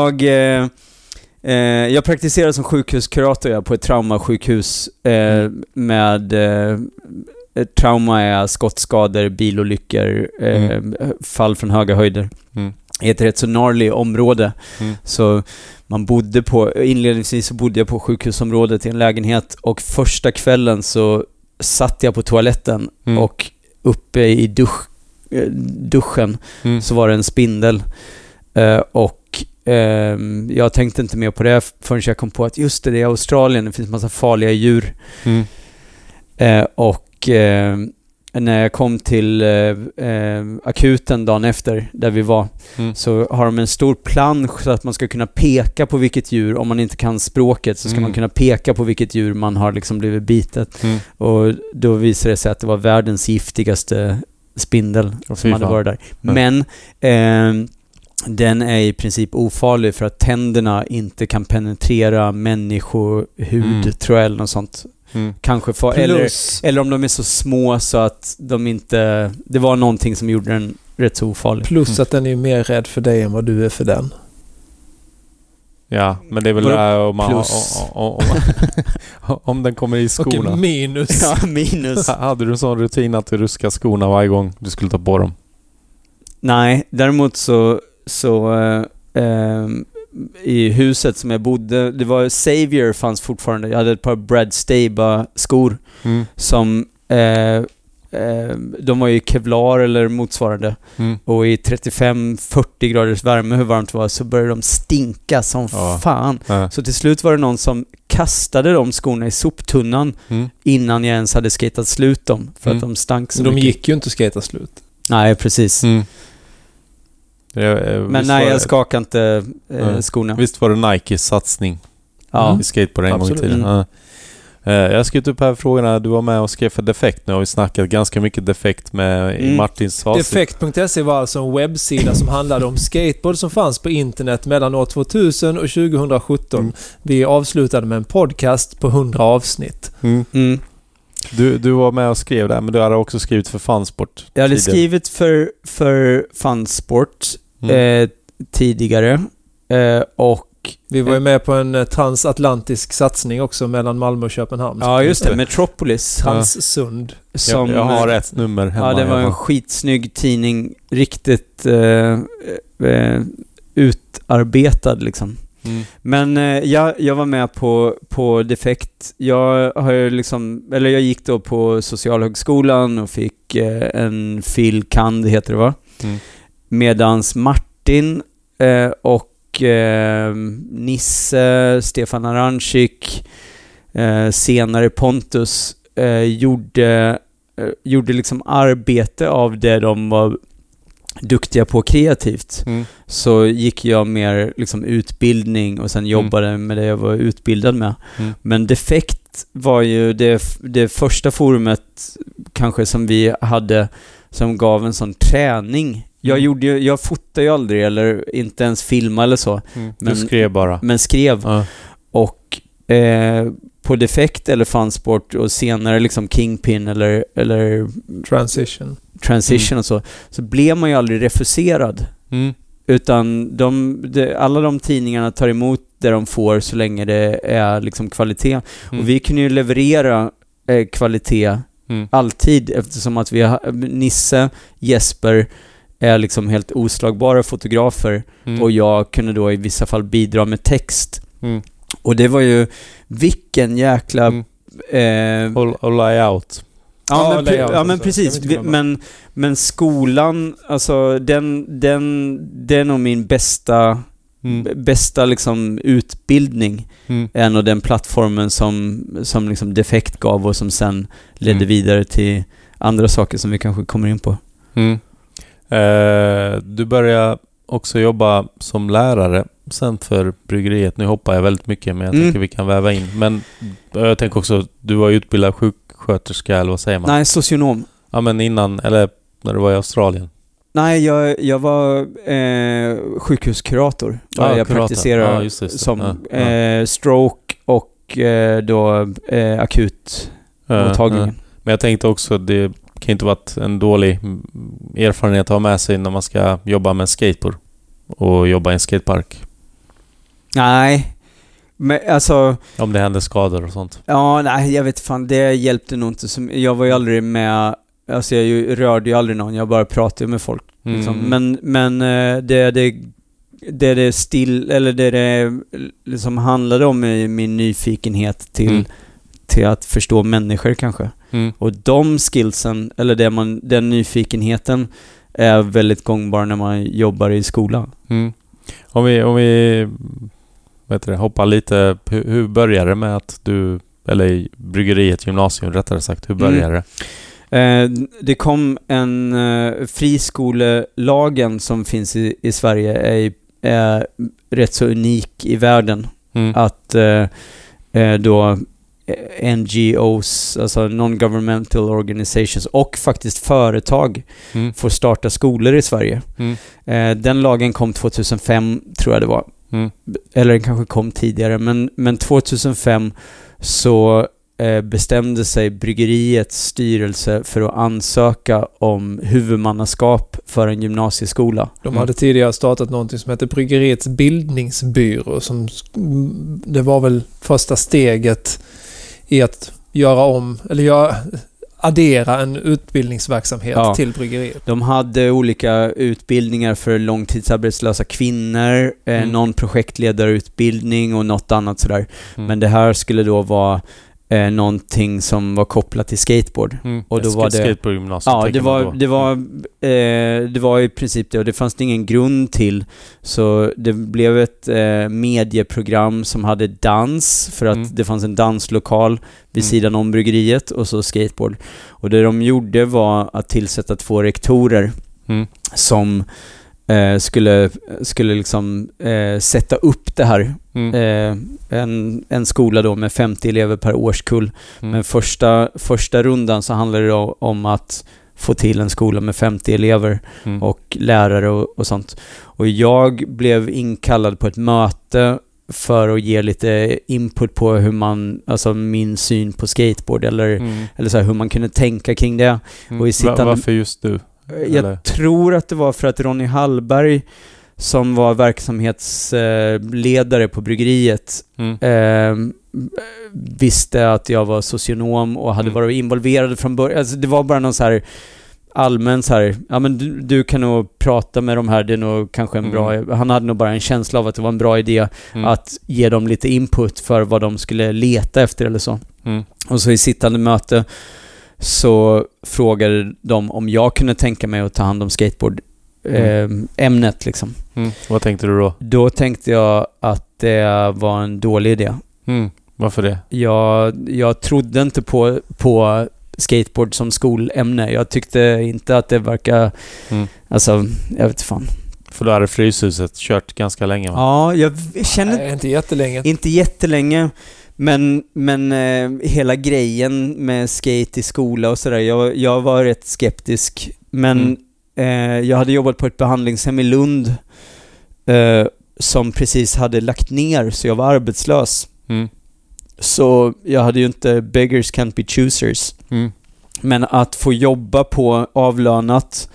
Jag praktiserar som sjukhuskurator på ett traumasjukhus med trauma är skottskador, bilolyckor, fall från höga höjder. I ett rätt så gnarlig område. Så inledningsvis så bodde jag på sjukhusområdet i en lägenhet, och första kvällen så satt jag på toaletten och uppe i duschen så var det en spindel. Och jag tänkte inte mer på det förrän jag kom på att just det är Australien, det finns massa farliga djur. Och när jag kom till akuten dagen efter där vi var, så har de en stor plansch så att man ska kunna peka på vilket djur, om man inte kan språket så ska man kunna peka på vilket djur man har liksom blivit bitet. Och då visade det sig att det var världens giftigaste spindel som hade varit där. Men den är i princip ofarlig för att tänderna inte kan penetrera människohud, tror jag, eller något sånt. Kanske eller om de är så små så att de inte... Det var någonting som gjorde den rätt så ofarlig. Plus att den är mer rädd för dig än vad du är för den. Ja, men det är väl där om den kommer i skorna. Okej, minus. Ja, minus. Hade du en sån rutin att du ruskade skorna varje gång du skulle ta på dem? Nej, däremot så i huset som jag bodde, det var Savior fanns fortfarande. Jag hade ett par Brad Staba-skor som de var ju kevlar eller motsvarande. Och i 35-40 graders värme, hur varmt det var, så började de stinka som fan. Så till slut var det någon som kastade de skorna i soptunnan innan jag ens hade skatat slut dem, för att de stank så de mycket. gick ju inte att skata slut. Nej, precis. Men nej, jag skakar inte skorna. Visst var det Nikes satsning i skateboard en gång i tiden. Jag har skrivit upp här frågorna. Du var med och skrev för Defekt. Nu har vi snackat ganska mycket Defekt med i Martins avsnitt. Defekt.se var alltså en webbsida som handlade om skateboard som fanns på internet mellan år 2000 och 2017. Vi avslutade med en podcast på 100 avsnitt. Du var med och skrev där, men du hade också skrivit för Fansport. Jag hade skrivit för Fansport tidigare och vi var ju med på en transatlantisk satsning också mellan Malmö och Köpenhamn. Ja, just det. Metropolis. Transsund. Jag har ett nummer hemma. Ja, det var en skitsnygg tidning. Riktigt utarbetad liksom. Men jag var med på Defekt. Jag gick då på Socialhögskolan och fick en fil.kand. heter det, va? Medans Martin och Nisse, Stefan Arancik, senare Pontus gjorde liksom arbete av det de var duktiga på kreativt. Så gick jag mer liksom utbildning och sen jobbade med det jag var utbildad med. Men Defekt var ju det första forumet kanske som vi hade som gav en sån träning. Jag fotade ju aldrig eller inte ens filma eller så. Du skrev bara. Men skrev. Och på Defekt eller Fansport och senare liksom Kingpin eller Transition och så blev man ju aldrig refuserad. Utan alla de tidningarna tar emot det de får så länge det är liksom kvalitet. Och vi kunde ju leverera kvalitet alltid, eftersom att vi har Nisse, Jesper är liksom helt oslagbara fotografer och jag kunde då i vissa fall bidra med text. Och det var ju vilken jäkla och layout. Ja, men precis. Men skolan, alltså det är nog min bästa liksom utbildning. En av den plattformen som liksom Defekt gav och som sen ledde vidare till andra saker som vi kanske kommer in på. Du börjar också jobba som lärare sen för bryggeriet. Nu hoppar jag väldigt mycket, men jag tänker vi kan väva in. Men jag tänker också, du var utbildad sjuksköterska, eller vad säger man? Nej, socionom. Ja, men innan, eller när du var i Australien? Nej, jag var sjukhuskurator. Jag praktiserar som stroke och då akut mottagningen. Men jag tänkte också, det kan inte vara en dålig erfarenhet att ha med sig när man ska jobba med skateboard och jobba i en skatepark. Nej, men alltså... Om det händer skador och sånt. Ja, nej, jag vet fan, det hjälpte nog inte. Jag var ju aldrig med... Alltså jag rörde ju aldrig någon, jag bara pratade med folk. Liksom. Men det liksom handlade om min nyfikenhet till att förstå människor kanske. Och de skillsen, eller den nyfikenheten är väldigt gångbar när man jobbar i skolan. Om vi hoppar lite, hur började det med att du, eller bryggeriet, gymnasium rättare sagt, hur började det? Det kom en friskolelagen som finns i Sverige är rätt så unik i världen. Att då NGOs, alltså non-governmental organizations, och faktiskt företag får starta skolor i Sverige. Den lagen kom 2005, tror jag det var. Eller den kanske kom tidigare, men 2005 så bestämde sig bryggeriets styrelse för att ansöka om huvudmannaskap för en gymnasieskola. De hade tidigare startat något som heter Bryggeriets bildningsbyrå, som det var väl första steget i att addera en utbildningsverksamhet till bryggeriet. De hade olika utbildningar för långtidsarbetslösa kvinnor, någon projektledarutbildning och något annat sådär. Men det här skulle då vara någonting som var kopplat till skateboard. Och då var det skateboardgymnasiet. Ja, det var i princip det, och det fanns det ingen grund till, så det blev ett medieprogram som hade dans, för att det fanns en danslokal vid sidan om bryggeriet, och så skateboard. Och det de gjorde var att tillsätta 2 rektorer som skulle liksom sätta upp det här. En skola då med 50 elever per årskull. Men första rundan så handlade det om att få till en skola med 50 elever och lärare och sånt. Och jag blev inkallad på ett möte för att ge lite input på hur alltså min syn på skateboard eller så här, hur man kunde tänka kring det. Och varför just du? Jag tror att det var för att Ronny Hallberg, som var verksamhetsledare på bryggeriet, visste att jag var socionom och hade varit involverad från början. Alltså, det var bara någon så här allmän så här, ja men du kan nog prata med de här, det är nog kanske en bra, han hade nog bara en känsla av att det var en bra idé att ge dem lite input för vad de skulle leta efter eller så. Och så i sittande möte så frågade de om jag kunde tänka mig att ta hand om skateboard ämnet liksom. Vad tänkte du då? Då tänkte jag att det var en dålig idé. Varför det? Jag trodde inte på skateboard som skolämne. Jag tyckte inte att det verkar alltså, jag vet fan. För då hade Fryshuset kört ganska länge, va? Ja, jag känner... Nej, inte jättelänge. Inte jättelänge. Men hela grejen med skate i skola och sådär, jag var rätt skeptisk. Men jag hade jobbat på ett behandlingshem i Lund som precis hade lagt ner, så jag var arbetslös. Så jag hade ju inte beggars can't be choosers. Men att få jobba på avlönat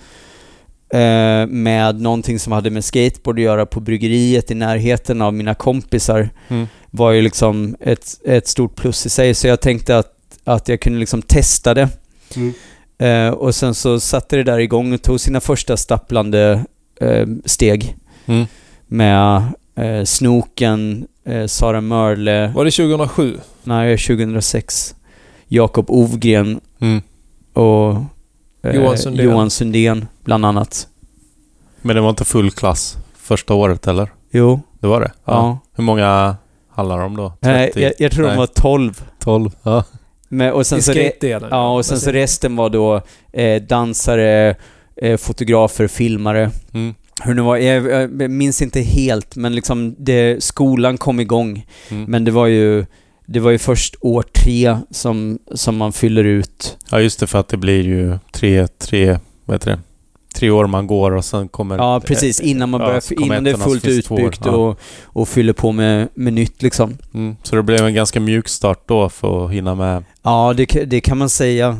med någonting som hade med skateboard att göra på bryggeriet i närheten av mina kompisar var ju liksom ett stort plus i sig. Så jag tänkte att jag kunde liksom testa det. Och sen så satte det där igång och tog sina första stapplande steg med Snoken, Sara Mörle. Var det 2007? Nej, 2006. Jakob Ovgren och Johan Sundén bland annat. Men det var inte full klass första året, eller? Jo. Det var det? Ja. Hur många handlar det om då? 30? Jag tror de var 12. 12, ja. Och sen så resten var då dansare, fotografer, filmare. Hur det var, jag minns inte helt, men liksom skolan kom igång. Men det var ju först år 3 som man fyller ut. Ja, just det, för att det blir ju 3 år man går och sen kommer... Ja, precis, innan man börjar, innan det är fullt utbyggt och fyller på med nytt liksom. Så det blev en ganska mjuk start då för att hinna med. Ja, det kan man säga.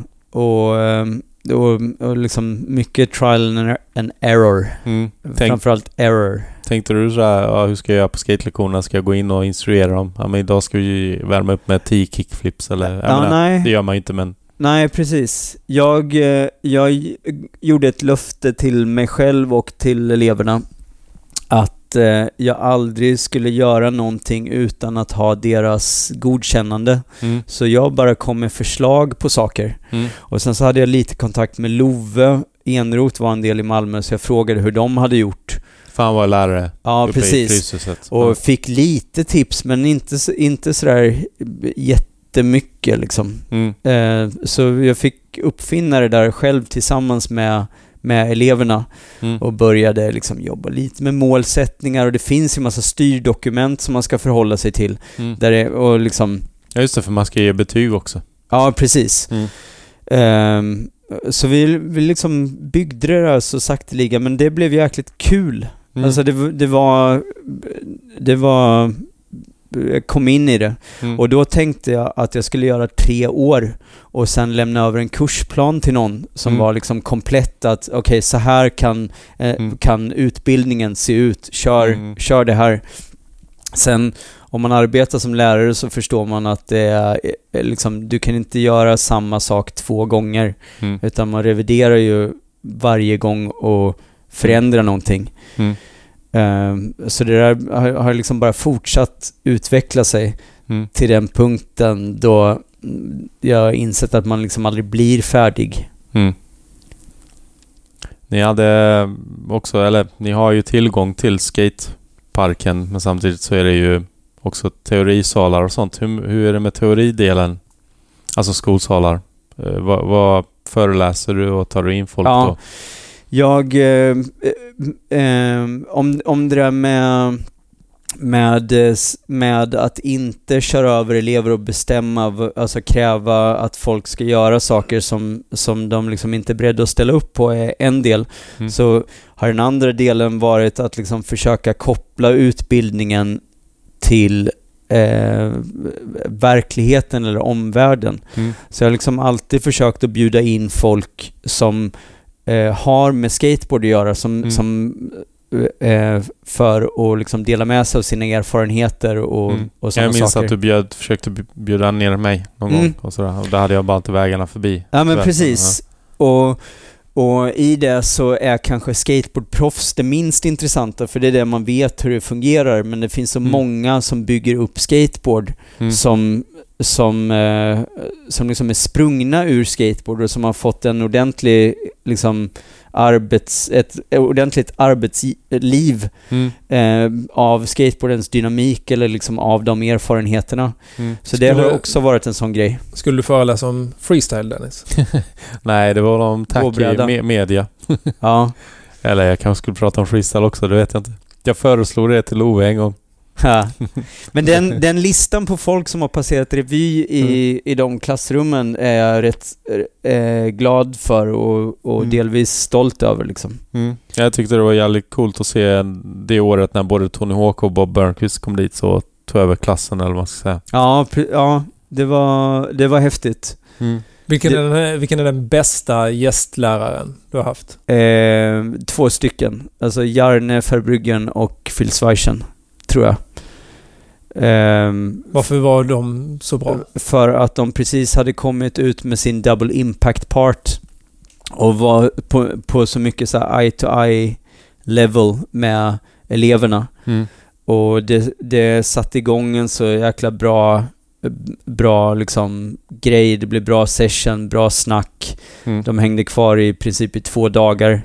Och liksom mycket trial and error. Framförallt error. Tänkte du så här, hur ska jag göra på skatelektionerna? Ska jag gå in och instruera dem? Ja, men idag ska vi värma upp med 10 kickflips eller... nej. Det gör man ju inte, men... Nej, precis. Jag gjorde ett löfte till mig själv och till eleverna att jag aldrig skulle göra någonting utan att ha deras godkännande. Så jag bara kom med förslag på saker. Och sen så hade jag lite kontakt med Love Enroth, var en del i Malmö, så jag frågade hur de hade gjort. Fan var lärare. Ja, precis. Och fick lite tips, men inte sådär jättemycket liksom. Så jag fick uppfinna det där själv tillsammans med eleverna och började liksom jobba lite med målsättningar, och det finns ju massa styrdokument som man ska förhålla sig till där och liksom Ja, just det, för man ska ge betyg också. Ja, precis. Så vi liksom byggde det där så sakteliga, men det blev jäkligt kul. Alltså det var jag kom in i det. Och då tänkte jag att jag skulle göra 3 år och sen lämna över en kursplan till någon som var liksom komplett, att okej, så här kan utbildningen se ut. Kör det här. Sen om man arbetar som lärare så förstår man att det är liksom, du kan inte göra samma sak 2 gånger, utan man reviderar ju varje gång och förändrar någonting. Så det där har liksom bara fortsatt utveckla sig till den punkten då jag har insett att man liksom aldrig blir färdig. Ni hade också, eller ni har ju tillgång till skateparken, men samtidigt så är det ju också teorisalar och sånt. Hur är det med teoridelen? Alltså skolsalar. Vad föreläser du och tar du in folk då? Jag om det där med att inte köra över elever och bestämma, alltså kräva att folk ska göra saker som de liksom inte är beredda att ställa upp på är en del. Så har den andra delen varit att liksom försöka koppla utbildningen till verkligheten eller omvärlden. Så jag har liksom alltid försökt att bjuda in folk som har med skateboard att göra, för att liksom dela med sig av sina erfarenheter och sådana saker. Jag minns att du försökte bjuda ner mig någon gång och sådär, och där hade jag bara inte vägarna förbi. Ja, men precis. Och i det så är kanske skateboardproffs det minst intressanta, för det är det man vet hur det fungerar, men det finns så många som bygger upp skateboard som liksom är sprungna ur skateboard och som har fått en ordentlig liksom ett ordentligt arbetsliv av skateboardens dynamik eller liksom av de erfarenheterna. Så det har också varit en sån grej. Skulle du föreläsa om freestyle, Dennis? Nej, det var om tack i media. Ja. Eller jag kanske skulle prata om freestyle också, det vet jag inte. Jag föreslog det till Ove en gång. Ja. Men den listan på folk som har passerat revy i de klassrummen är jag rätt glad för och delvis stolt över liksom. Jag tyckte det var jävligt coolt att se det året när både Tony Hawk och Bob Burnquist kom dit så tog över klassen, eller vad man ska säga. Ja, det var häftigt. Vilken är den bästa gästläraren du har haft? 2 stycken. Alltså Jarne Verbruggen och Phil Zweichen, tror jag. Varför var de så bra? För att de precis hade kommit ut med sin Double Impact Part och var på så mycket så här eye-to-eye level med eleverna. Och det satte igång en så jäkla bra liksom grej. Det blev bra session, bra snack. De hängde kvar i princip i 2 dagar.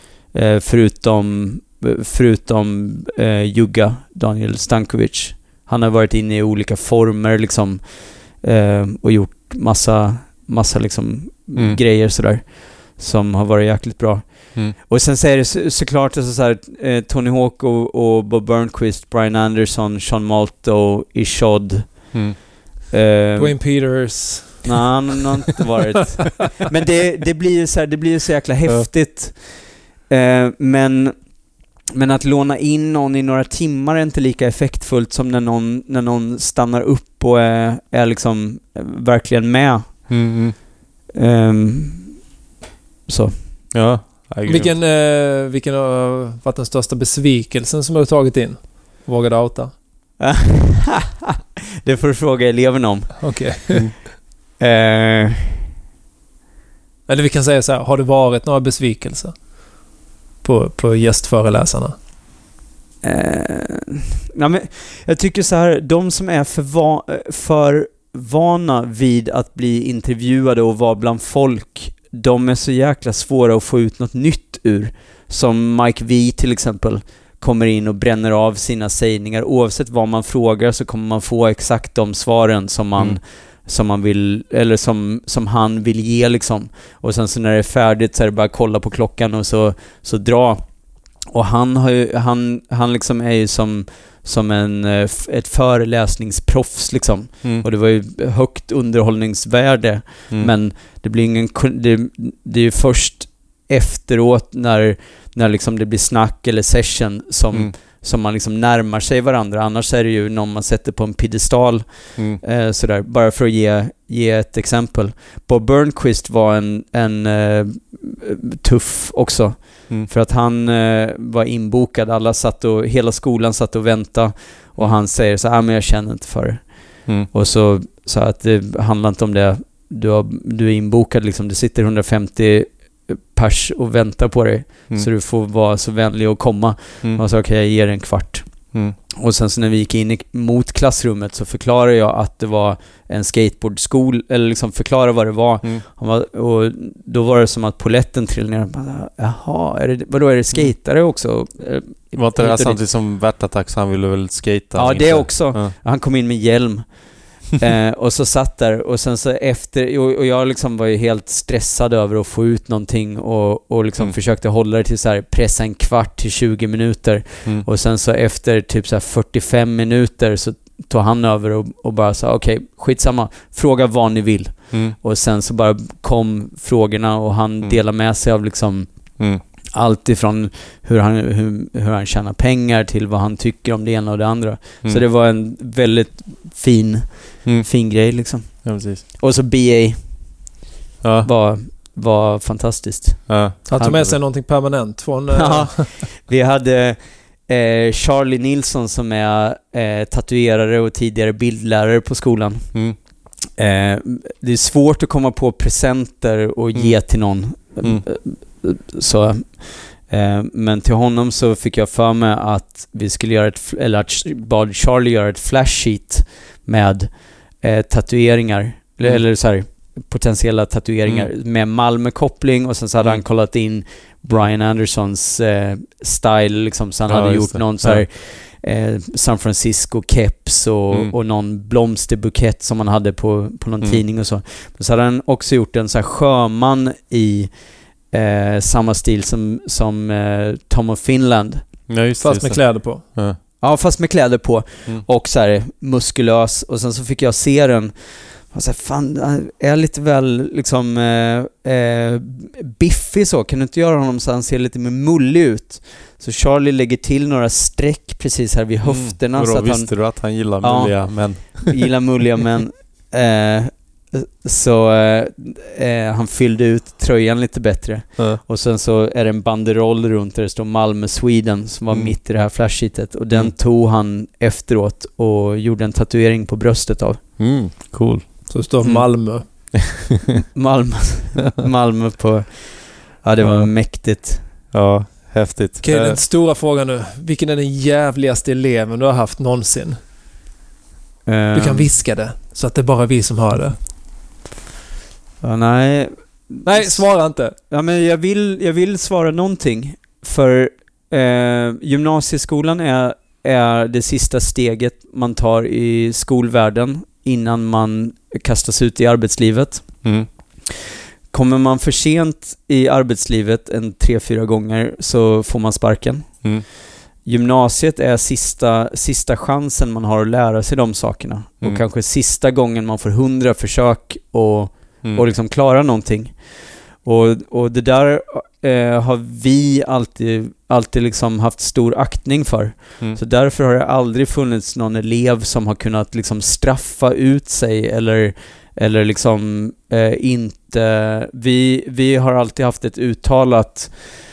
Förutom Jugga, Daniel Stankovic. Han har varit inne i olika former liksom, och gjort massa liksom grejer sådär som har varit jäkligt bra. Och sen så är det såklart så här, Tony Hawk och Bob Burnquist, Brian Anderson, Sean Malto, Ishod, Dwayne Peters. Nej, han har inte varit. Men det blir så jäkla häftigt. Men att låna in någon i några timmar är inte lika effektfullt som när någon stannar upp och är liksom verkligen med. Så. Ja. Vilken har varit den största besvikelsen som du har tagit in? Vågade outa? Det får du fråga eleverna om. Okej. Eller vi kan säga så här, har det varit några besvikelser på gästföreläsarna? Men jag tycker så här, de som är för vana vid att bli intervjuade och vara bland folk, de är så jäkla svåra att få ut något nytt ur. Som Mike V till exempel kommer in och bränner av sina sägningar. Oavsett vad man frågar så kommer man få exakt de svaren som man vill, eller som han vill ge liksom. Och sen så när det är färdigt så är det bara kolla på klockan och så dra. Och han liksom är ju som ett föreläsningsproffs liksom. Och det var ju högt underhållningsvärde, men det blir det är ju först efteråt när liksom det blir snack eller session som man liksom närmar sig varandra. Annars är det ju någon man sätter på en piedestal sådär. Bara för att ge ett exempel. Bob Burnquist var en tuff också. För att han var inbokad. Hela skolan satt och väntade. Och han säger så här, men jag känner inte för det. Och så att det handlar inte om det. Du är inbokad liksom. Det sitter 150 pers och väntar på dig. Så du får vara så vänlig och komma. Och så jag ger en kvart. Och sen så när vi gick in mot klassrummet så förklarade jag att det var en skateboardskol, eller liksom förklarade vad det var. Och då var det som att poletten trillade ner. Jaha, vadå, är det skatare också? Var inte det här samtidigt som Värtattack, så han ville väl skata? Ja, det också. Han kom in med hjälm. Och så satt där, och sen så efter, och jag liksom var ju helt stressad över att få ut någonting och liksom försökte hålla det till så här, pressa en kvart till 20 minuter. Och sen så efter typ så här 45 minuter så tog han över och bara sa okej, skitsamma, fråga vad ni vill. Och sen så bara kom frågorna och han delade med sig av liksom allt ifrån hur han tjänar pengar till vad han tycker om det ena och det andra. Så det var en väldigt fin grej liksom. Ja, precis. Och så BA var fantastiskt. Han tog med sig någonting permanent från... Vi hade Charlie Nilsson som är tatuerare och tidigare bildlärare på skolan. Det är svårt att komma på presenter och ge till någon. Så men till honom så fick jag för mig att vi skulle göra att bad Charlie göra ett flash sheet med tatueringar eller så här, potentiella tatueringar med Malmö-koppling, och sen så hade han kollat in Brian Andersons style liksom, så han hade gjort någon så här San Francisco keps och någon blomsterbukett som han hade på någon tidning och så. Men så hade han också gjort en så här sjöman i samma stil som Tom of Finland. Ja, fast med kläder på. Ja, fast med kläder på. Och så här muskulös. Och sen så fick jag se den. Och så här, fan, är jag lite väl liksom biffig så? Kan du inte göra honom så han ser lite mer mullig ut? Så Charlie lägger till några streck precis här vid höfterna. Så att visste du att han gillar mulliga män? Gillar mulliga män. Så han fyllde ut tröjan lite bättre. Och sen så är det en banderoll runt där det står Malmö Sweden som var mitt i det här flashsheetet. Och den tog han efteråt och gjorde en tatuering på bröstet av. Cool. Så det står Malmö. Malmö på... Ja, det var mäktigt. Ja, häftigt. Okej, den stora frågan nu. Vilken är den jävligaste eleven du har haft någonsin? Du kan viska det så att det är bara vi som hör det. Ja, nej, svara inte. Ja, men jag vill svara någonting. För gymnasieskolan är det sista steget man tar i skolvärlden innan man kastas ut i arbetslivet. Kommer man för sent i arbetslivet 3-4 gånger så får man sparken. Gymnasiet är sista chansen man har att lära sig de sakerna. Och kanske sista gången man får 100 försök och liksom klara någonting. Och det där har vi alltid liksom haft stor aktning för. Så därför har det aldrig funnits någon elev som har kunnat liksom straffa ut sig eller liksom inte... Vi har alltid haft ett uttalat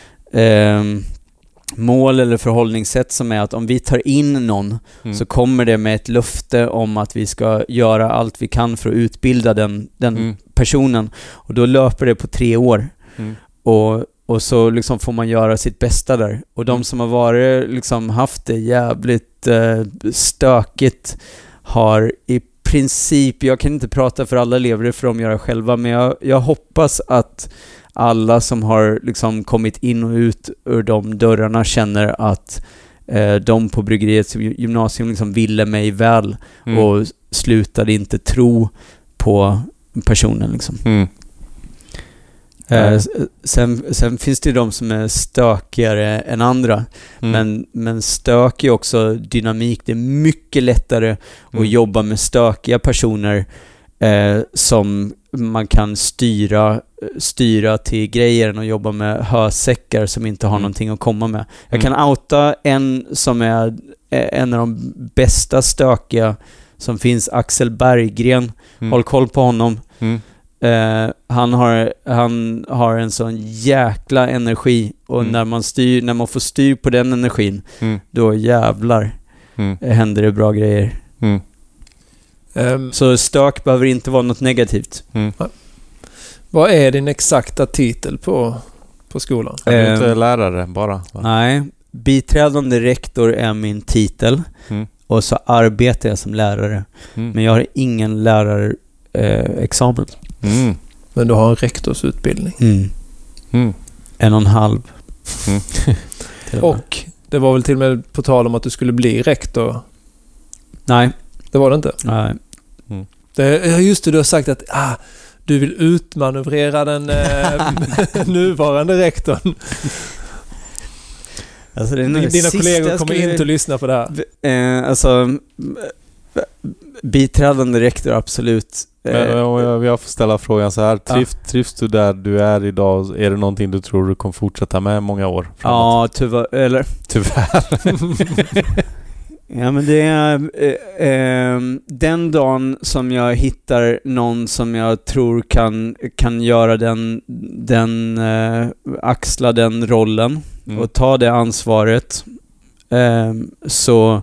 mål eller förhållningssätt som är att om vi tar in någon så kommer det med ett löfte om att vi ska göra allt vi kan för att utbilda den personen. Och då löper det på 3 år. Och så liksom får man göra sitt bästa där. Och de som har varit liksom haft det jävligt stökigt har i princip, jag kan inte prata för alla elever, det får de göra själva, men jag hoppas att alla som har liksom kommit in och ut ur de dörrarna känner att de på Bryggeriets gymnasium liksom ville mig väl och slutade inte tro på personen liksom. Sen finns det ju de som är stökigare än andra. Men stök är också dynamik. Det är mycket lättare att jobba med stökiga personer som man kan styra till grejer än att jobba med hösäckar som inte har någonting att komma med. Jag kan outa en som är en av de bästa stökiga som finns, Axel Berggren. Håll koll på honom. Han har en sån jäkla energi och när man får styr på den energin då jävlar händer det bra grejer. Så stök behöver inte vara något negativt. Vad är din exakta titel på skolan? Är du inte lärare bara? Va? Nej, biträdande rektor är min titel. Och så arbetar jag som lärare. Men jag har ingen lärarexamen. Men du har en rektorsutbildning. 1,5. Och det var väl till och med på tal om att du skulle bli rektor? Nej. Det var det inte? Nej. Just det, du har sagt att du vill utmanövrera den nuvarande rektorn. Alltså dina kollegor kommer inte att lyssna på det här. Alltså biträdande rektor, absolut. Men jag får ställa frågan så här. Trivs du där du är idag? Är det någonting du tror du kommer fortsätta med många år framåt? Ja, tyvärr. Ja, men det är den dagen som jag hittar någon som jag tror kan göra den axla den rollen och ta det ansvaret, så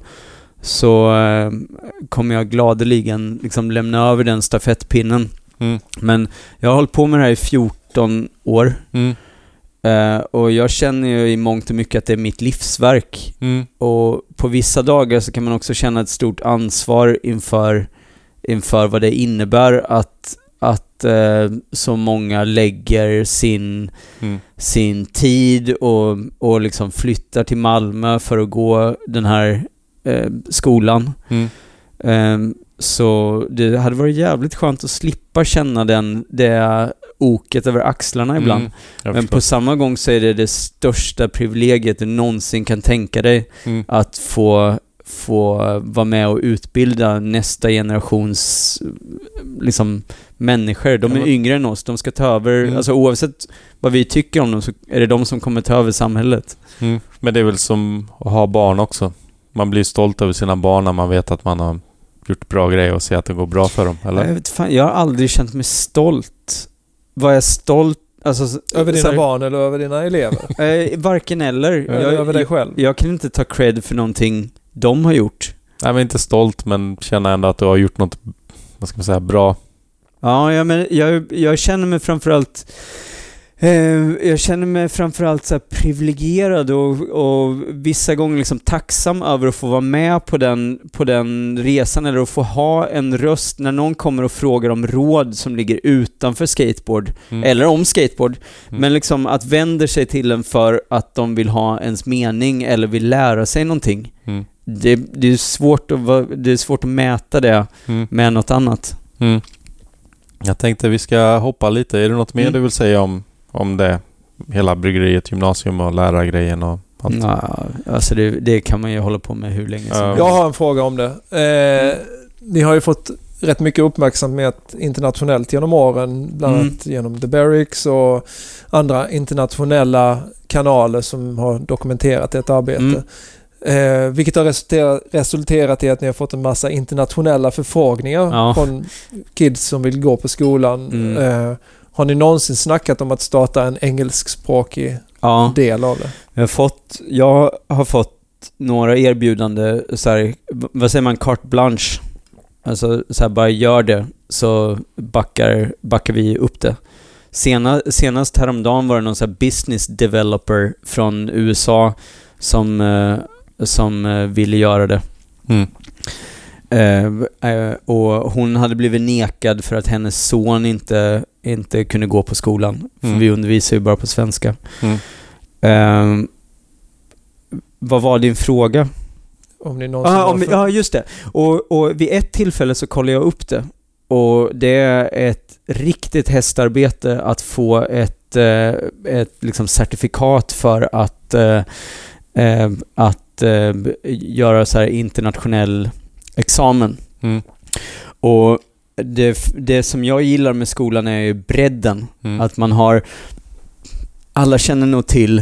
kommer jag gladeligen liksom lämna över den stafettpinnen. Men jag har hållit på med det här i 14 år. Och jag känner ju i mångt och mycket att det är mitt livsverk. Och på vissa dagar så kan man också känna ett stort ansvar inför vad det innebär att så många lägger sin tid och liksom flyttar till Malmö för att gå den här skolan. Så det hade varit jävligt skönt att slippa känna det oket över axlarna ibland. Men på samma gång så är det största privilegiet du någonsin kan tänka dig, att få vara med och utbilda nästa generations liksom människor. De är yngre än oss, de ska ta över, alltså oavsett vad vi tycker om dem så är det de som kommer ta över samhället. Men det är väl som att ha barn också. Man blir stolt över sina barn när man vet att man har gjort bra grejer och ser att det går bra för dem, eller? Jag har aldrig känt mig stolt. Var jag stolt alltså, över dina barn eller över dina elever? Varken eller. Över dig själv. Jag kan inte ta cred för någonting de har gjort. Nej, men inte stolt, men känna ändå att du har gjort något, vad ska man säga, bra. Ja, men jag känner mig framförallt så här privilegierad och vissa gånger liksom tacksam över att få vara med på den resan, eller att få ha en röst när någon kommer och frågar om råd som ligger utanför skateboard eller om skateboard, men liksom att vända sig till en för att de vill ha ens mening eller vill lära sig någonting. Det är svårt att mäta det med något annat. Jag tänkte vi ska hoppa lite. Är det något mer du vill säga om det? Hela bryggeriet, gymnasium och lärargrejen och allt? Alltså det kan man ju hålla på med hur länge som helst. Jag har en fråga om det. Ni har ju fått rätt mycket uppmärksamhet internationellt genom åren, bland annat genom The Berrics och andra internationella kanaler som har dokumenterat ett arbete. Vilket har resulterat i att ni har fått en massa internationella förfrågningar från kids som vill gå på skolan. Har ni någonsin snackat om att starta en engelskspråkig del av det? Jag har fått några erbjudande, så här, vad säger man, carte blanche. Alltså så här, bara gör det, så backar vi upp det. Senast häromdagen var det någon så här business developer från USA som ville göra det. Och hon hade blivit nekad för att hennes son inte kunde gå på skolan. För vi undervisar ju bara på svenska. Vad var din fråga? Om ni någonsin ja, just det. Och vid ett tillfälle så kollade jag upp det. Och det är ett riktigt hästarbete att få ett ett liksom certifikat för att göra så här internationell examen. Och det som jag gillar med skolan är ju bredden. Att man har, alla känner nog till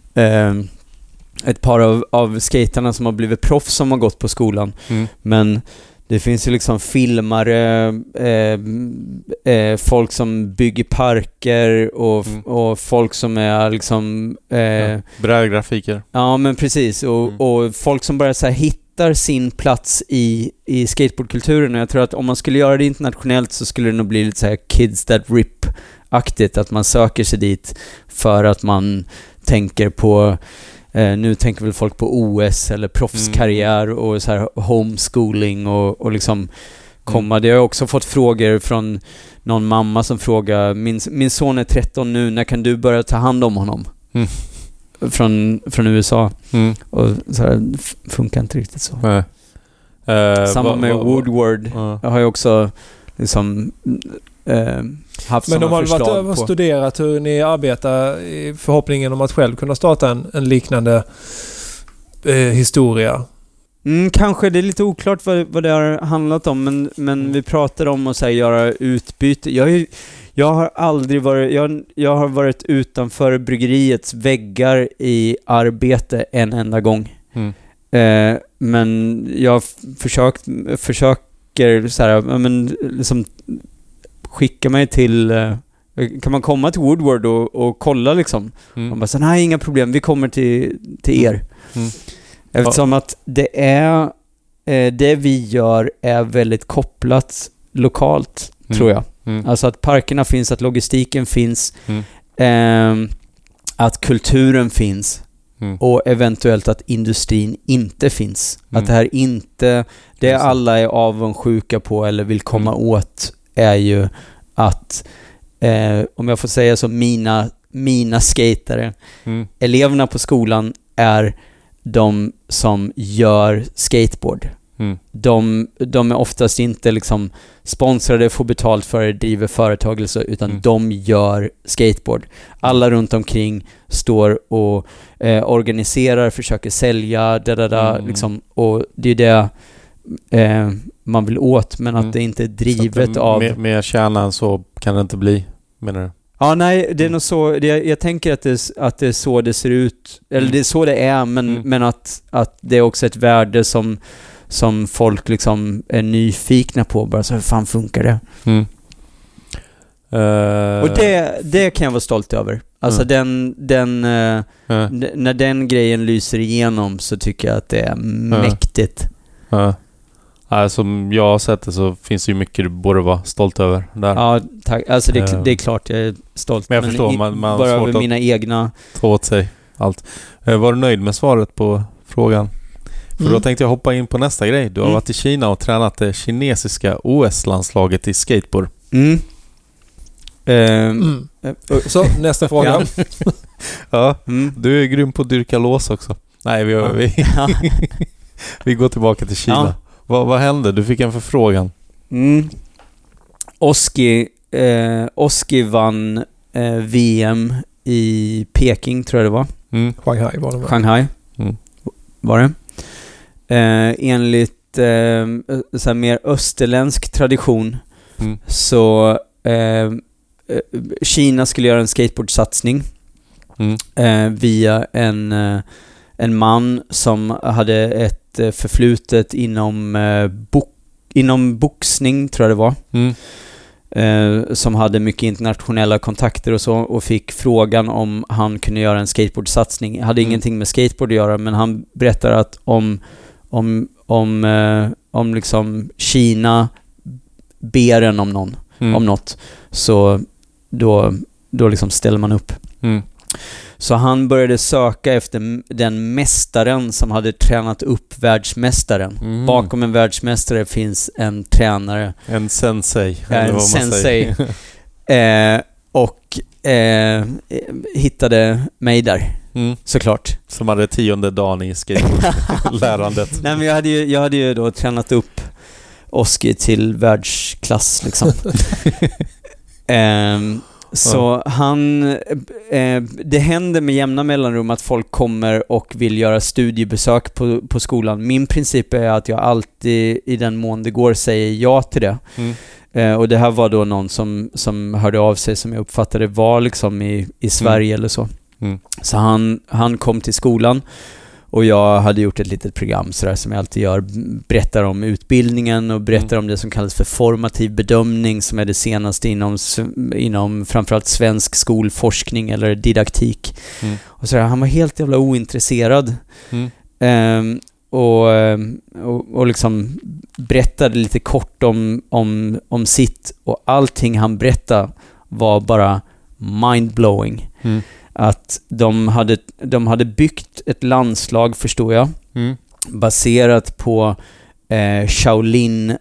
ett par av skaterna som har blivit proffs som har gått på skolan. Men det finns ju liksom filmare, folk som bygger parker och folk som är liksom... brädgrafiker. Ja, men precis. Och folk som bara så här hittar sin plats i skateboardkulturen. Och jag tror att om man skulle göra det internationellt så skulle det nog bli lite så här Kids That Rip-aktigt. Att man söker sig dit för att man tänker på... nu tänker väl folk på OS eller proffskarriär och så här homeschooling och liksom komma. Det har jag också fått frågor från någon mamma som frågar, min son är 13 nu, när kan du börja ta hand om honom? Från USA. Och så här, funkar inte riktigt så. Samma med Woodward. Jag har ju också liksom haft. Men de har förslag varit och studerat hur ni arbetar i förhoppningen om att själv kunna starta en liknande historia. Kanske det är lite oklart vad det har handlat om, men vi pratar om att göra utbyte. Jag har aldrig varit jag har varit utanför bryggeriets väggar i arbete en enda gång. Men jag försöker så här, men liksom skicka mig till... kan man komma till Woodward och kolla liksom? Man bara så, nej, inga problem, vi kommer till er. Eftersom att det vi gör är väldigt kopplat lokalt, tror jag. Alltså att parkerna finns, att logistiken finns, att kulturen finns och eventuellt att industrin inte finns. Att det här inte... Det alla är avundsjuka på eller vill komma åt är ju att om jag får säga så, mina skatare, eleverna på skolan är de som gör skateboard. De är oftast inte liksom sponsrade, får betalt för det, driver företag eller så, utan de gör skateboard. Alla runt omkring står och organiserar, försöker sälja liksom, och det är det man vill åt, men att det inte är drivet av... Med kärnan så kan det inte bli, menar du? Ja, nej, det är nog så... Jag tänker att det är så det ser ut. Eller det är så det är, men att det är också ett värde som folk liksom är nyfikna på. Bara så, hur fan funkar det? Och det kan jag vara stolt över. Alltså när den grejen lyser igenom så tycker jag att det är mäktigt. Som jag har sett det så finns det ju mycket du borde vara stolt över där. Ja, tack. Alltså det är klart jag är stolt. Men jag förstår, man bara över mina egna... Ta åt sig allt. Var du nöjd med svaret på frågan? För då tänkte jag hoppa in på nästa grej. Du har varit i Kina och tränat det kinesiska OS-landslaget i skateboard. Så, nästa fråga. Du är grym på att dyrka lås också. Nej, vi går tillbaka till Kina. Vad hände? Du fick en förfrågan. Oski vann VM i Peking, tror jag det var. Shanghai var det. Shanghai var det. Enligt så här mer österländsk tradition så Kina skulle göra en skateboardsatsning via en man som hade ett förflutet inom boxning, tror jag det var. Som hade mycket internationella kontakter och så, och fick frågan om han kunde göra en skateboardsatsning. Hade ingenting med skateboard att göra, men han berättar att om liksom Kina ber en om något, så då liksom ställer man upp. Så han började söka efter den mästaren som hade tränat upp världsmästaren. Bakom en världsmästare finns en tränare. En sensei. En sensei. Och hittade mig där. Såklart. Som hade 10:e dagen i skateboard-lärandet. Nej, men jag hade ju då tränat upp Oski till världsklass liksom. Så det händer med jämna mellanrum att folk kommer och vill göra studiebesök på skolan. Min princip är att jag alltid i den mån det går säger ja till det. Och det här var då någon som hörde av sig som jag uppfattade var liksom i Sverige eller så. Så han kom till skolan och jag hade gjort ett litet program sådär, som jag alltid gör, berättar om utbildningen och berättar om det som kallas för formativ bedömning, som är det senaste inom framförallt svensk skolforskning eller didaktik. Och sådär, han var helt jävla ointresserad. Och liksom berättade lite kort om sitt, och allting han berättade var bara mindblowing. Att de hade byggt ett landslag, förstår jag, baserat på Shaolin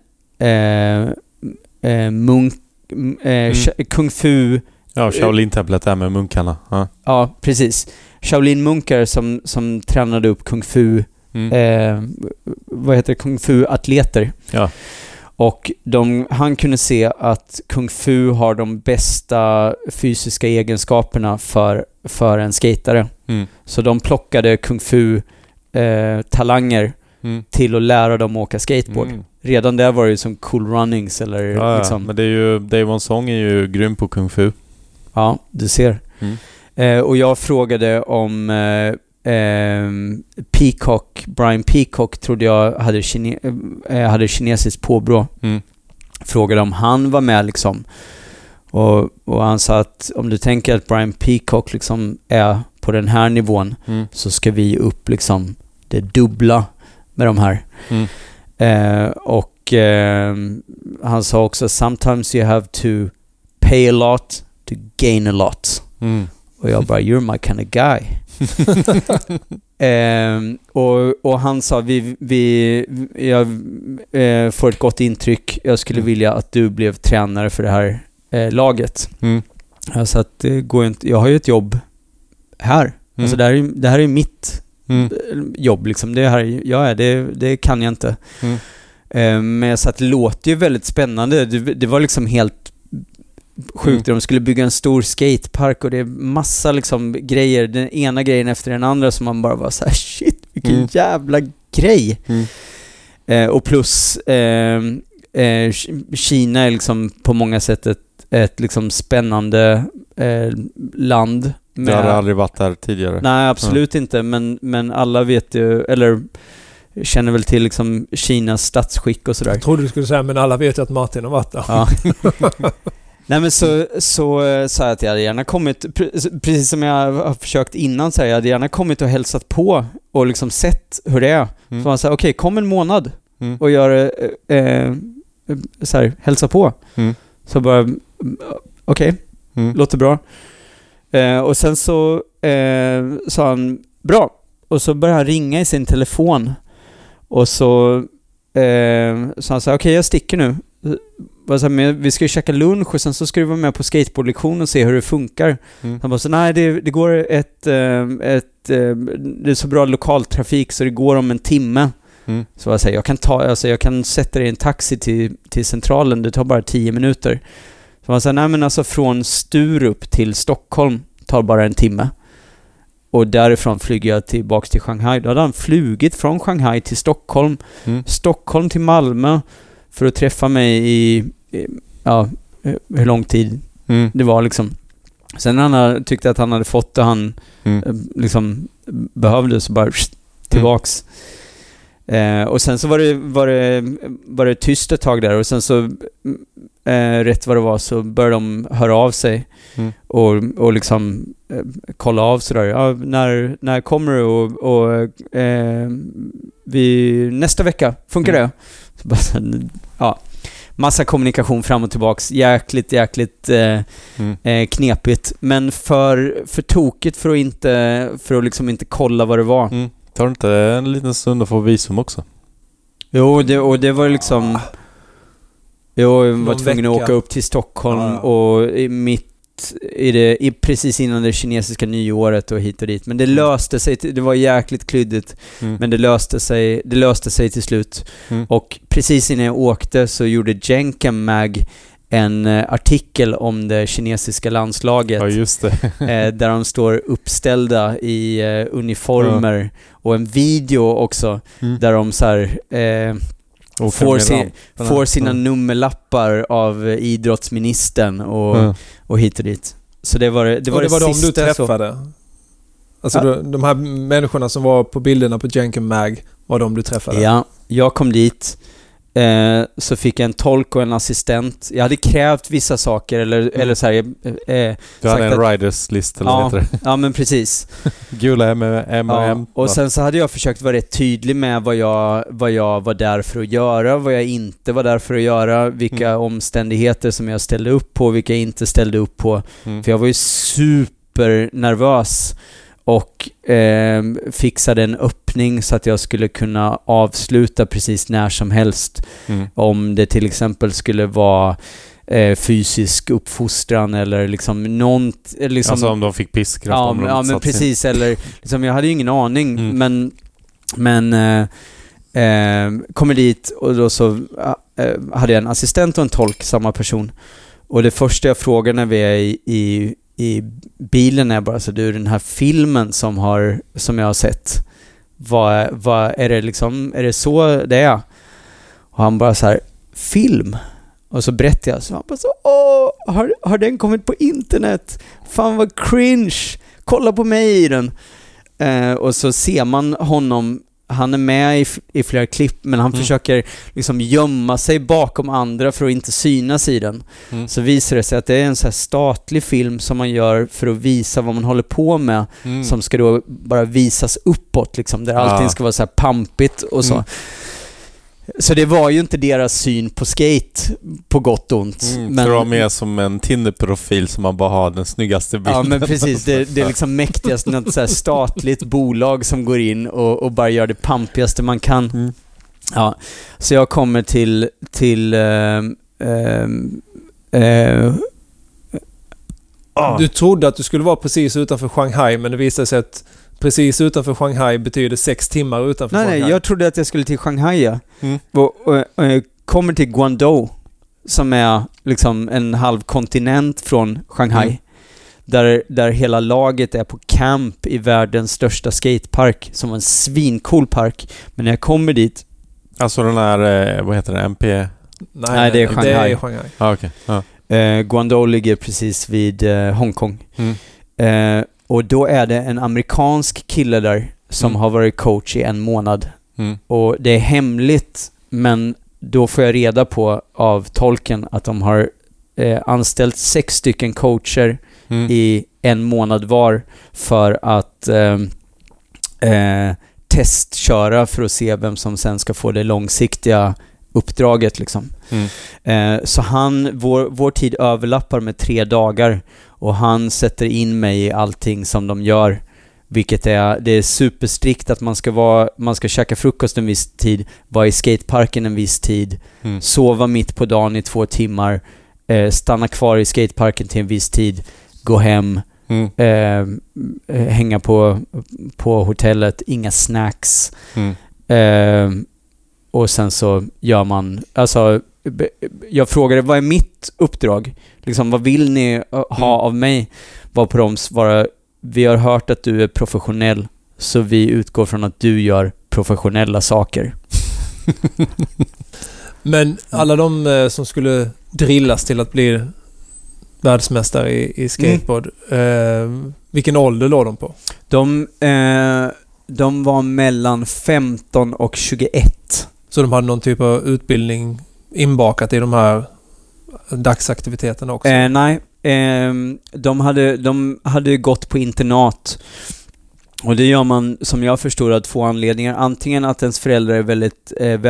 kung fu. Ja, Shaolin-templet där med munkarna. Ja, precis. Shaolin-munkar som tränade upp kung fu kung fu-atleter. Ja. Och han kunde se att kung fu har de bästa fysiska egenskaperna för en skatare. Så de plockade kung fu talanger till att lära dem åka skateboard. Redan där var det ju som Cool Runnings eller liksom. Men det är ju Dave Won Song är ju grym på kung fu. Ja, du ser. Och jag frågade om Brian Peacock trodde jag hade kinesiskt påbrå. Frågade om han var med liksom. Och han sa att om du tänker att Brian Peacock liksom är på den här nivån, så ska vi upp liksom det dubbla med de här. Och han sa också sometimes you have to pay a lot to gain a lot. Och jag bara, you're my kind of guy. Och han sa jag får ett gott intryck. Jag skulle vilja att du blev tränare för det här laget. Alltså att det går inte. Jag har ju ett jobb här. Alltså det här är mitt jobb liksom. Det här det kan jag inte. Men så att det låter ju väldigt spännande. Det var liksom helt sjukt. De skulle bygga en stor skatepark och det är massa liksom grejer, den ena grejen efter den andra, som man bara var så här, shit, vilken jävla grej. Och plus Kina är liksom på många sätt ett liksom spännande land. Det har aldrig varit där tidigare. Nej, absolut inte, men alla vet ju, eller känner väl till liksom Kinas statsskick och sådär. Jag trodde du skulle säga, men alla vet ju att Martin har varit där. Ja. Nej, men så sa jag att jag hade gärna kommit, precis som jag har försökt innan, så här, jag hade gärna kommit och hälsat på och liksom sett hur det är. Så man sa, okej, kom en månad och gör så här, hälsa på. Så bara, okej, låter bra. Och sen så sa han, bra. Och så började han ringa i sin telefon. Och så sa han så här, okej, jag sticker nu. Vi ska ju käka lunch och sen så ska du vara med på skateboardlektion och se hur det funkar. Han bara så, nej, det går det är så bra lokaltrafik så det går om en timme. Så jag säger, jag kan sätta dig i en taxi till centralen, det tar bara 10 minuter. Så man säger, nej men alltså från Sturup till Stockholm tar bara en timme. Och därifrån flyger jag tillbaka till Shanghai. Då hade han flugit från Shanghai till Stockholm. Stockholm till Malmö för att träffa mig i hur lång tid det var liksom. Sen när han tyckte att han hade fått det han liksom behövde, så bara tillbaks. Och sen så var det tyst ett tag där, och sen så rätt vad det var så började de höra av sig och liksom kolla av sådär. Ja, när kommer du och vi nästa vecka funkar det? Så bara, ja, massa kommunikation fram och tillbaks, jäkligt knepigt, men för tokigt för att liksom inte kolla vad det var. Tar det inte en liten stund att få visum också? Jo, det var liksom... Jag var tvungen att åka upp till Stockholm och precis innan det kinesiska nyåret och hit och dit. Men det löste sig, det var jäkligt klyddigt, men det löste sig till slut. Och precis innan jag åkte så gjorde Jenkem Mag en artikel om det kinesiska landslaget. Ja, just det. Där de står uppställda i uniformer och en video också där de så här får sina nummerlappar av idrottsministern och hit och dit. Så det var de du träffade. Alltså de här människorna som var på bilderna på Jenkin Mag var de du träffade. Ja, jag kom dit. Så fick jag en tolk och en assistent. Jag hade krävt vissa saker eller så här, du hade en riders list eller ja, det. Ja, men precis. Gula M&M. Ja, och sen så hade jag försökt vara rätt tydlig med vad jag var där för att göra, vad jag inte var där för att göra, vilka omständigheter som jag ställde upp på, vilka jag inte ställde upp på. För jag var ju supernervös och fixade en öppning så att jag skulle kunna avsluta precis när som helst. Om det till exempel skulle vara fysisk uppfostran eller liksom något liksom, alltså om de fick piskra. Ja, men precis, eller liksom, jag hade ju ingen aning men kommer dit och då så hade jag en assistent och en tolk, samma person, och det första jag frågar när vi är i bilen är bara så, du, den här filmen som jag har sett, vad är det liksom, är det så det är? Och han bara så här, film? Och så berättade jag, så han bara så, har den kommit på internet? Fan vad cringe, kolla på mig i den. Och så ser man honom, han är med i flera klipp, men han försöker liksom gömma sig bakom andra för att inte synas i den. Så visar det sig att det är en så här statlig film som man gör för att visa vad man håller på med, som ska då bara visas uppåt liksom, där allting ska vara så här pampigt och så. Så det var ju inte deras syn på skate, på gott och ont. Men för de är som en Tinder-profil som man bara har den snyggaste bilden. Ja, men precis. Det är liksom mäktigast något så här statligt bolag som går in och bara gör det pampigaste man kan. Ja, så jag kommer till Du trodde att du skulle vara precis utanför Shanghai, men det visade sig att precis utanför Shanghai betyder 6 timmar utanför Shanghai. Nej, jag trodde att jag skulle till Shanghai. Och jag kommer till Guangdong, som är liksom en halv kontinent från Shanghai. Där hela laget är på camp i världens största skatepark, som var en svincool park. Men när jag kommer dit... Alltså den här, vad heter det, MP? Nej, det är Shanghai. Det är Shanghai. Okay. Guangdong ligger precis vid Hongkong. Och då är det en amerikansk kille där som har varit coach i 1 månad. Och det är hemligt, men då får jag reda på av tolken att de har anställt 6 stycken coacher i 1 månad var för att testköra för att se vem som sen ska få det långsiktiga uppdraget liksom. Så vår tid överlappar med 3 dagar och han sätter in mig i allting som de gör, vilket det är superstrikt att man ska käka frukost en viss tid, vara i skateparken en viss tid, sova mitt på dagen i 2 timmar, stanna kvar i skateparken till en viss tid, gå hem, hänga på hotellet, inga snacks. Och sen så gör man, alltså jag frågade, vad är mitt uppdrag? Liksom, vad vill ni ha av mig? Var på dem svara, vi har hört att du är professionell, så vi utgår från att du gör professionella saker. Men alla de som skulle drillas till att bli världsmästare i skateboard, vilken ålder låg de på? De var mellan 15 och 21. Så de hade någon typ av utbildning inbakat i de här dagsaktiviteterna också? Nej, de hade gått på internat. Och det gör man, som jag förstår, av 2 anledningar. Antingen att ens föräldrar är väldigt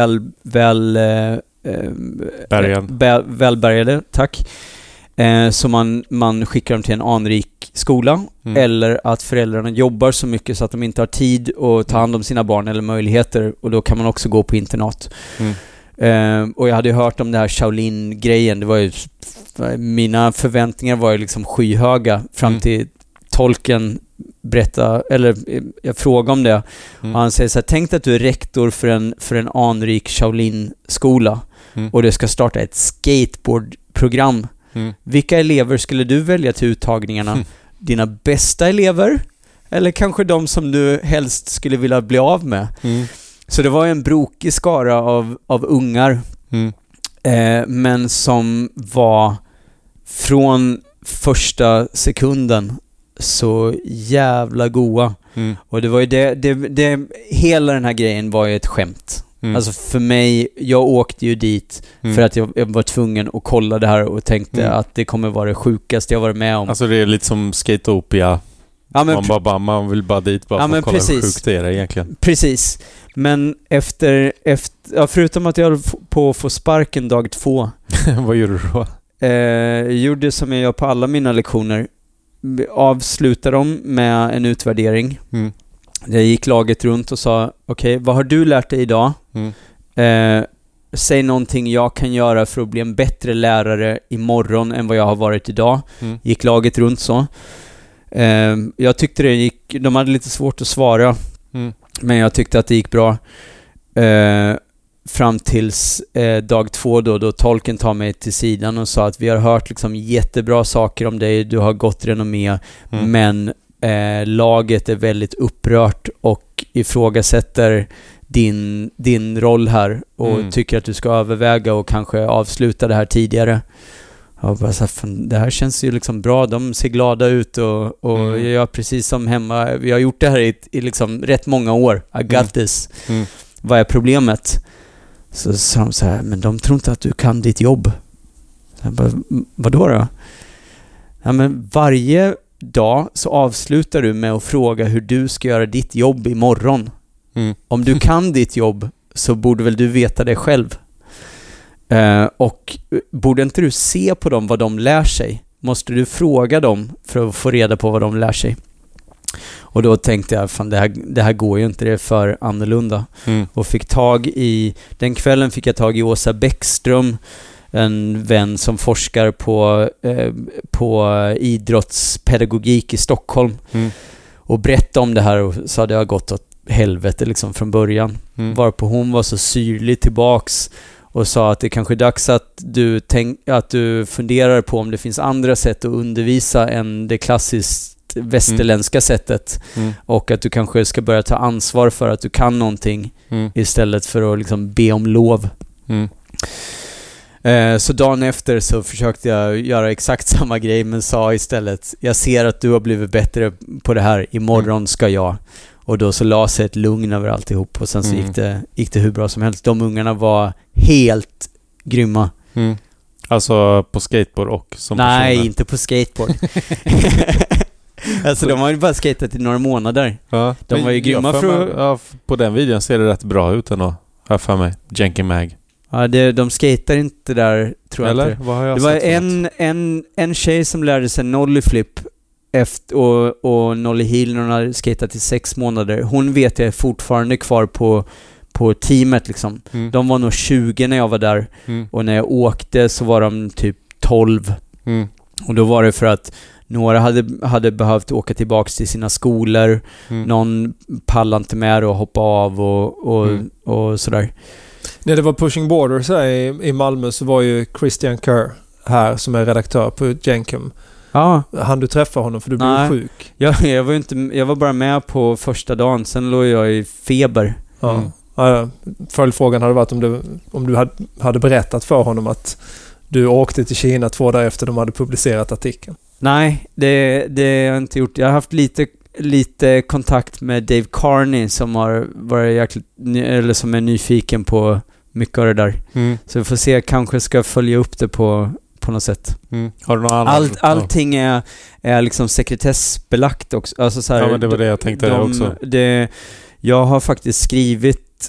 välbärgade, tack. Så man skickar dem till en anrik skola, eller att föräldrarna jobbar så mycket så att de inte har tid att ta hand om sina barn eller möjligheter, och då kan man också gå på internat. Och jag hade hört om det här Shaolin-grejen. Det var ju, mina förväntningar var ju liksom skyhöga fram till tolken berätta, eller jag frågade om det, och han säger så här: tänk att du är rektor för en anrik Shaolin-skola och det ska starta ett program. Vilka elever skulle du välja till uttagningarna? Dina bästa elever? Eller kanske de som du helst skulle vilja bli av med? Så det var en brokig skara av ungar. Men som var från första sekunden så jävla goa. Och det var ju det hela den här grejen var ju ett skämt. Alltså för mig, jag åkte ju dit för att jag var tvungen att kolla det här och tänkte att det kommer vara det sjukaste jag varit med om. Alltså det är lite som Skateopia. Ja, man vill bara dit bara för att kolla hur sjukt det är egentligen. Precis. Men efter förutom att jag höll på att få sparken dag 2. Vad gjorde du då? Gjorde som jag gör på alla mina lektioner. Avslutar dem med en utvärdering. Jag gick laget runt och sa okej, vad har du lärt dig idag? Säg någonting jag kan göra för att bli en bättre lärare imorgon än vad jag har varit idag. Gick laget runt så. Jag tyckte det gick, de hade lite svårt att svara. Men jag tyckte att det gick bra. Fram tills dag 2 då tolken tar mig till sidan och sa att vi har hört liksom jättebra saker om dig, du har gott renommé, men laget är väldigt upprört och ifrågasätter din roll här och tycker att du ska överväga och kanske avsluta det här tidigare. Jag bara så här, det här känns ju liksom bra, de ser glada ut och jag gör precis som hemma, vi har gjort det här i liksom rätt många år. I got this. Vad är problemet? Så sa de så här, men de tror inte att du kan ditt jobb. Jag bara, vadå då? Ja, men varje dag så avslutar du med att fråga hur du ska göra ditt jobb imorgon. Om du kan ditt jobb så borde väl du veta det själv. Och borde inte du se på dem vad de lär sig? Måste du fråga dem för att få reda på vad de lär sig? Och då tänkte jag, fan det här går ju inte, det är för annorlunda. Och den kvällen fick jag tag i Åsa Bäckström, en vän som forskar på idrottspedagogik i Stockholm. Och berättade om det här och sa att det har gått åt helvete liksom från början. Varpå hon var så syrlig tillbaks och sa att det kanske är dags att du funderar på om det finns andra sätt att undervisa än det klassiskt västerländska sättet. Och att du kanske ska börja ta ansvar för att du kan någonting istället för att liksom be om lov. Så dagen efter så försökte jag göra exakt samma grej, men sa istället, jag ser att du har blivit bättre på det här, imorgon ska jag. Och då så la sig ett lugn över alltihop och sen så gick det hur bra som helst. De ungarna var helt grymma. Alltså på skateboard och som Nej, personer. inte på skateboard. Alltså de har ju bara skatat i några månader. Ja, de var ju grymma på den videon ser det rätt bra ut ändå. Här för mig, Janky Mag. Ja, de skater inte där, tror jag inte. Vad har jag det var en tjej som lärde sig nollie flip och nollie heel när hon hade skatat i 6 månader. Hon vet jag är fortfarande kvar på teamet liksom. De var nog 20 när jag var där. Och när jag åkte så var de typ 12. Och då var det för att några hade behövt åka tillbaks till sina skolor. Någon pallade inte med och hoppa av och sådär. När det var Pushing Borders här i Malmö så var ju Christian Kerr här som är redaktör på Jenkem. Ja. Han du träffa honom för du blev sjuk? Jag var bara med på första dagen, sen låg jag i feber. Ja, följdfrågan hade varit om du hade berättat för honom att du åkte till Kina 2 dagar efter de hade publicerat artikeln. Nej, det har jag inte gjort. Jag har haft lite kontakt med Dave Carney som har varit som är nyfiken på mycket av det där. Så vi får se, kanske ska följa upp det på något sätt. Har du något annat? Allting är liksom sekretessbelagt också. Alltså så här, ja, men det var det jag tänkte också. Jag har faktiskt skrivit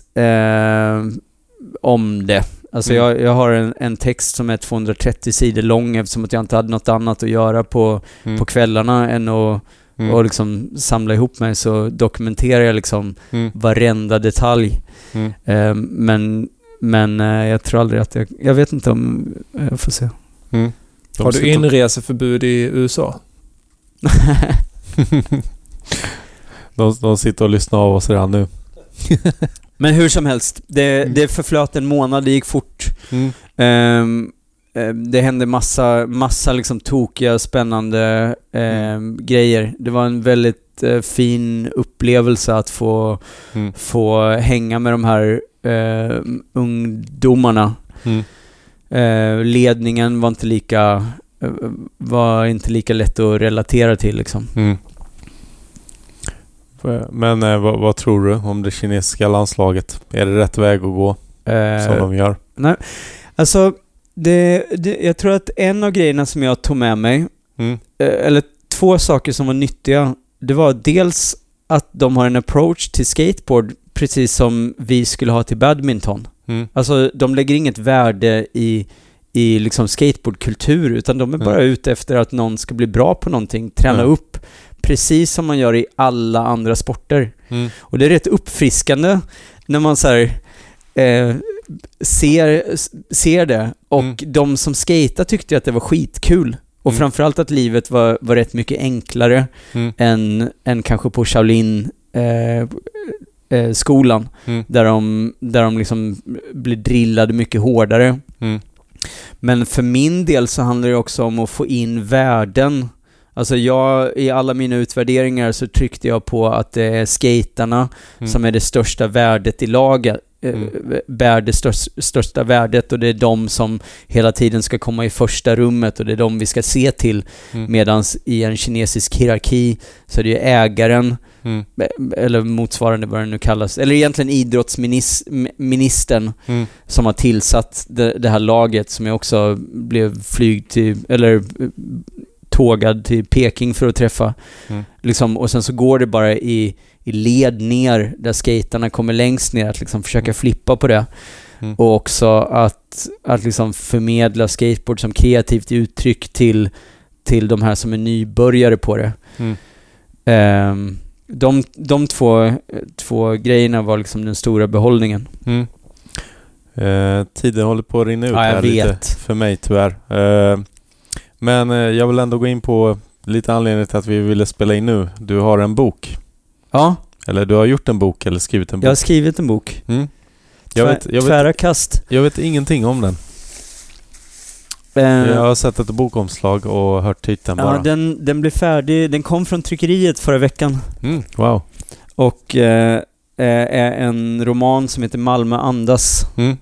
om det. Alltså jag har en text som är 230 sidor lång eftersom att jag inte hade något annat att göra på kvällarna än att och liksom samla ihop mig, så dokumenterar jag liksom varenda detalj. Men jag tror aldrig att jag vet inte om jag får se. Har du inreseförbud i USA? de sitter och lyssnar av oss redan nu. Men hur som helst, det förflöt en månad, det gick fort. det hände massa liksom tokiga, spännande grejer. Det var en väldigt fin upplevelse att få hänga med de här ungdomarna. Ledningen var inte lika lätt att relatera till liksom. Men vad tror du om det kinesiska landslaget? Är det rätt väg att gå som de gör? Nej, alltså jag tror att en av grejerna som jag tog med mig, eller två saker som var nyttiga, det var dels att de har en approach till skateboard precis som vi skulle ha till badminton. Alltså de lägger inget värde i liksom skateboardkultur, utan de är bara ute efter att någon ska bli bra på någonting, träna upp, precis som man gör i alla andra sporter. Och det är rätt uppfriskande när man så här, ser det. Och de som skater tyckte att det var skitkul. Och framförallt att livet var rätt mycket enklare än kanske på Shaolin skolan, där de liksom blir drillade mycket hårdare. Men för min del så handlar det också om att få in värden. Alltså i alla mina utvärderingar så tryckte jag på att det är skaterna som är det största värdet i laget. Bär det största värdet, och det är de som hela tiden ska komma i första rummet, och det är de vi ska se till. Medans i en kinesisk hierarki så är det ju ägaren eller motsvarande vad det nu kallas, eller egentligen idrottsministern som har tillsatt det här laget, som jag också blev tågad till Peking för att träffa. Liksom, och sen så går det bara i led ner där skaterna kommer längst ner, att liksom försöka flippa på det. Och också att liksom förmedla skateboard som kreativt uttryck till de här som är nybörjare på det. De två grejerna var liksom den stora behållningen. Tiden håller på att rinna ut här lite för mig tyvärr. Men jag vill ändå gå in på lite anledning till att vi ville spela in nu. Du har en bok. Ja. Eller du har gjort en bok eller skrivit en bok. Jag har skrivit en bok. Tvära kast. Jag vet ingenting om den. Jag har sett ett bokomslag och hört titeln bara. Ja, den blev färdig. Den kom från tryckeriet förra veckan. Wow. Och är en roman som heter Malmö andas.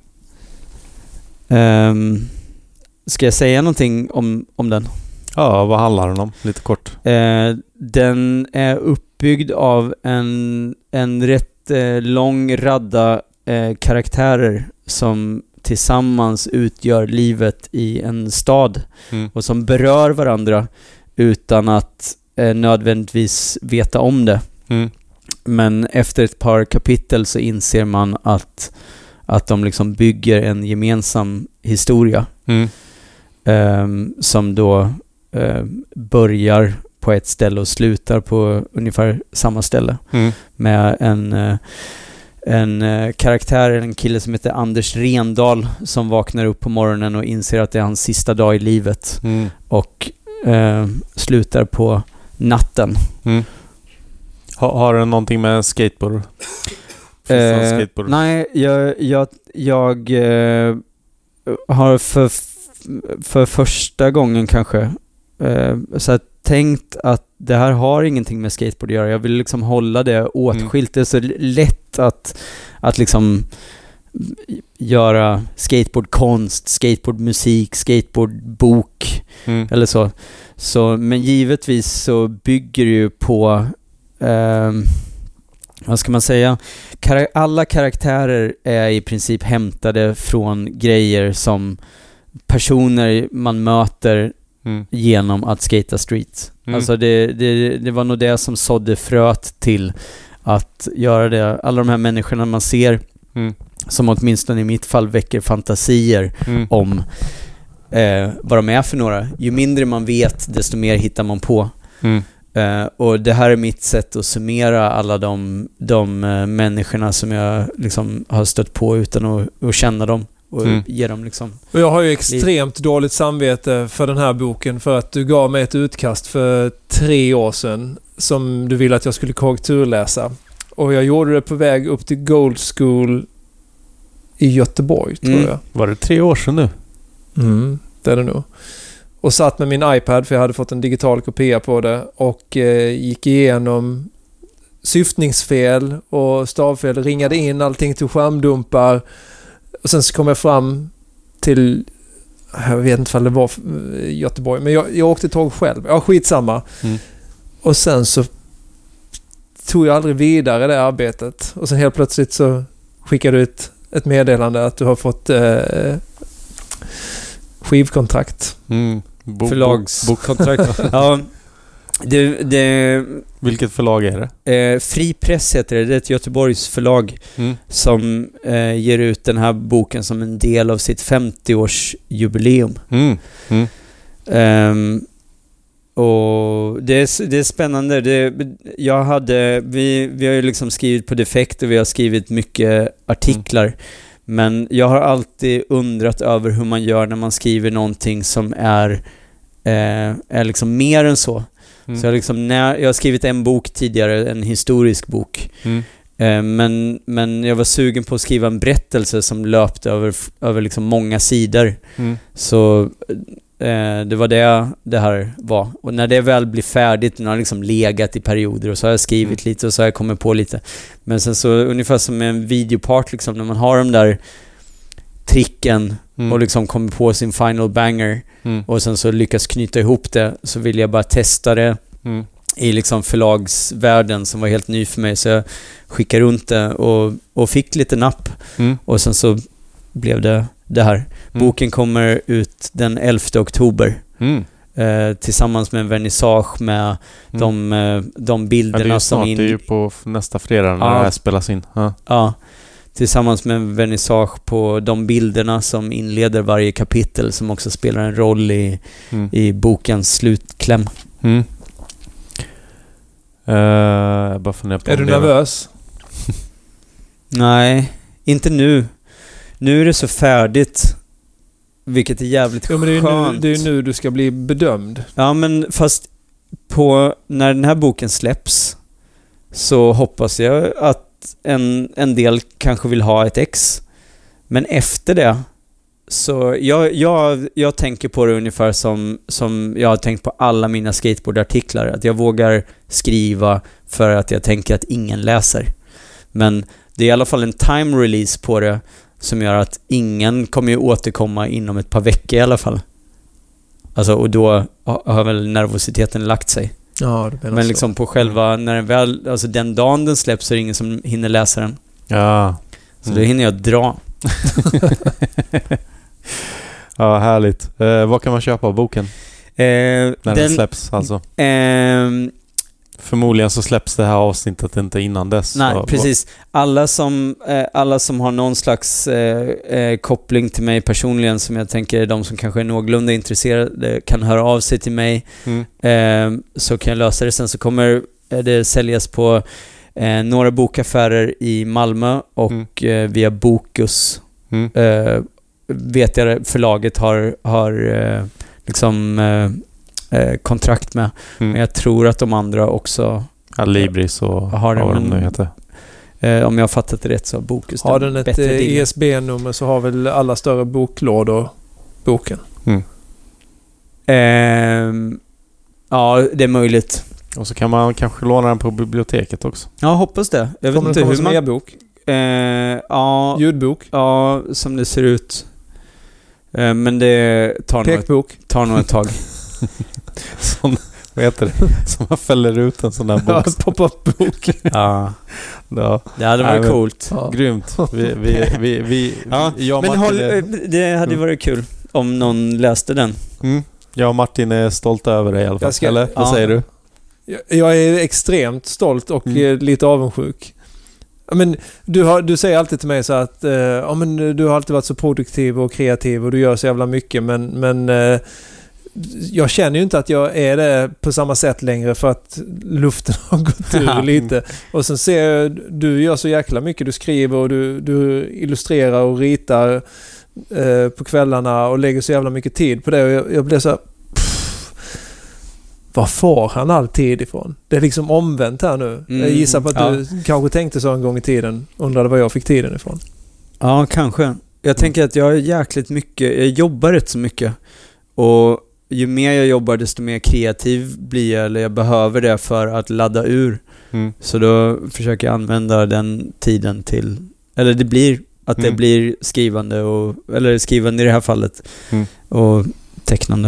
Ska jag säga någonting om den? Ja, vad handlar den om? Lite kort. Den är uppbyggd av en rätt lång radda karaktärer som tillsammans utgör livet i en stad och som berör varandra utan att nödvändigtvis veta om det. Men efter ett par kapitel så inser man att de liksom bygger en gemensam historia som då börjar på ett ställe och slutar på ungefär samma ställe med en karaktär, en kille som heter Anders Rendal, som vaknar upp på morgonen och inser att det är hans sista dag i livet och slutar på natten. Har den någonting med skateboard? Nej, jag har för första gången kanske så här tänkt att det här har ingenting med skateboard att göra. Jag vill liksom hålla det åtskilt. Det är så lätt att liksom göra skateboardkonst, skateboardmusik, skateboardbok eller så. Men givetvis så bygger det ju på vad ska man säga? Alla karaktärer är i princip hämtade från grejer som personer man möter genom att skata street. Alltså det var nog det som sådde fröet till att göra det. Alla de här människorna man ser som åtminstone i mitt fall väcker fantasier om vad de är för några. Ju mindre man vet, desto mer hittar man på. Och det här är mitt sätt att summera alla de människorna som jag liksom har stött på utan att känna dem. Och ge dem liksom. Och jag har ju extremt dåligt samvete för den här boken, för att du gav mig ett utkast för 3 år sedan som du ville att jag skulle korrekturläsa. Och jag gjorde det på väg upp till Gold School i Göteborg, tror jag. Var det 3 år sedan nu? Det är det nog. Och satt med min iPad, för jag hade fått en digital kopia på det, och gick igenom syftningsfel och stavfel, ringade in allting till skärmdumpar, och sen så kom jag fram till, jag vet inte om det var Göteborg, men jag åkte tåg själv. Ja, skitsamma. Och sen så tog jag aldrig vidare det arbetet, och sen helt plötsligt så skickade du ut ett meddelande att du har fått skivkontrakt. Förlagskontrakt. Ja. Vilket förlag är det? Fri Press heter det. Det är ett Göteborgs förlag som ger ut den här boken som en del av sitt 50-årsjubileum. Och det är spännande. Vi har ju liksom skrivit på Defekt, och vi har skrivit mycket artiklar. Men jag har alltid undrat över hur man gör när man skriver någonting som är liksom mer än så. Så jag har skrivit en bok tidigare, en historisk bok. Men jag var sugen på att skriva en berättelse som löpte över liksom många sidor. Så det var det här var. Och när det väl blir färdigt, nu har jag liksom legat i perioder, och så har jag skrivit lite, och så har jag kommit på lite. Men sen så ungefär som en videopart liksom, när man har de där tricken och liksom kommer på sin final banger och sen så lyckas knyta ihop det, så vill jag bara testa det i liksom förlagsvärlden som var helt ny för mig, så jag skickade runt det och fick lite napp och sen så blev det här. Boken kommer ut den 11 oktober tillsammans med en vernissage med de bilderna som det är ju på nästa fredag när det här spelas in. Ja, tillsammans med en vernissage på de bilderna som inleder varje kapitel, som också spelar en roll i bokens slutkläm. Bara funderar på är du nervös? Nej, inte nu. Nu är det så färdigt, vilket är jävligt skönt. Det är ju nu du ska bli bedömd. Ja, men fast när den här boken släpps så hoppas jag att en del kanske vill ha ett ex. Men efter det så jag tänker på det ungefär som jag har tänkt på alla mina skateboardartiklar, att jag vågar skriva för att jag tänker att ingen läser. Men det är i alla fall en time release på det som gör att ingen kommer ju återkomma inom ett par veckor i alla fall. Alltså, och då har väl nervositeten lagt sig. Ja, men liksom på själva, när den väl, alltså den dagen den släpps, så är det ingen som hinner läsa den. Ja. Så då hinner jag dra. Ja, härligt. Vad kan man köpa av boken? När den släpps alltså? Förmodligen så släpps det här avsnittet inte innan dess. Nej, precis. Alla som har någon slags koppling till mig personligen, som jag tänker är de som kanske är någorlunda intresserade, kan höra av sig till mig. Så kan jag lösa det. Sen så kommer det säljas på några bokaffärer i Malmö och via Bokus. Vet jag förlaget har kontrakt med. Men jag tror att de andra också Libris och har vad de nu heter. Om jag har fattat det rätt så har Bokus. Har den ett ISB-nummer så har väl alla större boklådor boken. Ja, det är möjligt. Och så kan man kanske låna den på biblioteket också. Ja, hoppas det. Jag vet inte hur man... e-bok? Ja, ljudbok? Ja, som det ser ut. Men det tar nog ett tag. Som, vad heter det? Som man fäller ut en sån där bok. Ja, pop-up-bok. Ja. Det hade varit coolt. Ja. Grymt. Det hade varit kul om någon läste den. Jag och Martin är stolta över dig i alla fall. Eller vad säger du? Jag är extremt stolt och lite avundsjuk. Men du säger alltid till mig så att men du har alltid varit så produktiv och kreativ och du gör så jävla mycket, men jag känner ju inte att jag är det på samma sätt längre, för att luften har gått ur lite. Och sen ser jag, du gör så jäkla mycket, du skriver och du illustrerar och ritar på kvällarna och lägger så jävla mycket tid på det, och jag blev så här, var får han all tid ifrån? Det är liksom omvänt här nu. Jag gissar på att du kanske tänkte så en gång i tiden, undrade var jag fick tiden ifrån. Ja, kanske. Jag tänker att jag är jäkligt mycket, jag jobbar rätt så mycket. Och ju mer jag jobbar desto mer kreativ blir jag, eller jag behöver det för att ladda ur. Så då försöker jag använda den tiden till, eller det blir att det blir skrivande eller skrivande i det här fallet och tecknande.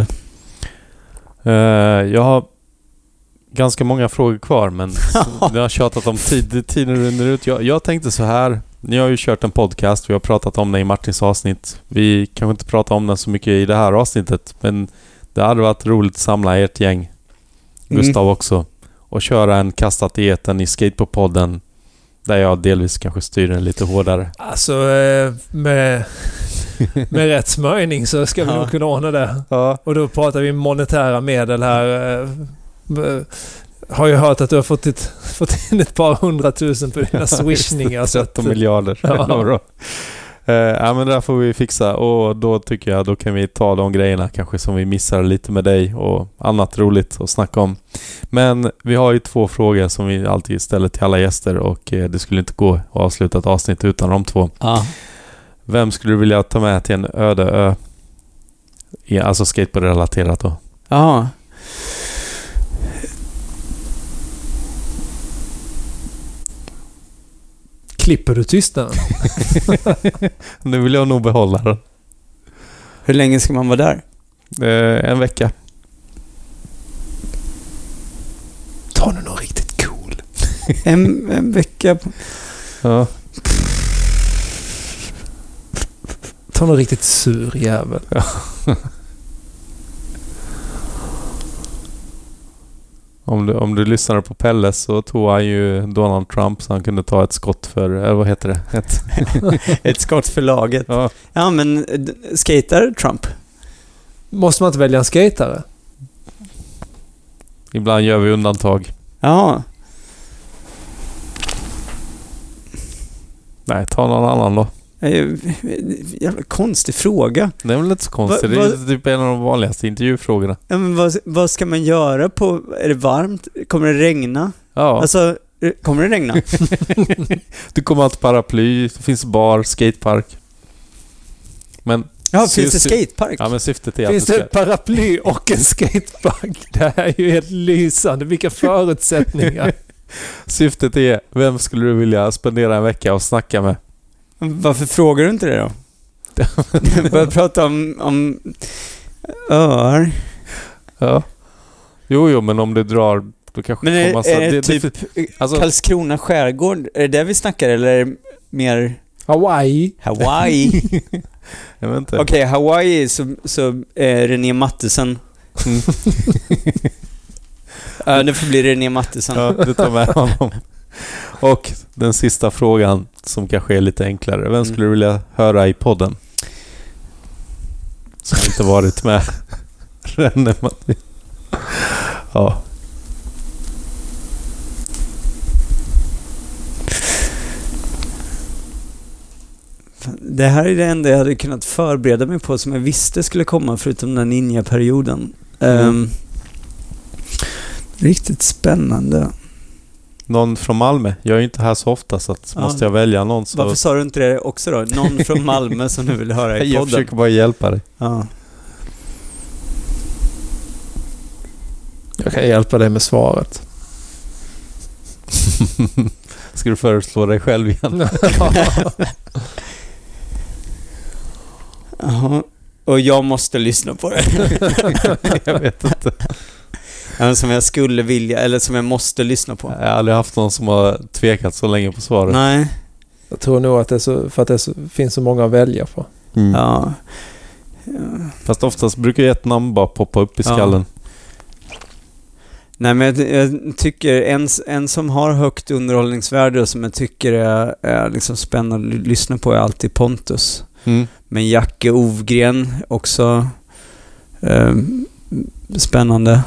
Jag har ganska många frågor kvar, men jag har tjatat om tiden rinner ut. Jag tänkte så här, ni har ju kört en podcast, vi har pratat om det i Martins avsnitt. Vi kanske inte pratar om den så mycket i det här avsnittet, men det hade varit roligt att samla ert gäng, Gustav också, och köra en kastat i eten i Skateboardpodden, där jag delvis kanske styr den lite hårdare. Alltså med rätt smörjning så ska vi nog kunna ordna det. Ja. Och då pratar vi monetära medel här. Har ju hört att du har fått in ett par 100 000 på dina swishningar. 13 miljarder. Ja. Ja, men det där får vi fixa. Och då tycker jag, då kan vi ta de grejerna kanske som vi missar lite med dig och annat roligt att snacka om. Men vi har ju 2 frågor som vi alltid ställer till alla gäster, och det skulle inte gå att avsluta ett avsnitt utan de 2. Vem skulle du vilja ta med till en öde ö? Alltså skateboard-relaterat då. Ja. Klipper du tystnaden? Nu vill jag nog behålla den. Hur länge ska man vara där? En vecka. Ta nu något riktigt cool. en vecka. Ja. Ta något riktigt sur jävel. Ja. Om du lyssnar på Pelle, så tog han ju Donald Trump så han kunde ta ett skott för, eller vad heter det? Ett skott för laget. Ja. Ja, men skater Trump. Måste man inte välja en skatare? Ibland gör vi undantag. Ja. Nej, ta någon annan då. Jävla konstig fråga. Det är väl inte så konstigt. Det är typ en av de vanligaste intervjufrågorna. Ja, men vad ska man göra på... Är det varmt? Kommer det regna? Ja. Alltså, kommer det regna? Du kommer att paraply. Det finns bar, skatepark. Men... Ja, finns det skatepark? Ja, men syftet är att finns det ett paraply och en skatepark? Det här är ju helt lysande. Vilka förutsättningar. Syftet är, vem skulle du vilja spendera en vecka och snacka med? Varför frågar du inte det då? Börjar prata om öar. Ja. Jo, men om du drar, då kanske... Men är det typ alltså, Karlskrona skärgård? Är det där vi snackar, eller är det mer... Hawaii. Jag vet inte. Okej, Hawaii så René Mattesen. Det får bli René Mattesen. Ja, du tar med honom. Och den sista frågan, som kanske är lite enklare. Vem skulle du vilja höra i podden? Som inte varit med. René Mattesen. Ja. Det här är det enda jag hade kunnat förbereda mig på, som jag visste skulle komma, förutom den ninja-perioden. Riktigt spännande. Någon från Malmö. Jag är ju inte här så ofta, så att måste jag välja någon. Så... Varför sa du inte det också då? Någon från Malmö som du vill höra i podden. Jag försöker bara hjälpa dig. Ja. Jag kan hjälpa dig med svaret. Ska du föreslå dig själv igen? Jaha. Och jag måste lyssna på det. Jag vet inte. Som jag skulle vilja, eller som jag måste lyssna på. Jag har aldrig haft någon som har tvekat så länge på svaret. Nej. Jag tror nog att det är så, för att det finns så många att välja på. Mm. Ja. Fast oftast brukar ett namn bara poppa upp i skallen. Nej, men jag tycker en som har högt underhållningsvärde och som jag tycker är liksom spännande att lyssna på är alltid Pontus. Men Jacke Ovgren också spännande.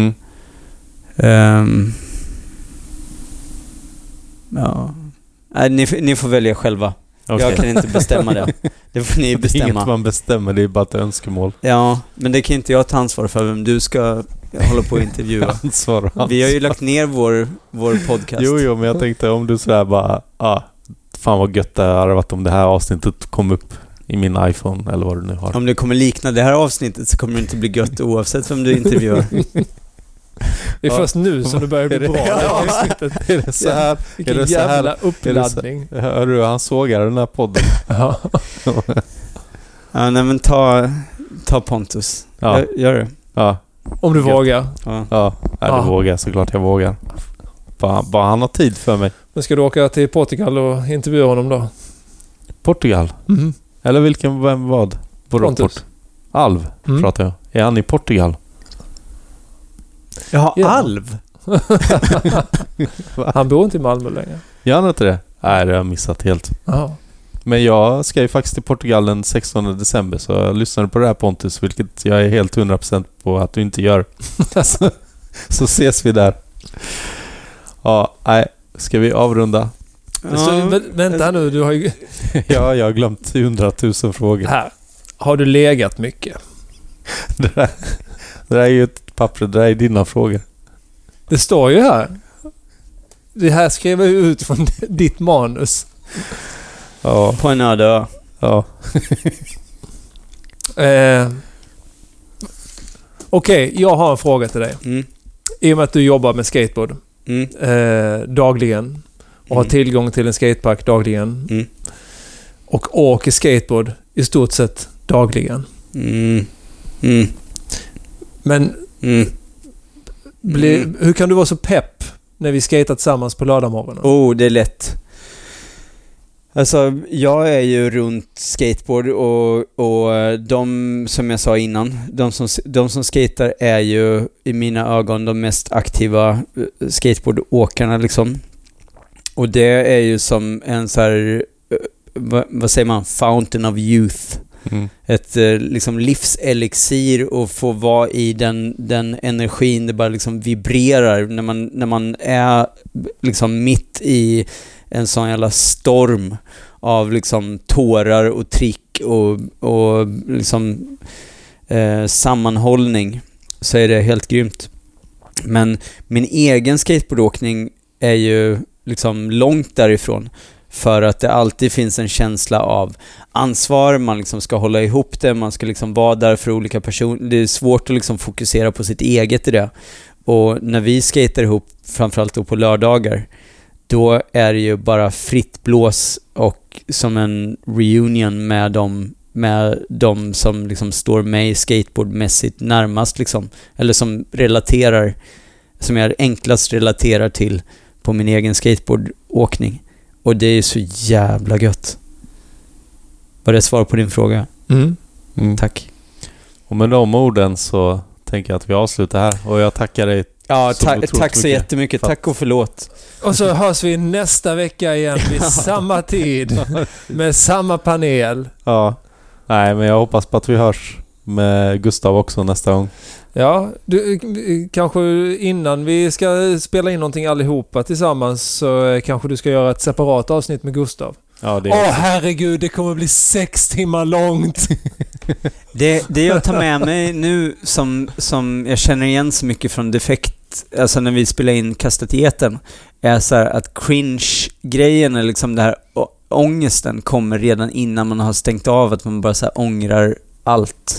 Ja. Nej, ni får välja själva. Okay. Jag kan inte bestämma det. Det får ni bestämma. Det är inget man bestämmer, det är bara ett önskemål. Ja, men det kan inte jag ta ansvar för vem du ska hålla på och intervjua. ansvar. Vi har ju lagt ner vår podcast. Jo, men jag tänkte om du sådär bara fan vad gött det hade varit om det här avsnittet kom upp. i min iPhone eller vad du nu har. Om det kommer likna det här avsnittet så kommer det inte bli gött oavsett vem du intervjuar. Det är först nu som det börjar bli bra. Är det så här? Vilken är det jävla så här, uppladdning. Hör du, han sågar den här podden. Ja. Ja, nej men ta Pontus. Ja. Gör det. Ja. Om du vågar. Ja. Det vågar jag, såklart jag vågar. Bara han har tid för mig. Men ska du åka till Portugal och intervjua honom då? Portugal? Mm. Eller vem vad? Pontus. Alv pratar jag. Är han i Portugal? Jaha, Ja. Alv? Han bor inte i Malmö längre. Gör han inte det? Nej, det har jag missat helt. Aha. Men jag ska ju faktiskt till Portugal den 16 december, så jag lyssnade på det här, Pontus, vilket jag är helt 100% på att du inte gör. så ses vi där. Ja, nej. Ska vi avrunda? Så, vänta nu, du har ju... Ja, jag har glömt 100 000 frågor. Här. Har du legat mycket? Det där är ju ett papper, det där är dina frågor. Det står ju här. Det här skrev jag ut från ditt manus. Ja. På en öde ö. Ja. Okej, jag har en fråga till dig. I och med att du jobbar med skateboard dagligen och har tillgång till en skatepark dagligen och åker skateboard i stort sett dagligen. Men hur kan du vara så pepp när vi skater tillsammans på lördagmorgonen? Det är lätt. Alltså, jag är ju runt skateboard och de, som jag sa innan, de som skater är ju i mina ögon de mest aktiva skateboardåkarna liksom. Och det är ju som en så här, vad säger man, fountain of youth. Ett liksom livselixir och få vara i den energin, det bara liksom vibrerar när man är liksom mitt i en sån jävla storm av liksom tårar och trick och liksom sammanhållning, så är det helt grymt. Men min egen skateboardåkning är ju liksom långt därifrån, för att det alltid finns en känsla av ansvar, man liksom ska hålla ihop det, man ska liksom vara där för olika personer. Det är svårt att liksom fokusera på sitt eget i det. Och när vi skater ihop, framförallt då på lördagar, då är det ju bara fritt blås och som en reunion med de som liksom står mig skateboardmässigt närmast liksom, eller som jag enklast relaterar till på min egen skateboardåkning. Och det är så jävla gött. Var det svar på din fråga? Tack. Och med de orden så tänker jag att vi avslutar här. Och jag tackar dig. Ja, tack så jättemycket. Tack och förlåt. Och så hörs vi nästa vecka igen vid samma tid med samma panel. Ja. Nej, men jag hoppas på att vi hörs med Gustav också nästa gång. Ja, du, kanske innan vi ska spela in någonting allihopa tillsammans så kanske du ska göra ett separat avsnitt med Gustav. Ja, herregud, det kommer bli 6 timmar långt. Det jag tar med mig nu som jag känner igen så mycket från Defekt, alltså när vi spelar in Kastat i etern, är så här att cringe-grejen är liksom det här, ångesten kommer redan innan man har stängt av, att man bara så här ångrar allt.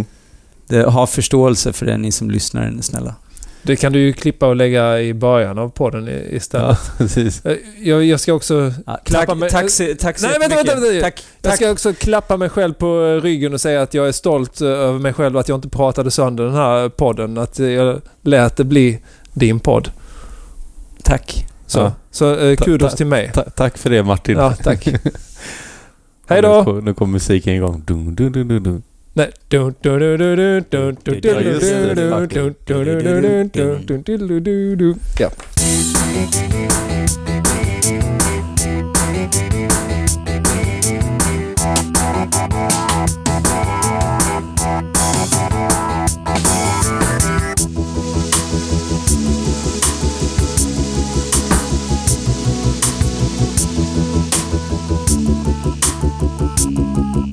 Ha förståelse för det, ni som lyssnar, är snälla. Det kan du ju klippa och lägga i början av podden istället. Ja, precis. Jag ska också klappa mig... Tack så mycket. Tack. Jag ska också klappa mig själv på ryggen och säga att jag är stolt över mig själv, att jag inte pratade sönder den här podden, att jag lät det bli din podd. Tack. Så kudos till mig. Tack för det, Martin. Ja, tack. Hej då! Nu kommer musiken igång. Dun, dun, dun, dun, dun. Nej.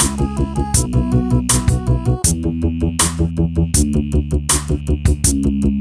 Ja.